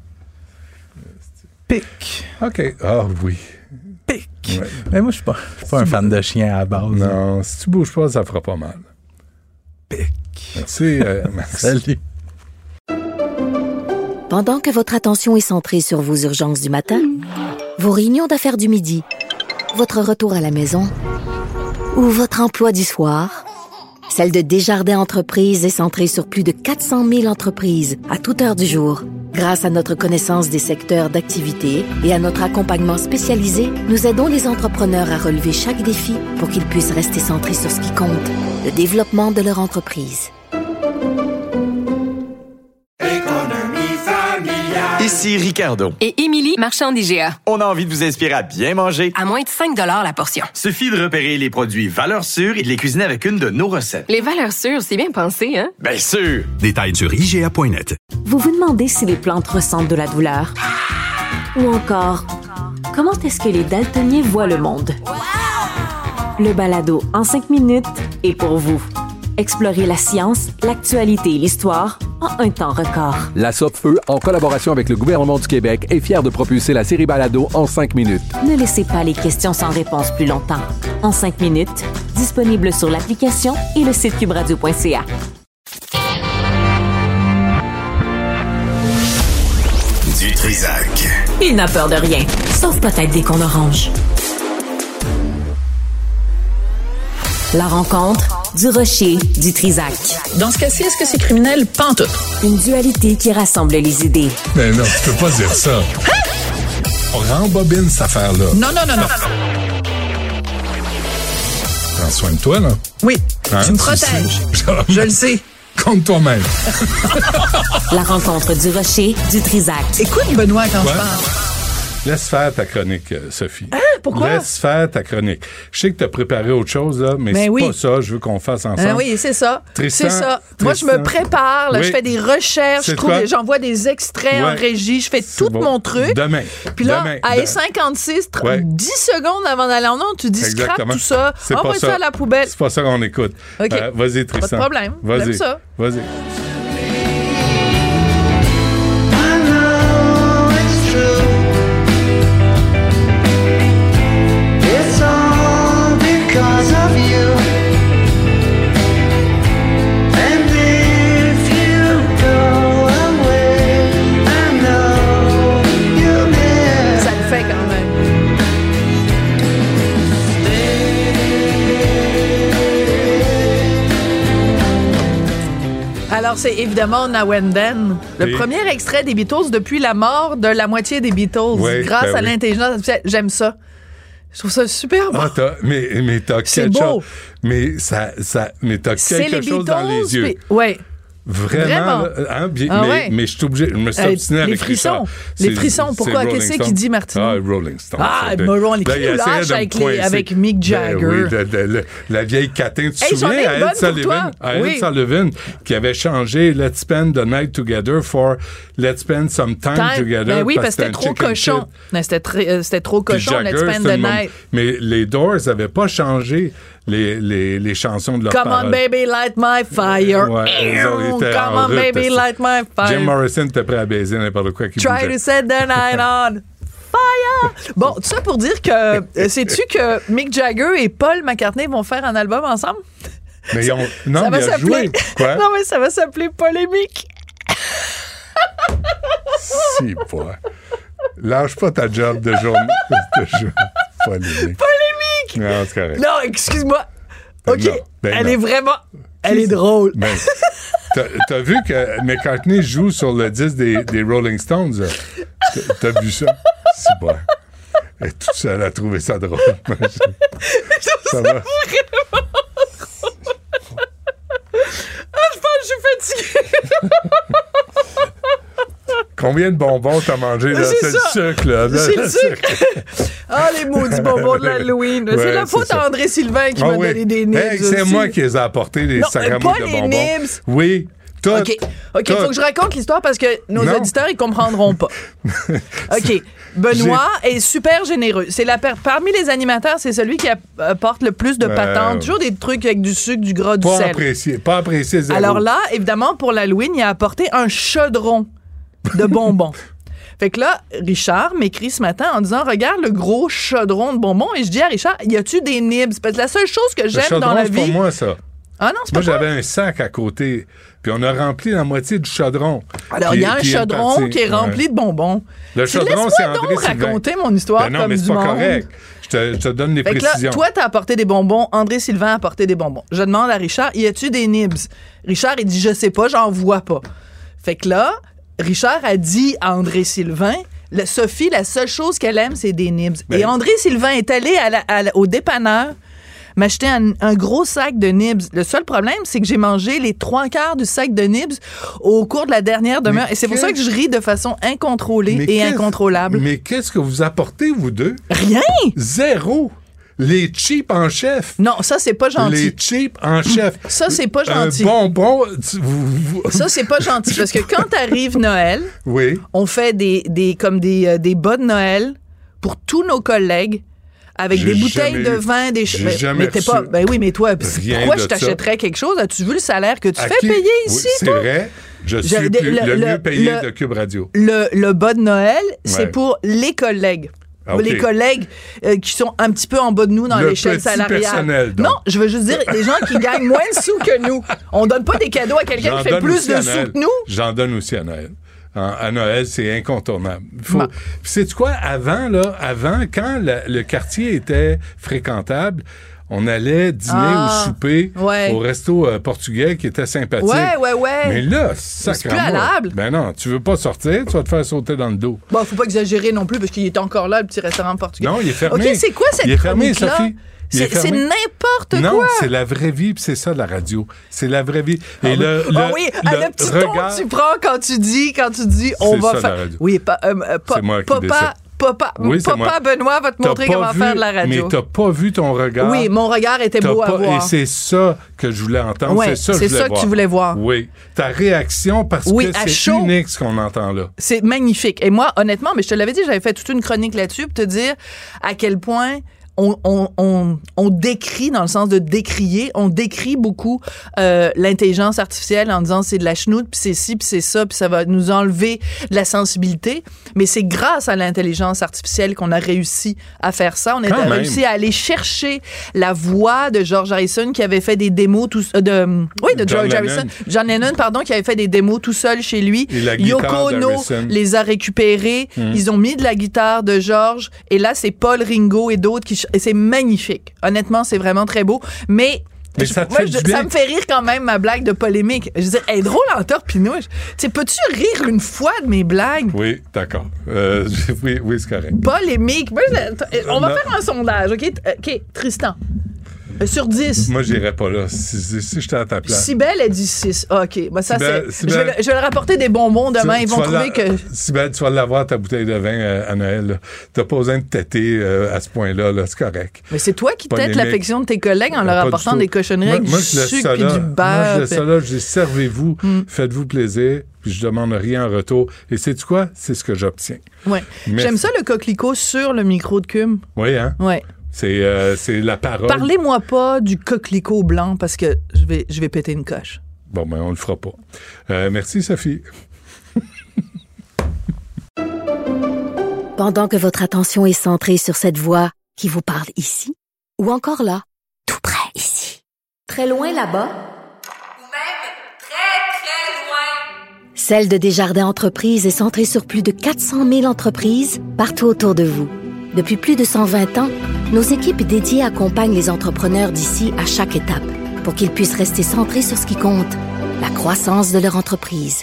Pic! OK. Ah oui. Pic! Ouais. Mais moi, je suis pas, je suis pas un fan de chien à la base. Non, si tu bouges pas, ça fera pas mal. Pic! Merci, euh, merci. Salut! Pendant que votre attention est centrée sur vos urgences du matin, vos réunions d'affaires du midi, votre retour à la maison ou votre emploi du soir, Celle de Desjardins Entreprises est centrée sur plus de quatre cent mille entreprises à toute heure du jour. Grâce à notre connaissance des secteurs d'activité et à notre accompagnement spécialisé, nous aidons les entrepreneurs à relever chaque défi pour qu'ils puissent rester centrés sur ce qui compte, le développement de leur entreprise. Ici Ricardo. Et Émilie, marchand d'I G A. On a envie de vous inspirer à bien manger. À moins de cinq dollars la portion. Suffit de repérer les produits valeurs sûres et de les cuisiner avec une de nos recettes. Les valeurs sûres, c'est bien pensé, hein? Bien sûr! Détails sur I G A point net. Vous vous demandez si les plantes ressentent de la douleur? Ou encore, comment est-ce que les daltoniens voient le monde? Le balado en cinq minutes est pour vous. Explorez la science, l'actualité et l'histoire en un temps record. La Sopfeu, en collaboration avec le gouvernement du Québec, est fière de propulser la série Balado en cinq minutes. Ne laissez pas les questions sans réponse plus longtemps. En cinq minutes, disponible sur l'application et le site cube radio point c a. Du Trisac. Il n'a peur de rien, sauf peut-être des qu'on orange. La rencontre du Rocher du Trisac. Dans ce cas-ci, est-ce que c'est criminel? Pantoute. Une dualité qui rassemble les idées. Mais non, tu peux pas dire ça. Hein? On rembobine cette affaire-là. Non, non, non, non. Prends soin de toi, là. Oui, hein? Tu me protèges. Je, Je le sais. Contre toi-même. La rencontre du Rocher du Trisac. Écoute, Benoît, quand ouais. je parle. Laisse faire ta chronique, Sophie. Hein? Pourquoi? Laisse faire ta chronique. Je sais que tu as préparé autre chose, là, mais, mais c'est oui. pas ça. Je veux qu'on fasse ensemble. Ah oui, c'est ça. Tristan, c'est ça. Tristan. Moi, je me prépare. Là, oui. Je fais des recherches. Je trouve, j'envoie des extraits ouais. en régie. Je fais c'est tout bon. mon truc. Demain. Puis là, Demain. à cinquante-six, ouais. dix secondes avant d'aller en onde, tu dis scrap tout ça. Envoie ça. ça à la poubelle. C'est pas ça qu'on écoute. OK. Euh, vas-y, Tristan. Pas de problème. Vas-y. J'aime ça. Vas-y. Alors, c'est évidemment Now and Then, le oui. premier extrait des Beatles depuis la mort de la moitié des Beatles, oui, grâce ben à oui. l'intelligence artificielle. J'aime ça. Je trouve ça super beau. Ah, t'as, mais, mais t'as quelque beau. chose. Mais ça, ça, mais t'as quelque chose Beatles, dans les yeux. Oui. Vraiment, Vraiment. Là, hein, bien, ah, mais, ouais. mais je suis obligé, je me suis obstiné euh, avec les frissons. C'est, les frissons, pourquoi? Qu'est-ce qu'il dit, Martin? Ah, Rolling Stone. Ah, Rolling Stone. Qui nous lâche avec, les, avec Mick Jagger. Ben, oui, de, de, de, la vieille catin. Tu te hey, souviens à Ed Sullivan, à Ed oui. Sullivan, qui avait changé Let's Spend the Night Together for Let's Spend Some Time, time. Together. Ben oui, parce que c'était trop cochon. Ben, c'était, très, c'était trop cochon, Jagger, Let's Spend the Night. Mais les Doors n'avaient pas changé Les, les, les chansons de leur Come parole. on, baby, light my fire. Ouais, Come on, baby, light my fire. Jim Morrison était prêt à baiser n'importe quoi qui Try bougeait. to set the night on fire. Bon, tout ça pour dire que, euh, sais-tu que Mick Jagger et Paul McCartney vont faire un album ensemble? Mais ils ont... Non, ça mais va il a joué. Quoi? Non, mais ça va s'appeler Polémique. Si, pas. Lâche pas ta job de journée. de jour. Polémique. Polémique. Non, c'est correct. Non, excuse-moi. OK, non, ben elle non. est vraiment... Elle est drôle. Ben, t'as, t'as vu que McCartney joue sur le disque des, des Rolling Stones? T'as, t'as vu ça? C'est bon. Elle est toute seule à trouver ça drôle. ça ça va? Vraiment ah, je pense que je suis fatiguée. Combien de bonbons t'as mangé, là? C'est, c'est le sucre, là. C'est le sucre. Ah, les maudits bonbons de l'Halloween. Ouais, c'est la faute à André Sylvain qui ah, m'a oui. donné des nibs. Hey, c'est aussi. moi qui les ai apportés, les sacraments de bonbons. Nibs. Oui. Tout, OK, OK, il faut que je raconte l'histoire parce que nos non. auditeurs, ils comprendront pas. OK, Benoît J'ai... est super généreux. C'est la per... Parmi les animateurs, c'est celui qui apporte le plus de patentes. Euh... Toujours des trucs avec du sucre, du gras, du pas sel. Apprécié, pas apprécié, zéro. Alors là, évidemment, pour l'Halloween, il a apporté un chaudron de bonbons. Fait que là, Richard m'écrit ce matin en disant « Regarde le gros chaudron de bonbons. » Et je dis à Richard « Y a-tu des nibs? » Parce que la seule chose que j'aime chaudron, dans la c'est vie... c'est pour moi, ça. Ah non, c'est moi, pas j'avais toi. un sac à côté, puis on a rempli la moitié du chaudron. Alors, il y a un chaudron qui est rempli ouais. de bonbons. Le chaudron, c'est André donc Sylvain. raconter mon histoire ben non, comme mais c'est du pas monde. correct. Je Je te, je te donne les Fait que là, précisions. toi, t'as apporté des bonbons. André Sylvain a apporté des bonbons. Je demande à Richard, y a-tu des nibs? Richard, il dit, je sais pas, j'en vois pas. Fait que là, Richard a dit à André Sylvain, la Sophie, la seule chose qu'elle aime, c'est des nibs. Ben, Et André Sylvain est allé à la- à la- au dépanneur m'acheter un, un gros sac de nibs. Le seul problème, c'est que j'ai mangé les trois quarts du sac de nibs au cours de la dernière demeure. Mais Et c'est pour que- ça que je ris de façon incontrôlée Mais et qu'est-ce- incontrôlable. Mais qu'est-ce que vous apportez, vous deux? Rien! Zéro! Les cheap en chef. Non, ça, c'est pas gentil. Les cheap en chef. Ça, c'est pas gentil. Un bonbon. tu- vous- vous- Ça, c'est pas gentil. Parce que quand arrive Noël, Oui. on fait des, des, comme des, euh, des bas de Noël pour tous nos collègues avec J'ai des bouteilles jamais de eu- vin, des j'ai mais, jamais mais t'es reçu pas. Ben oui, mais toi, rien pourquoi de je t'achèterais quelque chose? As-tu vu le salaire que tu À fais qui? payer Oui, ici, c'est toi? vrai. Je suis Je- le, plus- le- le le- mieux payé le- de Cube Radio. Le, le bas de Noël, c'est Ouais. pour les collègues. Ah, ok. Les collègues euh, qui sont un petit peu en bas de nous dans Le l'échelle petit salariale. personnel, donc. Non, je veux juste dire les gens qui gagnent moins de sous que nous. On donne pas des cadeaux à quelqu'un J'en qui fait donne plus aussi de à sous Noël. que nous. J'en donne aussi à Noël. En- à Noël, c'est incontournable. Faut... Bon. Puis sais-tu quoi? Avant, là, avant, quand la- le quartier était fréquentable, on allait dîner Ah, ou souper ouais. au resto euh, portugais qui était sympathique. Ouais, ouais, ouais. Mais là, c'est sacrément. plus halable. Ben non, tu veux pas sortir, tu vas te faire sauter dans le dos. Bon, faut pas exagérer non plus parce qu'il est encore là, le petit restaurant portugais. Non, il est fermé. OK, c'est quoi cette Il est fermé, chronique-là? Sophie. Il est C'est c'est fermé. n'importe Non, quoi. c'est la vraie vie, puis c'est ça la radio. C'est la vraie vie. Et Ah le, oui. le, Ah oui, ah, le, petit regard- ton que tu prends quand tu dis, quand tu dis, on C'est va ça, la faire. radio. Oui, pa- euh, euh, pa- C'est moi qui papa, décide. papa, Oui, c'est papa moi. Benoît va te T'as montrer pas comment vu- faire de la radio. Mais t'as pas vu ton regard. Oui, mon regard était T'as beau pas- à voir. Et c'est ça que je voulais entendre. Ouais, c'est ça, que c'est je voulais ça que voir. tu voulais voir. Oui. Ta réaction, parce Oui, que à c'est chaud. unique ce qu'on entend là. C'est magnifique. Et moi, honnêtement, mais je te l'avais dit, j'avais fait toute une chronique là-dessus pour te dire à quel point on, on, on, on décrit, dans le sens de décrier, on décrit beaucoup euh, l'intelligence artificielle en disant c'est de la chenoute, puis c'est ci, puis c'est ça, puis ça va nous enlever de la sensibilité. Mais c'est grâce à l'intelligence artificielle qu'on a réussi à faire ça. On a Quand même. réussi à aller chercher la voix de George Harrison qui avait fait des démos tout, euh, de oui de John George Lennon. Harrison, John Lennon pardon, qui avait fait des démos tout seul chez lui. Et la Yoko guitare Ono d'Harrison. les a récupérés. Hmm. Ils ont mis de la guitare de George. Et là, c'est Paul Ringo et d'autres qui... ch- Et c'est magnifique. Honnêtement, c'est vraiment très beau. Mais... Mais je- ça te moi, fait je- du bien. ça me fait rire quand même, ma blague de polémique. Je veux dire, elle est drôle en torpinouche. Tu sais, peux-tu rire une fois de mes blagues? Oui, d'accord. Euh, oui, oui, c'est correct. Polémique. Moi, je- on va Non. faire un sondage, OK? Euh, OK, Tristan. Euh, Sur dix. Moi, j'irais pas là. Si, si, si j'étais à ta place. Sibelle a dit six. Ah, OK. Ben, ça, Sibelle- c'est... Sibelle- Je vais, le- je vais leur apporter des bonbons demain. Tu- Ils tu vont vas trouver la- que... Sibelle, tu vas l'avoir, ta bouteille de vin euh, à Noël. là. T'as pas besoin de têter euh, à ce point-là. Là. C'est correct. Mais c'est toi qui têtes Polémique. l'affection de tes collègues en leur Pas du apportant tout. des cochonneries Moi- avec moi, du je laisse sucre ça puis là. du Moi, beurre. je laisse puis- ça là. Je dis, servez-vous, Mm. faites-vous plaisir, puis je demande rien en retour. Et sais-tu quoi? C'est ce que j'obtiens. Ouais. Merci. J'aime ça, le coquelicot sur le micro de Cum. Oui, hein? Ouais. C'est euh, c'est la parole. Parlez-moi pas du coquelicot blanc parce que je vais, je vais péter une coche. Bon, ben, on le fera pas. Euh, merci, Sophie. Pendant que votre attention est centrée sur cette voix qui vous parle ici, ou encore là, tout près ici, très loin là-bas, Ou même très, très loin. Celle de Desjardins Entreprises est centrée sur plus de quatre cent mille entreprises partout autour de vous. Depuis plus de cent vingt ans, nos équipes dédiées accompagnent les entrepreneurs d'ici à chaque étape pour qu'ils puissent rester centrés sur ce qui compte, la croissance de leur entreprise.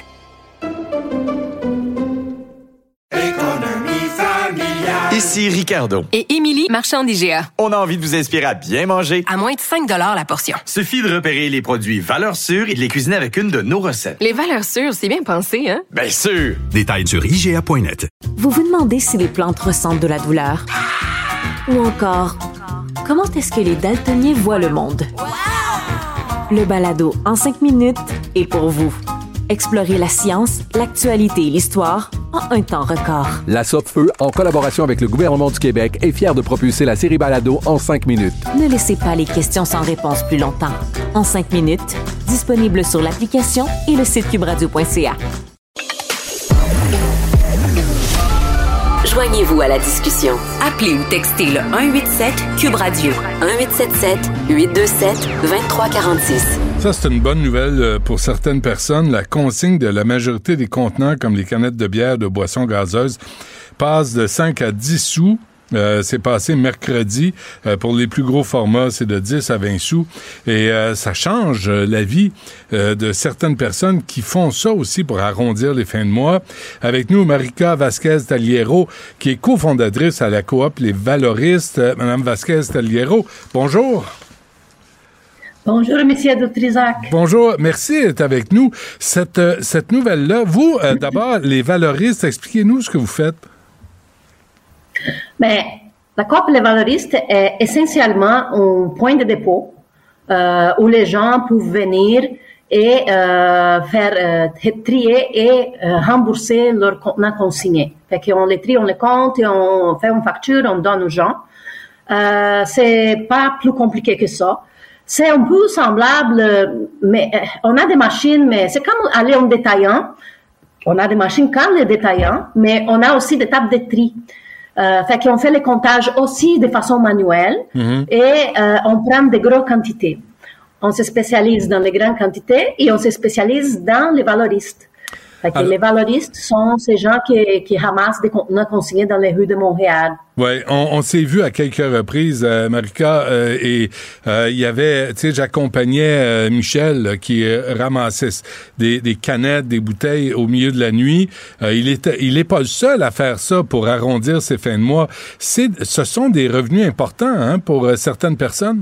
Ici Ricardo. Et Émilie, marchand d'I G A. On a envie de vous inspirer à bien manger. À moins de cinq dollars la portion. Suffit de repérer les produits valeurs sûres et de les cuisiner avec une de nos recettes. Les valeurs sûres, c'est bien pensé, hein? Bien sûr! Détails sur I G A point net. Vous vous demandez si les plantes ressentent de la douleur? Ou encore, comment est-ce que les daltoniens voient le monde? Le balado en cinq minutes est pour vous. Explorez la science, l'actualité et l'histoire en un temps record. La Sopfeu, en collaboration avec le gouvernement du Québec, est fière de propulser la série Balado en cinq minutes. Ne laissez pas les questions sans réponse plus longtemps. En cinq minutes, disponible sur l'application et le site cube radio point c a. Joignez-vous à la discussion. Appelez ou textez le un huit sept Cube Radio un huit sept sept huit deux sept deux trois quatre six. Ça, c'est une bonne nouvelle euh, pour certaines personnes. La consigne de la majorité des contenants, comme les canettes de bière, de boissons gazeuses, passe de cinq à dix sous Euh, c'est passé mercredi. Euh, pour les plus gros formats, c'est de dix à vingt sous. Et euh, ça change euh, la vie euh, de certaines personnes qui font ça aussi pour arrondir les fins de mois. Avec nous, Marika Vasquez-Taliero, qui est cofondatrice à la coop Les Valoristes. Euh, Madame Vasquez-Taliero, bonjour. Bonjour, monsieur Dutrisac. Bonjour, merci d'être avec nous. Cette, euh, cette nouvelle-là, vous, euh, d'abord, Les Valoristes, expliquez-nous ce que vous faites. Ben, la coop Les Valoristes est essentiellement un point de dépôt euh, où les gens peuvent venir et euh, faire euh, trier et euh, rembourser leur contenant consigné. Fait qu'on les trie, on les compte et on fait une facture, on donne aux gens. Euh, c'est pas plus compliqué que ça. C'est un peu semblable, mais euh, on a des machines, mais c'est comme aller en détaillant. On a des machines comme les détaillants, mais on a aussi des tables de tri. Euh, fait qu'on fait les comptages aussi de façon manuelle mm-hmm. et euh, on prend des grosses quantités. On se spécialise dans les grandes quantités et on se spécialise dans les valoristes. Fait que Alors, les valoristes sont ces gens qui, qui ramassent des contenants consignés dans les rues de Montréal. Oui, on, on s'est vu à quelques reprises, euh, Marika, euh, et euh, il y avait, tu sais, j'accompagnais euh, Michel euh, qui euh, ramassait des, des canettes, des bouteilles au milieu de la nuit. Euh, il était, il est pas le seul à faire ça pour arrondir ses fins de mois. C'est, ce sont des revenus importants hein, pour euh, certaines personnes.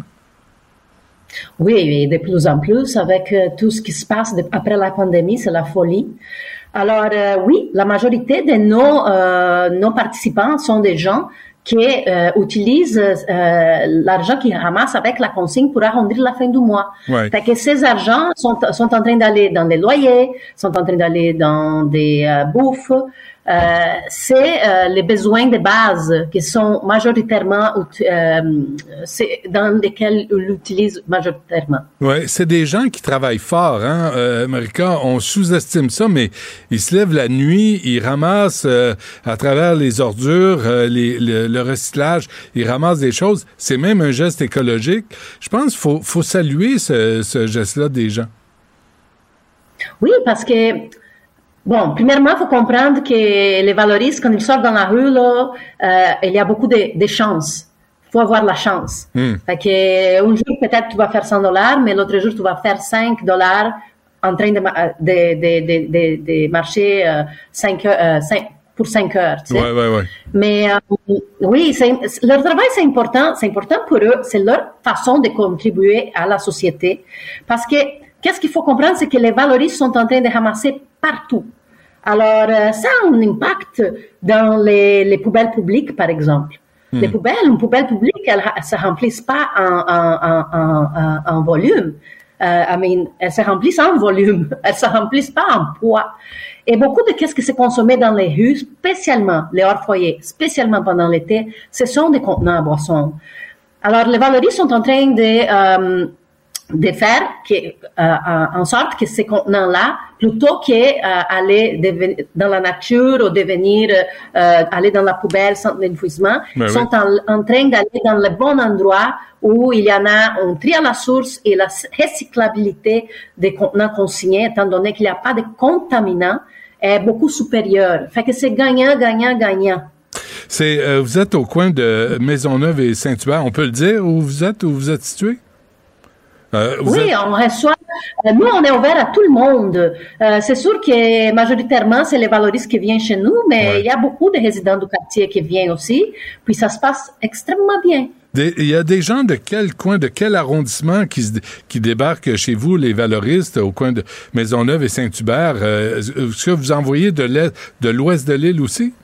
Oui, et de plus en plus, avec euh, tout ce qui se passe de, après la pandémie, c'est la folie. Alors, euh, oui, la majorité de nos, euh, nos participants sont des gens qui euh, utilisent euh, l'argent qu'ils ramassent avec la consigne pour arrondir la fin du mois. Ouais. Fait que ces argents sont, sont en train d'aller dans des loyers, sont en train d'aller dans des euh, bouffes. Euh, c'est euh, les besoins de base qui sont majoritairement euh, c'est dans lesquels on l'utilise majoritairement. Oui, c'est des gens qui travaillent fort, hein, euh, Marika, on sous-estime ça, mais ils se lèvent la nuit, ils ramassent euh, à travers les ordures, euh, les, le, le recyclage, ils ramassent des choses. C'est même un geste écologique. Je pense qu'il faut, faut saluer ce, ce geste-là des gens. Oui, parce que bon, premièrement, il faut comprendre que les valoristes, quand ils sortent dans la rue, là, euh, il y a beaucoup de, de chances. Il faut avoir la chance. Mm. Fait que, un jour, peut-être, tu vas faire cent dollars, mais l'autre jour, tu vas faire cinq dollars en train de, de, de, de, de, de marcher euh, cinq, euh, cinq, pour cinq heures. Tu sais. Ouais, ouais, ouais. Mais euh, oui, c'est, leur travail, c'est important. C'est important pour eux. C'est leur façon de contribuer à la société. Parce que, qu'est-ce qu'il faut comprendre, c'est que les valoristes sont en train de ramasser partout. Alors, euh, ça a un impact dans les, les poubelles publiques, par exemple. Mm. Les poubelles, une poubelle publique, elles ne se remplissent pas en, en, en, en, en volume. Euh, I mean, elles se remplissent en volume. Elles ne se remplissent pas en poids. Et beaucoup de qu'est-ce qui se consommait dans les rues, spécialement les hors-foyers, spécialement pendant l'été, ce sont des contenants à boissons. Alors, les valoristes sont en train de... Euh, de faire que, euh, en sorte que ces contenants-là, plutôt qu'aller euh, dans la nature ou devenir euh, aller dans la poubelle sans enfouissement, ben sont oui. en, en train d'aller dans le bon endroit où il y en a un tri à la source et la recyclabilité des contenants consignés, étant donné qu'il n'y a pas de contaminants, est beaucoup supérieure. Fait que c'est gagnant, gagnant, gagnant. C'est, euh, vous êtes au coin de Maisonneuve et Saint-Hubert. On peut le dire où vous êtes, où vous êtes situé? Euh, oui, êtes... on reçoit. Nous, on est ouvert à tout le monde. Euh, c'est sûr que majoritairement, c'est les valoristes qui viennent chez nous, mais ouais. il y a beaucoup de résidents du quartier qui viennent aussi. Puis ça se passe extrêmement bien. Il y a des gens de quel coin, de quel arrondissement qui, qui débarquent chez vous, les valoristes, au coin de Maisonneuve et Saint-Hubert? Euh, est-ce que vous envoyez de l'est, de l'ouest de l'île aussi?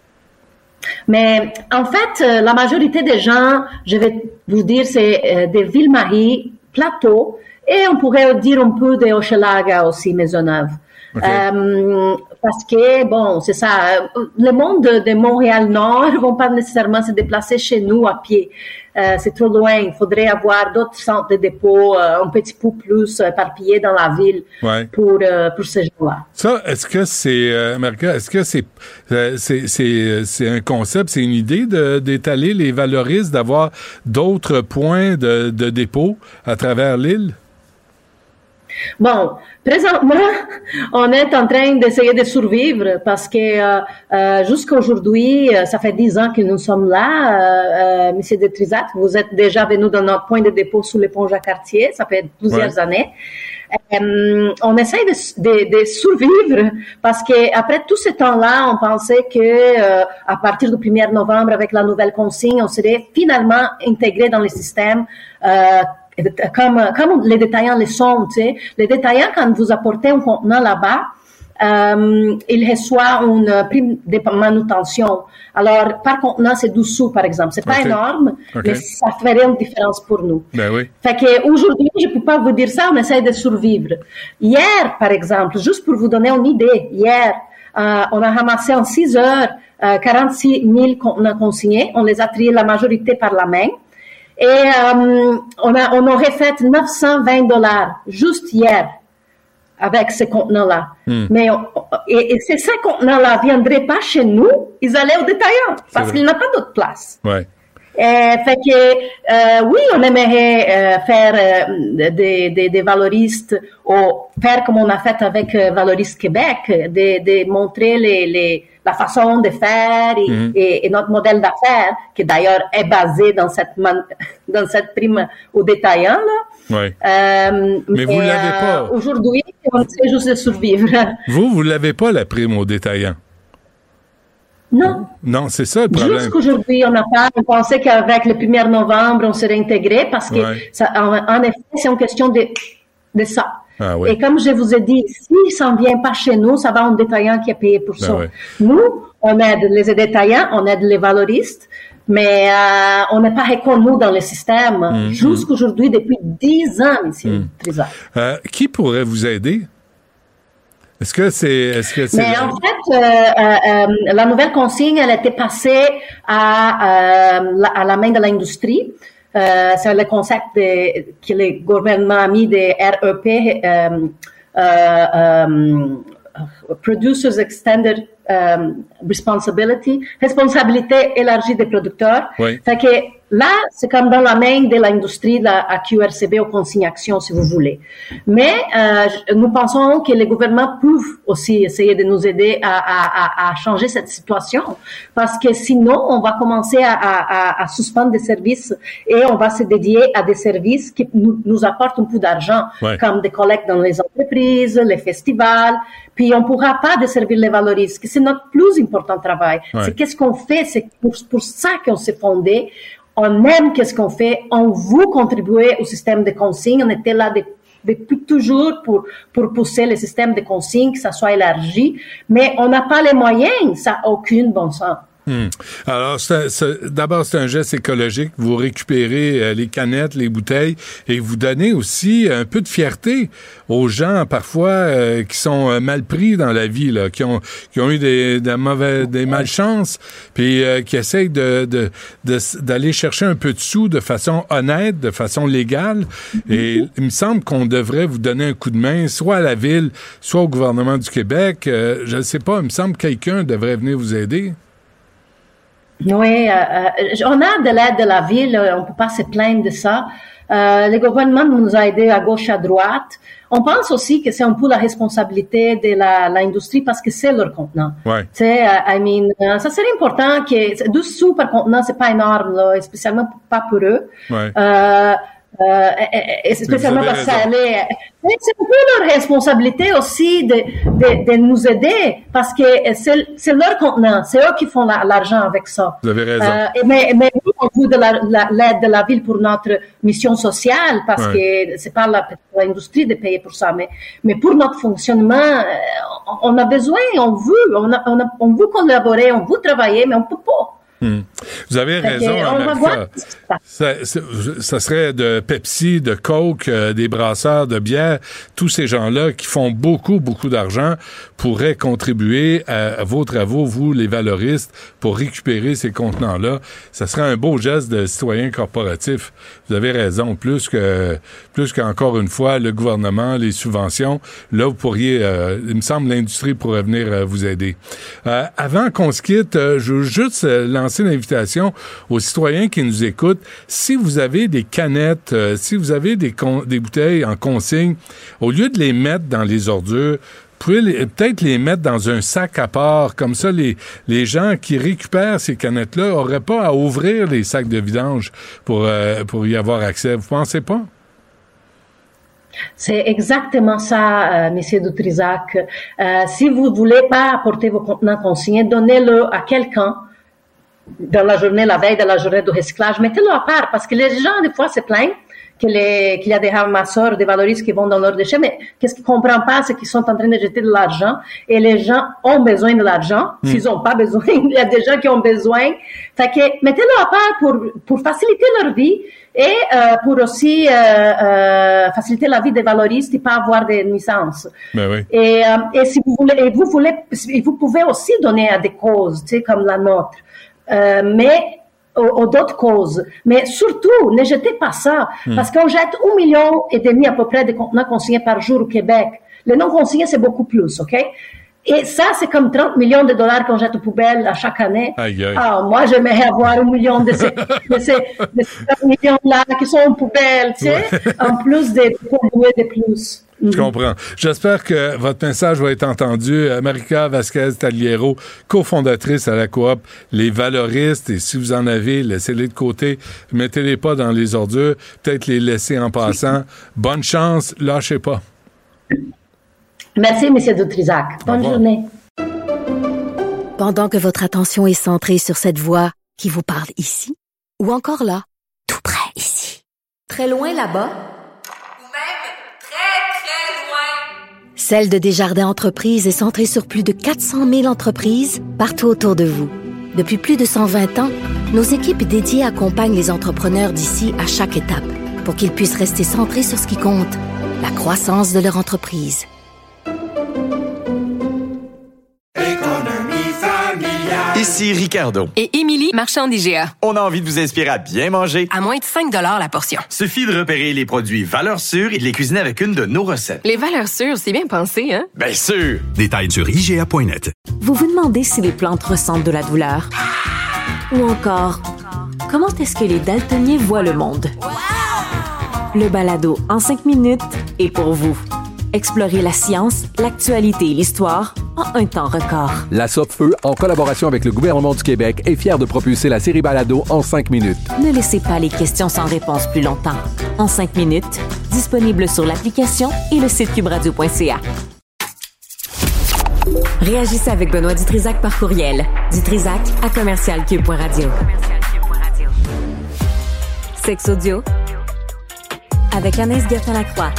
Mais en fait, la majorité des gens, je vais vous dire, c'est euh, des Ville-Marie, Plateau, et on pourrait dire un peu de Hochelaga aussi, Maisonneuve. Okay. Euh, parce que, bon, c'est ça, le monde de, de Montréal-Nord ne vont pas nécessairement se déplacer chez nous à pied. Euh, c'est trop loin. Il faudrait avoir d'autres centres de dépôt euh, un petit peu plus éparpillés dans la ville ouais. pour, euh, pour ces gens-là. Ça, est-ce que c'est, euh, Marika, est-ce que c'est, euh, c'est, c'est, c'est un concept, c'est une idée de, d'étaler les valoristes, d'avoir d'autres points de, de dépôt à travers l'île? Bon, présentement, on est en train d'essayer de survivre parce que euh, euh, jusqu'à aujourd'hui, euh, ça fait dix ans que nous sommes là. Euh, euh, Monsieur de Trisac, vous êtes déjà venu dans notre point de dépôt sous le pont Jacques-Cartier, ça fait plusieurs ouais. années. Euh, on essaye de, de, de survivre parce que après tout ce temps-là, on pensait que euh, à partir du premier novembre, avec la nouvelle consigne, on serait finalement intégré dans le système. Euh, Comme, comme les détaillants le sont, tu sais. Les détaillants, quand vous apportez un contenant là-bas, euh, ils reçoivent une prime de manutention. Alors, par contenant, c'est douze sous, par exemple. C'est pas okay. énorme, okay. mais ça ferait une différence pour nous. Ben oui. Fait que aujourd'hui, je peux pas vous dire ça, on essaie de survivre. Hier, par exemple, juste pour vous donner une idée, hier, euh, on a ramassé en six heures euh, quarante-six mille contenants consignés. On les a triés la majorité par la main. Et euh, on, a, on aurait fait neuf cent vingt dollars juste hier avec ces contenants-là. Mm. Mais on, et, et ces, ces contenants-là ne viendraient pas chez nous, ils allaient au détaillant parce qu'il n'y a pas d'autre place. Ouais. Et, fait que, euh, oui, on aimerait euh, faire euh, des, des, des valoristes ou faire comme on a fait avec euh, Valoriste Québec, de, de montrer les, les, la façon de faire et, mm-hmm. et, et notre modèle d'affaires, qui d'ailleurs est basé dans cette, man, dans cette prime au détaillant. Là. Ouais. Euh, mais, mais vous ne l'avez euh, pas. Aujourd'hui, on essaie juste de survivre. Vous, vous ne l'avez pas, la prime au détaillant. Non. Non, c'est ça le problème. Jusqu'aujourd'hui, on n'a pas. On pensait qu'avec le premier novembre, on serait intégré parce que, ouais. ça, en, en effet, c'est une question de, de ça. Ah, oui. Et comme je vous ai dit, si ça ne vient pas chez nous, ça va un détaillant qui est payé pour ben ça. Ouais. Nous, on aide les détaillants, on aide les valoristes, mais euh, on n'est pas reconnus dans le système. Mmh, Jusqu'aujourd'hui, depuis dix ans, monsieur mmh. Trisac. Euh, qui pourrait vous aider? Est-ce que c'est, est-ce que c'est... Mais en fait, euh, euh, la nouvelle consigne, elle était passée à, euh, la, à la main de l'industrie. Euh, c'est le concept de, que le gouvernement a mis des R E P, euh, euh, euh, Producers Extended euh, Responsibility, responsabilité élargie des producteurs. Oui. Fait que là, c'est comme dans la main de l'industrie, la à Q R C B ou consignation, si vous voulez. Mais euh, nous pensons que les gouvernements peuvent aussi essayer de nous aider à, à, à changer cette situation, parce que sinon, on va commencer à, à, à suspendre des services et on va se dédier à des services qui nous, nous apportent un peu d'argent, ouais. comme des collectes dans les entreprises, les festivals, puis on ne pourra pas desservir les valoristes, c'est notre plus important travail. Ouais. C'est qu'est-ce qu'on fait, c'est pour, pour ça qu'on s'est fondé. On aime qu'est-ce qu'on fait, on veut contribuer au système de consigne, on était là de, depuis toujours pour, pour pousser le système de consigne, que ça soit élargi, mais on n'a pas les moyens, ça n'a aucun bon sens. Hmm. Alors, c'est, c'est, d'abord, c'est un geste écologique. Vous récupérez euh, les canettes, les bouteilles, et vous donnez aussi un peu de fierté aux gens, parfois, euh, qui sont euh, mal pris dans la vie, là, qui ont, qui ont eu des, des mauvais, des malchances, puis euh, qui essayent de, de, de, d'aller chercher un peu de sous de façon honnête, de façon légale. Et il me semble qu'on devrait vous donner un coup de main, soit à la Ville, soit au gouvernement du Québec. Euh, je ne sais pas, il me semble que quelqu'un devrait venir vous aider. Oui, euh, euh, on a de l'aide de la Ville, on ne peut pas se plaindre de ça. Euh, le gouvernement nous a aidés à gauche, à droite. On pense aussi que c'est un peu la responsabilité de la, l'industrie parce que c'est leur contenant. Ouais. Tu sais, I mean, euh, ça serait important que douze sous par contenant, c'est pas énorme, là, spécialement pas pour eux. Ouais. Euh, Euh, et, et spécialement parce que ça allait. C'est un peu leur responsabilité aussi de, de, de nous aider parce que c'est, c'est leur contenant, c'est eux qui font la, l'argent avec ça. Vous avez raison. Euh, et mais, mais nous, on veut de la, la, l'aide de la Ville pour notre mission sociale parce ouais. que c'est pas la, l'industrie de payer pour ça, mais, mais pour notre fonctionnement, on a besoin, on veut, on, a, on, a, on veut collaborer, on veut travailler, mais on peut pas. Hmm. Vous avez raison, Marie-Fleur. Ça, ça, ça serait de Pepsi, de Coke, euh, des brasseurs de bière, tous ces gens-là qui font beaucoup, beaucoup d'argent pourraient contribuer à, à vos travaux, vous, les valoristes, pour récupérer ces contenants-là. Ça serait un beau geste de citoyen corporatif. Vous avez raison. Plus que, plus qu'encore une fois, le gouvernement, les subventions, là, vous pourriez, euh, il me semble, l'industrie pourrait venir euh, vous aider. Euh, avant qu'on se quitte, euh, je veux juste euh, lancer l'invitation invitation aux citoyens qui nous écoutent. Si vous avez des canettes, euh, si vous avez des, con- des bouteilles en consigne, au lieu de les mettre dans les ordures, vous pouvez les, peut-être les mettre dans un sac à part. Comme ça, les, les gens qui récupèrent ces canettes-là n'auraient pas à ouvrir les sacs de vidange pour, euh, pour y avoir accès. Vous pensez pas? C'est exactement ça, euh, Monsieur Dutrisac. Euh, si vous voulez pas apporter vos contenants consignés, donnez-le à quelqu'un dans la journée, la veille de la journée de recyclage. Mettez-le à part, parce que les gens, des fois, se plaignent que les, qu'il y a des ramasseurs, des valoristes qui vont dans leurs déchets, mais qu'est-ce qu'ils comprennent pas, c'est qu'ils sont en train de jeter de l'argent, et les gens ont besoin de l'argent. Mm. S'ils ont pas besoin, il y a des gens qui ont besoin. Fait que, mettez-le à part pour, pour faciliter leur vie, et euh, pour aussi euh, euh, faciliter la vie des valoristes et pas avoir des nuisances. Ben oui. Et, euh, et si vous voulez, et vous voulez, vous pouvez aussi donner à des causes, tu sais, comme la nôtre, euh, mais aux, aux d'autres causes. Mais surtout, ne jetez pas ça, mm. parce qu'on jette un million et demi à peu près de contenants consignés par jour au Québec. Les non consignés, c'est beaucoup plus, ok? Et ça, c'est comme trente millions de dollars qu'on jette aux poubelles à chaque année. Aïe, aïe. Ah, moi, j'aimerais avoir un million de ces, de ces, de ces trente millions-là qui sont aux poubelles, tu sais, ouais. En plus de polluer de plus. Je comprends. J'espère que votre message va être entendu. Marika Vasquez-Tagliero, cofondatrice à la coop Les Valoristes, et si vous en avez, laissez-les de côté, mettez-les pas dans les ordures, peut-être les laisser en passant. Bonne chance, lâchez pas. Merci, M. Dutrisac. Bonne journée. Pendant que votre attention est centrée sur cette voix qui vous parle ici, ou encore là, tout près ici, très loin là-bas, ou même très, très loin, Celle de Desjardins Entreprises est centrée sur plus de quatre cent mille entreprises partout autour de vous. Depuis plus de cent vingt ans, nos équipes dédiées accompagnent les entrepreneurs d'ici à chaque étape pour qu'ils puissent rester centrés sur ce qui compte, la croissance de leur entreprise. Ici Ricardo. Et Émilie, marchand d'I G A. On a envie de vous inspirer à bien manger. À moins de cinq dollars la portion. Suffit de repérer les produits valeurs sûres et de les cuisiner avec une de nos recettes. Les valeurs sûres, c'est bien pensé, hein? Bien sûr! Détails sur I G A point net. Vous vous demandez si les plantes ressentent de la douleur? Ou encore, comment est-ce que les daltoniens voient le monde? Le balado en cinq minutes est pour vous. Explorez la science, l'actualité et l'histoire en un temps record. La Sopfeu, en collaboration avec le gouvernement du Québec, est fière de propulser la série Balado en cinq minutes. Ne laissez pas les questions sans réponse plus longtemps. En cinq minutes, disponible sur l'application et le site cube radio point c a. Réagissez avec Benoît Dutrisac par courriel. Dutrisac à commercial cube point radio. Sexe audio avec Anaïs Gertin-Lacroix.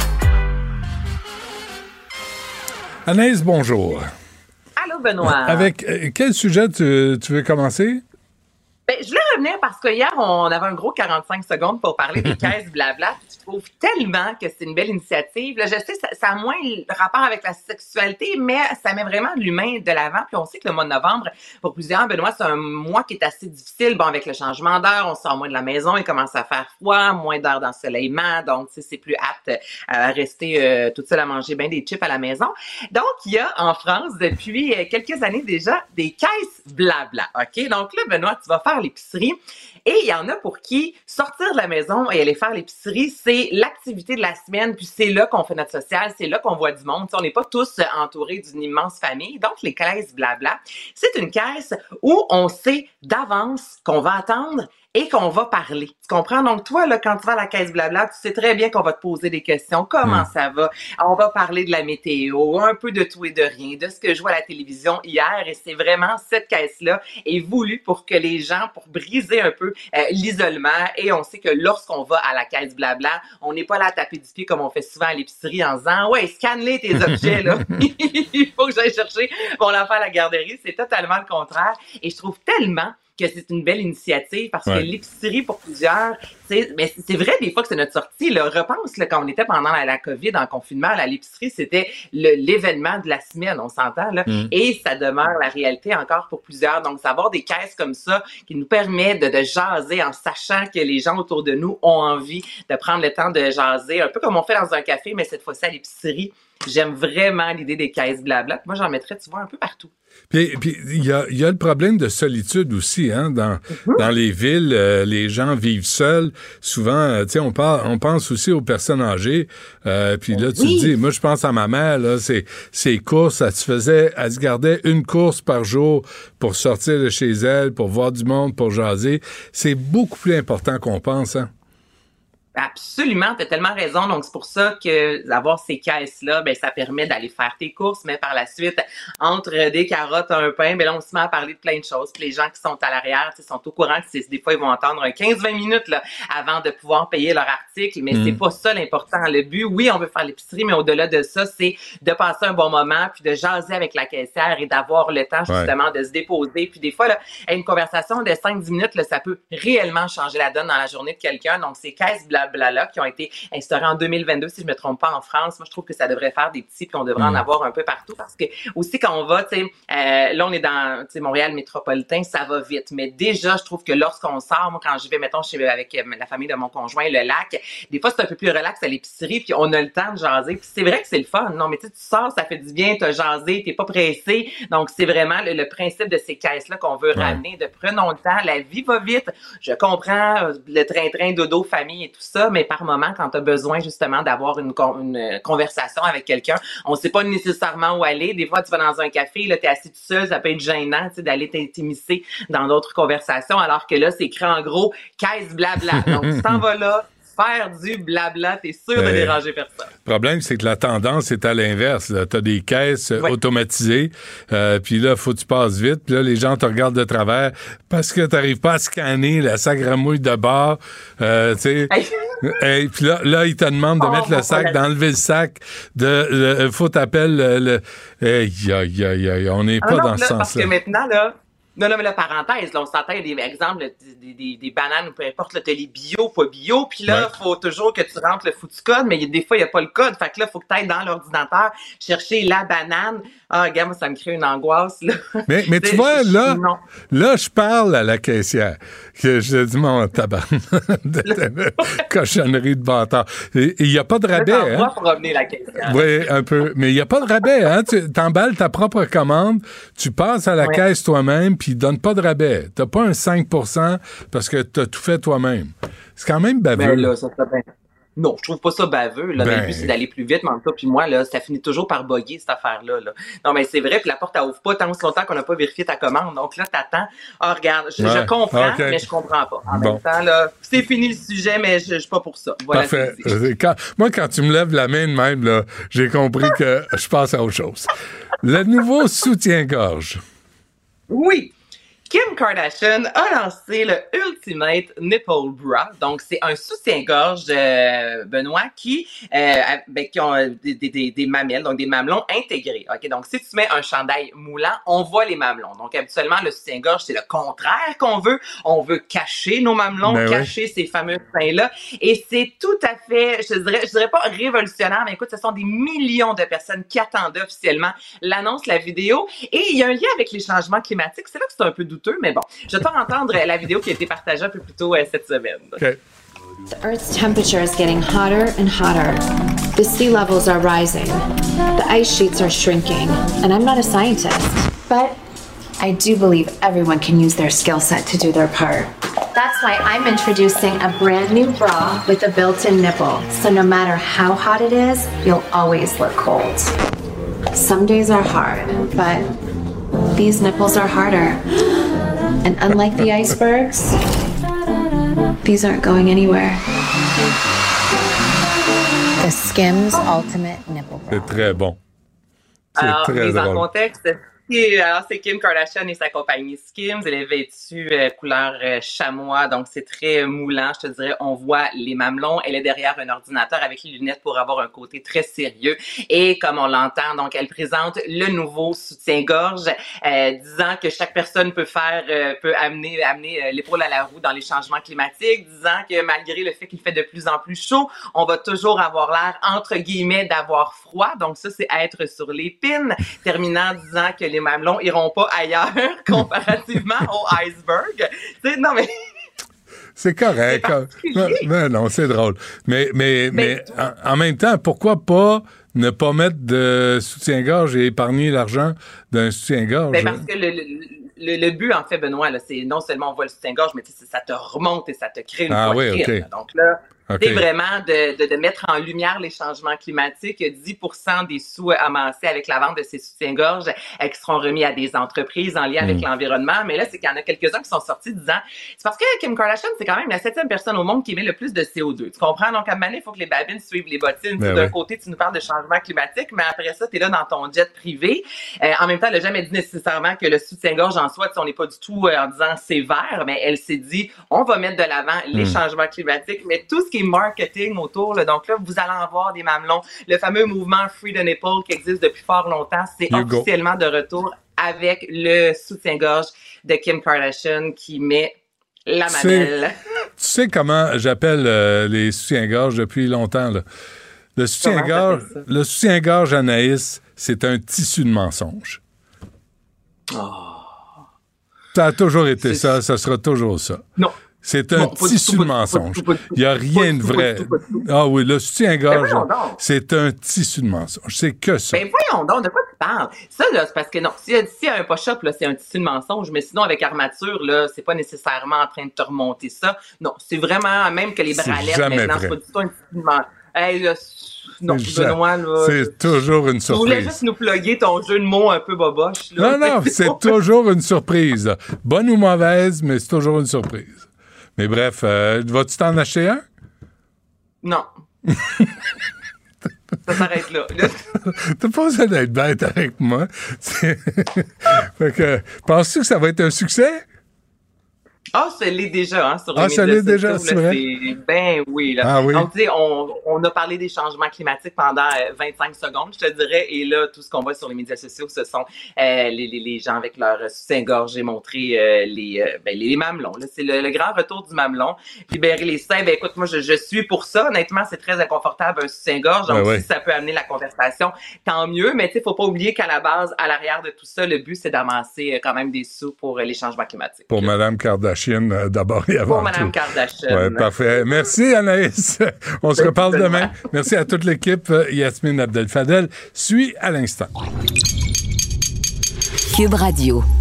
Anaïs, bonjour. Allô, Benoît. Avec euh, quel sujet tu, tu veux commencer? Ben, je voulais revenir parce que hier, on avait un gros quarante-cinq secondes pour parler des caisses blabla. Je trouve tellement que c'est une belle initiative. Là, je sais, ça, ça a moins le rapport avec la sexualité, mais ça met vraiment l'humain de l'avant. Puis on sait que le mois de novembre, pour plusieurs, Benoît, c'est un mois qui est assez difficile. Bon, avec le changement d'heure, on sort moins de la maison, il commence à faire froid, moins d'heures d'ensoleillement. Donc, tu sais, c'est plus apte à rester euh, toute seule à manger bien des chips à la maison. Donc, il y a en France, depuis quelques années déjà, des caisses blabla. OK? Donc là, Benoît, tu vas faire l'épicerie. Et il y en a pour qui sortir de la maison et aller faire l'épicerie, c'est l'activité de la semaine, puis c'est là qu'on fait notre social, c'est là qu'on voit du monde. T'sais, on n'est pas tous entourés d'une immense famille. Donc, les caisses blabla, c'est une caisse où on sait d'avance qu'on va attendre et qu'on va parler. Tu comprends? Donc, toi, là, quand tu vas à la caisse blabla, tu sais très bien qu'on va te poser des questions. Comment mmh. ça va? On va parler de la météo, un peu de tout et de rien, de ce que je vois à la télévision hier. Et c'est vraiment cette caisse-là est voulue pour que les gens, pour briser un peu euh, l'isolement. Et on sait que lorsqu'on va à la caisse blabla, on n'est pas là à taper du pied comme on fait souvent à l'épicerie en disant « Ouais, scanne-les tes objets, là. Il faut que j'aille chercher mon enfant à la garderie. » C'est totalement le contraire. Et je trouve tellement que c'est une belle initiative parce ouais. que l'épicerie pour plusieurs, c'est, mais c'est vrai des fois que c'est notre sortie. Là, repense là, quand on était pendant la, la COVID en confinement, là, l'épicerie c'était le, l'événement de la semaine, on s'entend là, mm. et ça demeure la réalité encore pour plusieurs. Donc, savoir des caisses comme ça qui nous permet de, de jaser en sachant que les gens autour de nous ont envie de prendre le temps de jaser, un peu comme on fait dans un café, mais cette fois-ci à l'épicerie. J'aime vraiment l'idée des caisses blabla. Moi, j'en mettrais, tu vois, un peu partout. Puis puis il y a, y a le problème de solitude aussi, hein, dans, mm-hmm. dans les villes, euh, les gens vivent seuls. Souvent, euh, tu sais, on parle, on pense aussi aux personnes âgées. Euh, puis là, tu oui. te dis, moi, je pense à ma mère, là, c'est, ses courses, elle se faisait, elle se gardait une course par jour pour sortir de chez elle, pour voir du monde, pour jaser. C'est beaucoup plus important qu'on pense, hein. Absolument, tu as tellement raison. Donc, c'est pour ça que d'avoir ces caisses-là, ben ça permet d'aller faire tes courses, mais par la suite, entre des carottes, un pain, ben là, on se met à parler de plein de choses. Puis les gens qui sont à l'arrière, ils sont au courant que c'est, des fois, ils vont attendre un quinze vingt minutes là, avant de pouvoir payer leur article, mais mmh. c'est pas ça l'important. Le but, oui, on veut faire l'épicerie, mais au-delà de ça, c'est de passer un bon moment, puis de jaser avec la caissière et d'avoir le temps, justement, ouais. de se déposer. Puis des fois, là, une conversation de cinq dix minutes, là, ça peut réellement changer la donne dans la journée de quelqu'un. Donc, ces caisses blabla là qui ont été instaurés en deux mille vingt-deux, si je me trompe pas, en France. Moi, je trouve que ça devrait faire des petits, puis on devrait mmh. en avoir un peu partout, parce que aussi quand on va, tu sais, euh, là on est dans, tu sais, Montréal métropolitain, ça va vite. Mais déjà, je trouve que lorsqu'on sort, moi quand je vais, mettons, chez avec euh, la famille de mon conjoint, le lac, des fois c'est un peu plus relax à l'épicerie, puis on a le temps de jaser. Puis c'est vrai que c'est le fun. Non, mais tu sais, tu sors, ça fait du bien, t'as jasé, t'es pas pressé. Donc c'est vraiment le, le principe de ces caisses-là qu'on veut ouais. ramener. De prenons le temps, la vie va vite. Je comprends le train-train, dodo, famille et tout ça, mais par moment, quand tu as besoin justement d'avoir une, une conversation avec quelqu'un, on sait pas nécessairement où aller. Des fois, tu vas dans un café, là, tu es assis tout seul, ça peut être gênant, tu sais, d'aller t'immiscer dans d'autres conversations, alors que là, c'est écrit en gros « caisse blabla ». Donc, tu t'en vas là, faire du blabla, t'es sûr de euh, déranger personne. Le problème, c'est que la tendance est à l'inverse. Tu as des caisses oui. automatisées, euh, puis là, faut que tu passes vite, puis là, les gens te regardent de travers parce que tu n'arrives pas à scanner la sacramouille de bord, euh, tu sais. Et puis là, là, ils te demandent de oh, mettre le sac, d'enlever le sac, de, le, faut t'appeler le, le hey, aïe, aïe, aïe, on n'est ah pas non, dans là, ce sens-là. Parce que maintenant, là, non, non, mais la parenthèse, là, on s'entend, il y a des exemples, des, des, des bananes ou peu importe, là, t'as les bio, pas bio, puis là, il ouais. faut toujours que tu rentres le foutu code, mais des fois, il n'y a pas le code, fait que là, il faut que tu ailles dans l'ordinateur chercher la banane. Ah, regarde, moi, ça me crée une angoisse, là. Mais, mais tu vois, là, non. là, je parle à la caissière, que je dis, mon tabac, de cochonnerie de bâtard. Il n'y a pas de rabais, hein? Moi, pour revenir la caissière. Oui, un peu, mais il n'y a pas de rabais, hein? Tu t'emballes ta propre commande, tu passes à la ouais. caisse toi-même, puis ils donnent pas de rabais. T'as pas un cinq pour cent parce que t'as tout fait toi-même. C'est quand même baveux. Ben là, ça serait bien. Non, je trouve pas ça baveux. Là, ben... le but, c'est d'aller plus vite, mais en tout cas, puis moi, là, ça finit toujours par bugger, cette affaire-là. Là. Non, mais c'est vrai, puis la porte, elle ouvre pas tant aussi longtemps qu'on n'a pas vérifié ta commande. Donc là, t'attends. Ah, oh, regarde, je, ouais. je comprends, okay. mais je comprends pas. En bon. même temps, là, c'est fini le sujet, mais je, je suis pas pour ça. Voilà. Parfait. Quand, moi, quand tu me lèves la main de même, là, j'ai compris que je passe à autre chose. Le nouveau soutien-gorge. Oui. Kim Kardashian a lancé le Ultimate Nipple Bra. Donc, c'est un soutien-gorge, euh, Benoît, qui, euh, ben, qui ont des, des, des mamelles, donc des mamelons intégrés. OK? Donc, si tu mets un chandail moulant, on voit les mamelons. Donc, habituellement, le soutien-gorge, c'est le contraire qu'on veut. On veut cacher nos mamelons, ben cacher oui. ces fameux seins-là. Et c'est tout à fait, je dirais, je dirais pas révolutionnaire, mais écoute, ce sont des millions de personnes qui attendaient officiellement l'annonce, la vidéo. Et il y a un lien avec les changements climatiques. C'est là que c'est un peu douteux. Mais bon, je vais entendre la vidéo qui a été partagée un peu plus tôt euh, cette semaine. Okay. The Earth's temperature is getting hotter and hotter. The sea levels are rising. The ice sheets are shrinking. And I'm not a scientist, but I do believe everyone can use their skill set to do their part. That's why I'm introducing a brand new bra with a built-in nipple. So no matter how hot it is, you'll always look cold. Some days are hard, but these nipples are harder. And unlike the icebergs, these aren't going anywhere. The Skims Ultimate Nipple Bra. C'est très bon. C'est Alors, très mise drôle. en contexte, alors c'est Kim Kardashian et sa compagnie Skims. Elle est vêtue euh, couleur euh, chamois, donc c'est très moulant, je te dirais. On voit les mamelons. Elle est derrière un ordinateur avec les lunettes pour avoir un côté très sérieux. Et comme on l'entend, donc elle présente le nouveau soutien-gorge, euh, disant que chaque personne peut faire, euh, peut amener, amener euh, l'épaule à la roue dans les changements climatiques, disant que malgré le fait qu'il fait de plus en plus chaud, on va toujours avoir l'air entre guillemets d'avoir froid. Donc ça, c'est être sur les pins. Terminant disant que les mamelons iront pas ailleurs comparativement au iceberg. T'sais, non, mais... C'est correct. C'est non, non, c'est drôle. Mais, mais, mais, mais en, en même temps, pourquoi pas ne pas mettre de soutien-gorge et épargner l'argent d'un soutien-gorge? Ben parce que le, le, le, le but, en fait, Benoît, là, c'est non seulement on voit le soutien-gorge, mais ça te remonte et ça te crée une ah, poitrine. Oui, okay. Là. Donc là, okay. c'est vraiment de, de, de mettre en lumière les changements climatiques. dix pour cent des sous amassés avec la vente de ces soutiens-gorge euh, qui seront remis à des entreprises en lien avec mm. l'environnement. Mais là, c'est qu'il y en a quelques-uns qui sont sortis disant, c'est parce que Kim Kardashian, c'est quand même la septième personne au monde qui émet le plus de C O deux. Tu comprends? Donc, à un moment donné, il faut que les babines suivent les bottines. Ben d'un oui. côté, tu nous parles de changement climatique, mais après ça, tu es là dans ton jet privé. Euh, en même temps, elle n'a jamais dit nécessairement que le soutien-gorge en soi, on n'est pas du tout euh, en disant sévère, mais elle s'est dit, on va mettre de l'avant les mm. changements climatiques, mais tout ce qui est marketing autour, là, donc là, vous allez en voir des mamelons. Le fameux mouvement Free the Nipple qui existe depuis fort longtemps, c'est you officiellement go. de retour avec le soutien-gorge de Kim Kardashian qui met la mamelle. Tu sais comment j'appelle euh, les soutiens-gorge depuis longtemps, là? Le soutien-gorge, le soutien-gorge, Anaïs, c'est un tissu de mensonge. Oh. Ça a toujours été c'est... ça, ça sera toujours ça. Non. C'est un non, tissu de mensonge. Il n'y a rien de vrai. Ah oui, le soutien-gorge, c'est un tissu de mensonge. C'est que ça. Ben voyons donc, de quoi tu parles? Ça, là, c'est parce que non, si, si un push-up, là, c'est un tissu de mensonge, mais sinon, avec armature, là, c'est pas nécessairement en train de te remonter ça. Non, c'est vraiment, même que les bralettes, maintenant, c'est pas du tout un tissu de mensonge. Hey, là, non, Benoît, là. C'est toujours une surprise. Tu voulais juste nous plugger ton jeu de mots un peu boboche, là. Non, non, c'est toujours une surprise, là. Bonne ou mauvaise, mais c'est toujours une surprise. Mais bref, euh, vas-tu t'en acheter un? Non. Ça s'arrête là. T'as pas besoin d'être bête avec moi. Fait que, penses-tu que ça va être un succès? Ah, ça l'est déjà, hein, sur les ah, ça l'est déjà, c'est vrai? Ben oui, là. Ah, oui. Donc, tu sais, on, on a parlé des changements climatiques pendant vingt-cinq secondes, je te dirais, et là, tout ce qu'on voit sur les médias sociaux, ce sont euh, les, les, les gens avec leur soutien-gorge et montrer euh, les, euh, ben, les, les mamelons, là. C'est le, le grand retour du mamelon. Libérer les seins, ben écoute, moi, je, je suis pour ça. Honnêtement, c'est très inconfortable, un soutien-gorge. Donc, ben oui. si ça peut amener la conversation, tant mieux. Mais tu sais, faut pas oublier qu'à la base, à l'arrière de tout ça, le but, c'est d'amasser quand même des sous pour les changements climatiques. Pour Mme Kardashian. D'abord et avant Pour Mme Kardashian. Ouais, parfait. Merci, Anaïs. On se reparle demain. Merci à toute l'équipe. Yasmine Abdel-Fadel suit à l'instant. Cube Radio.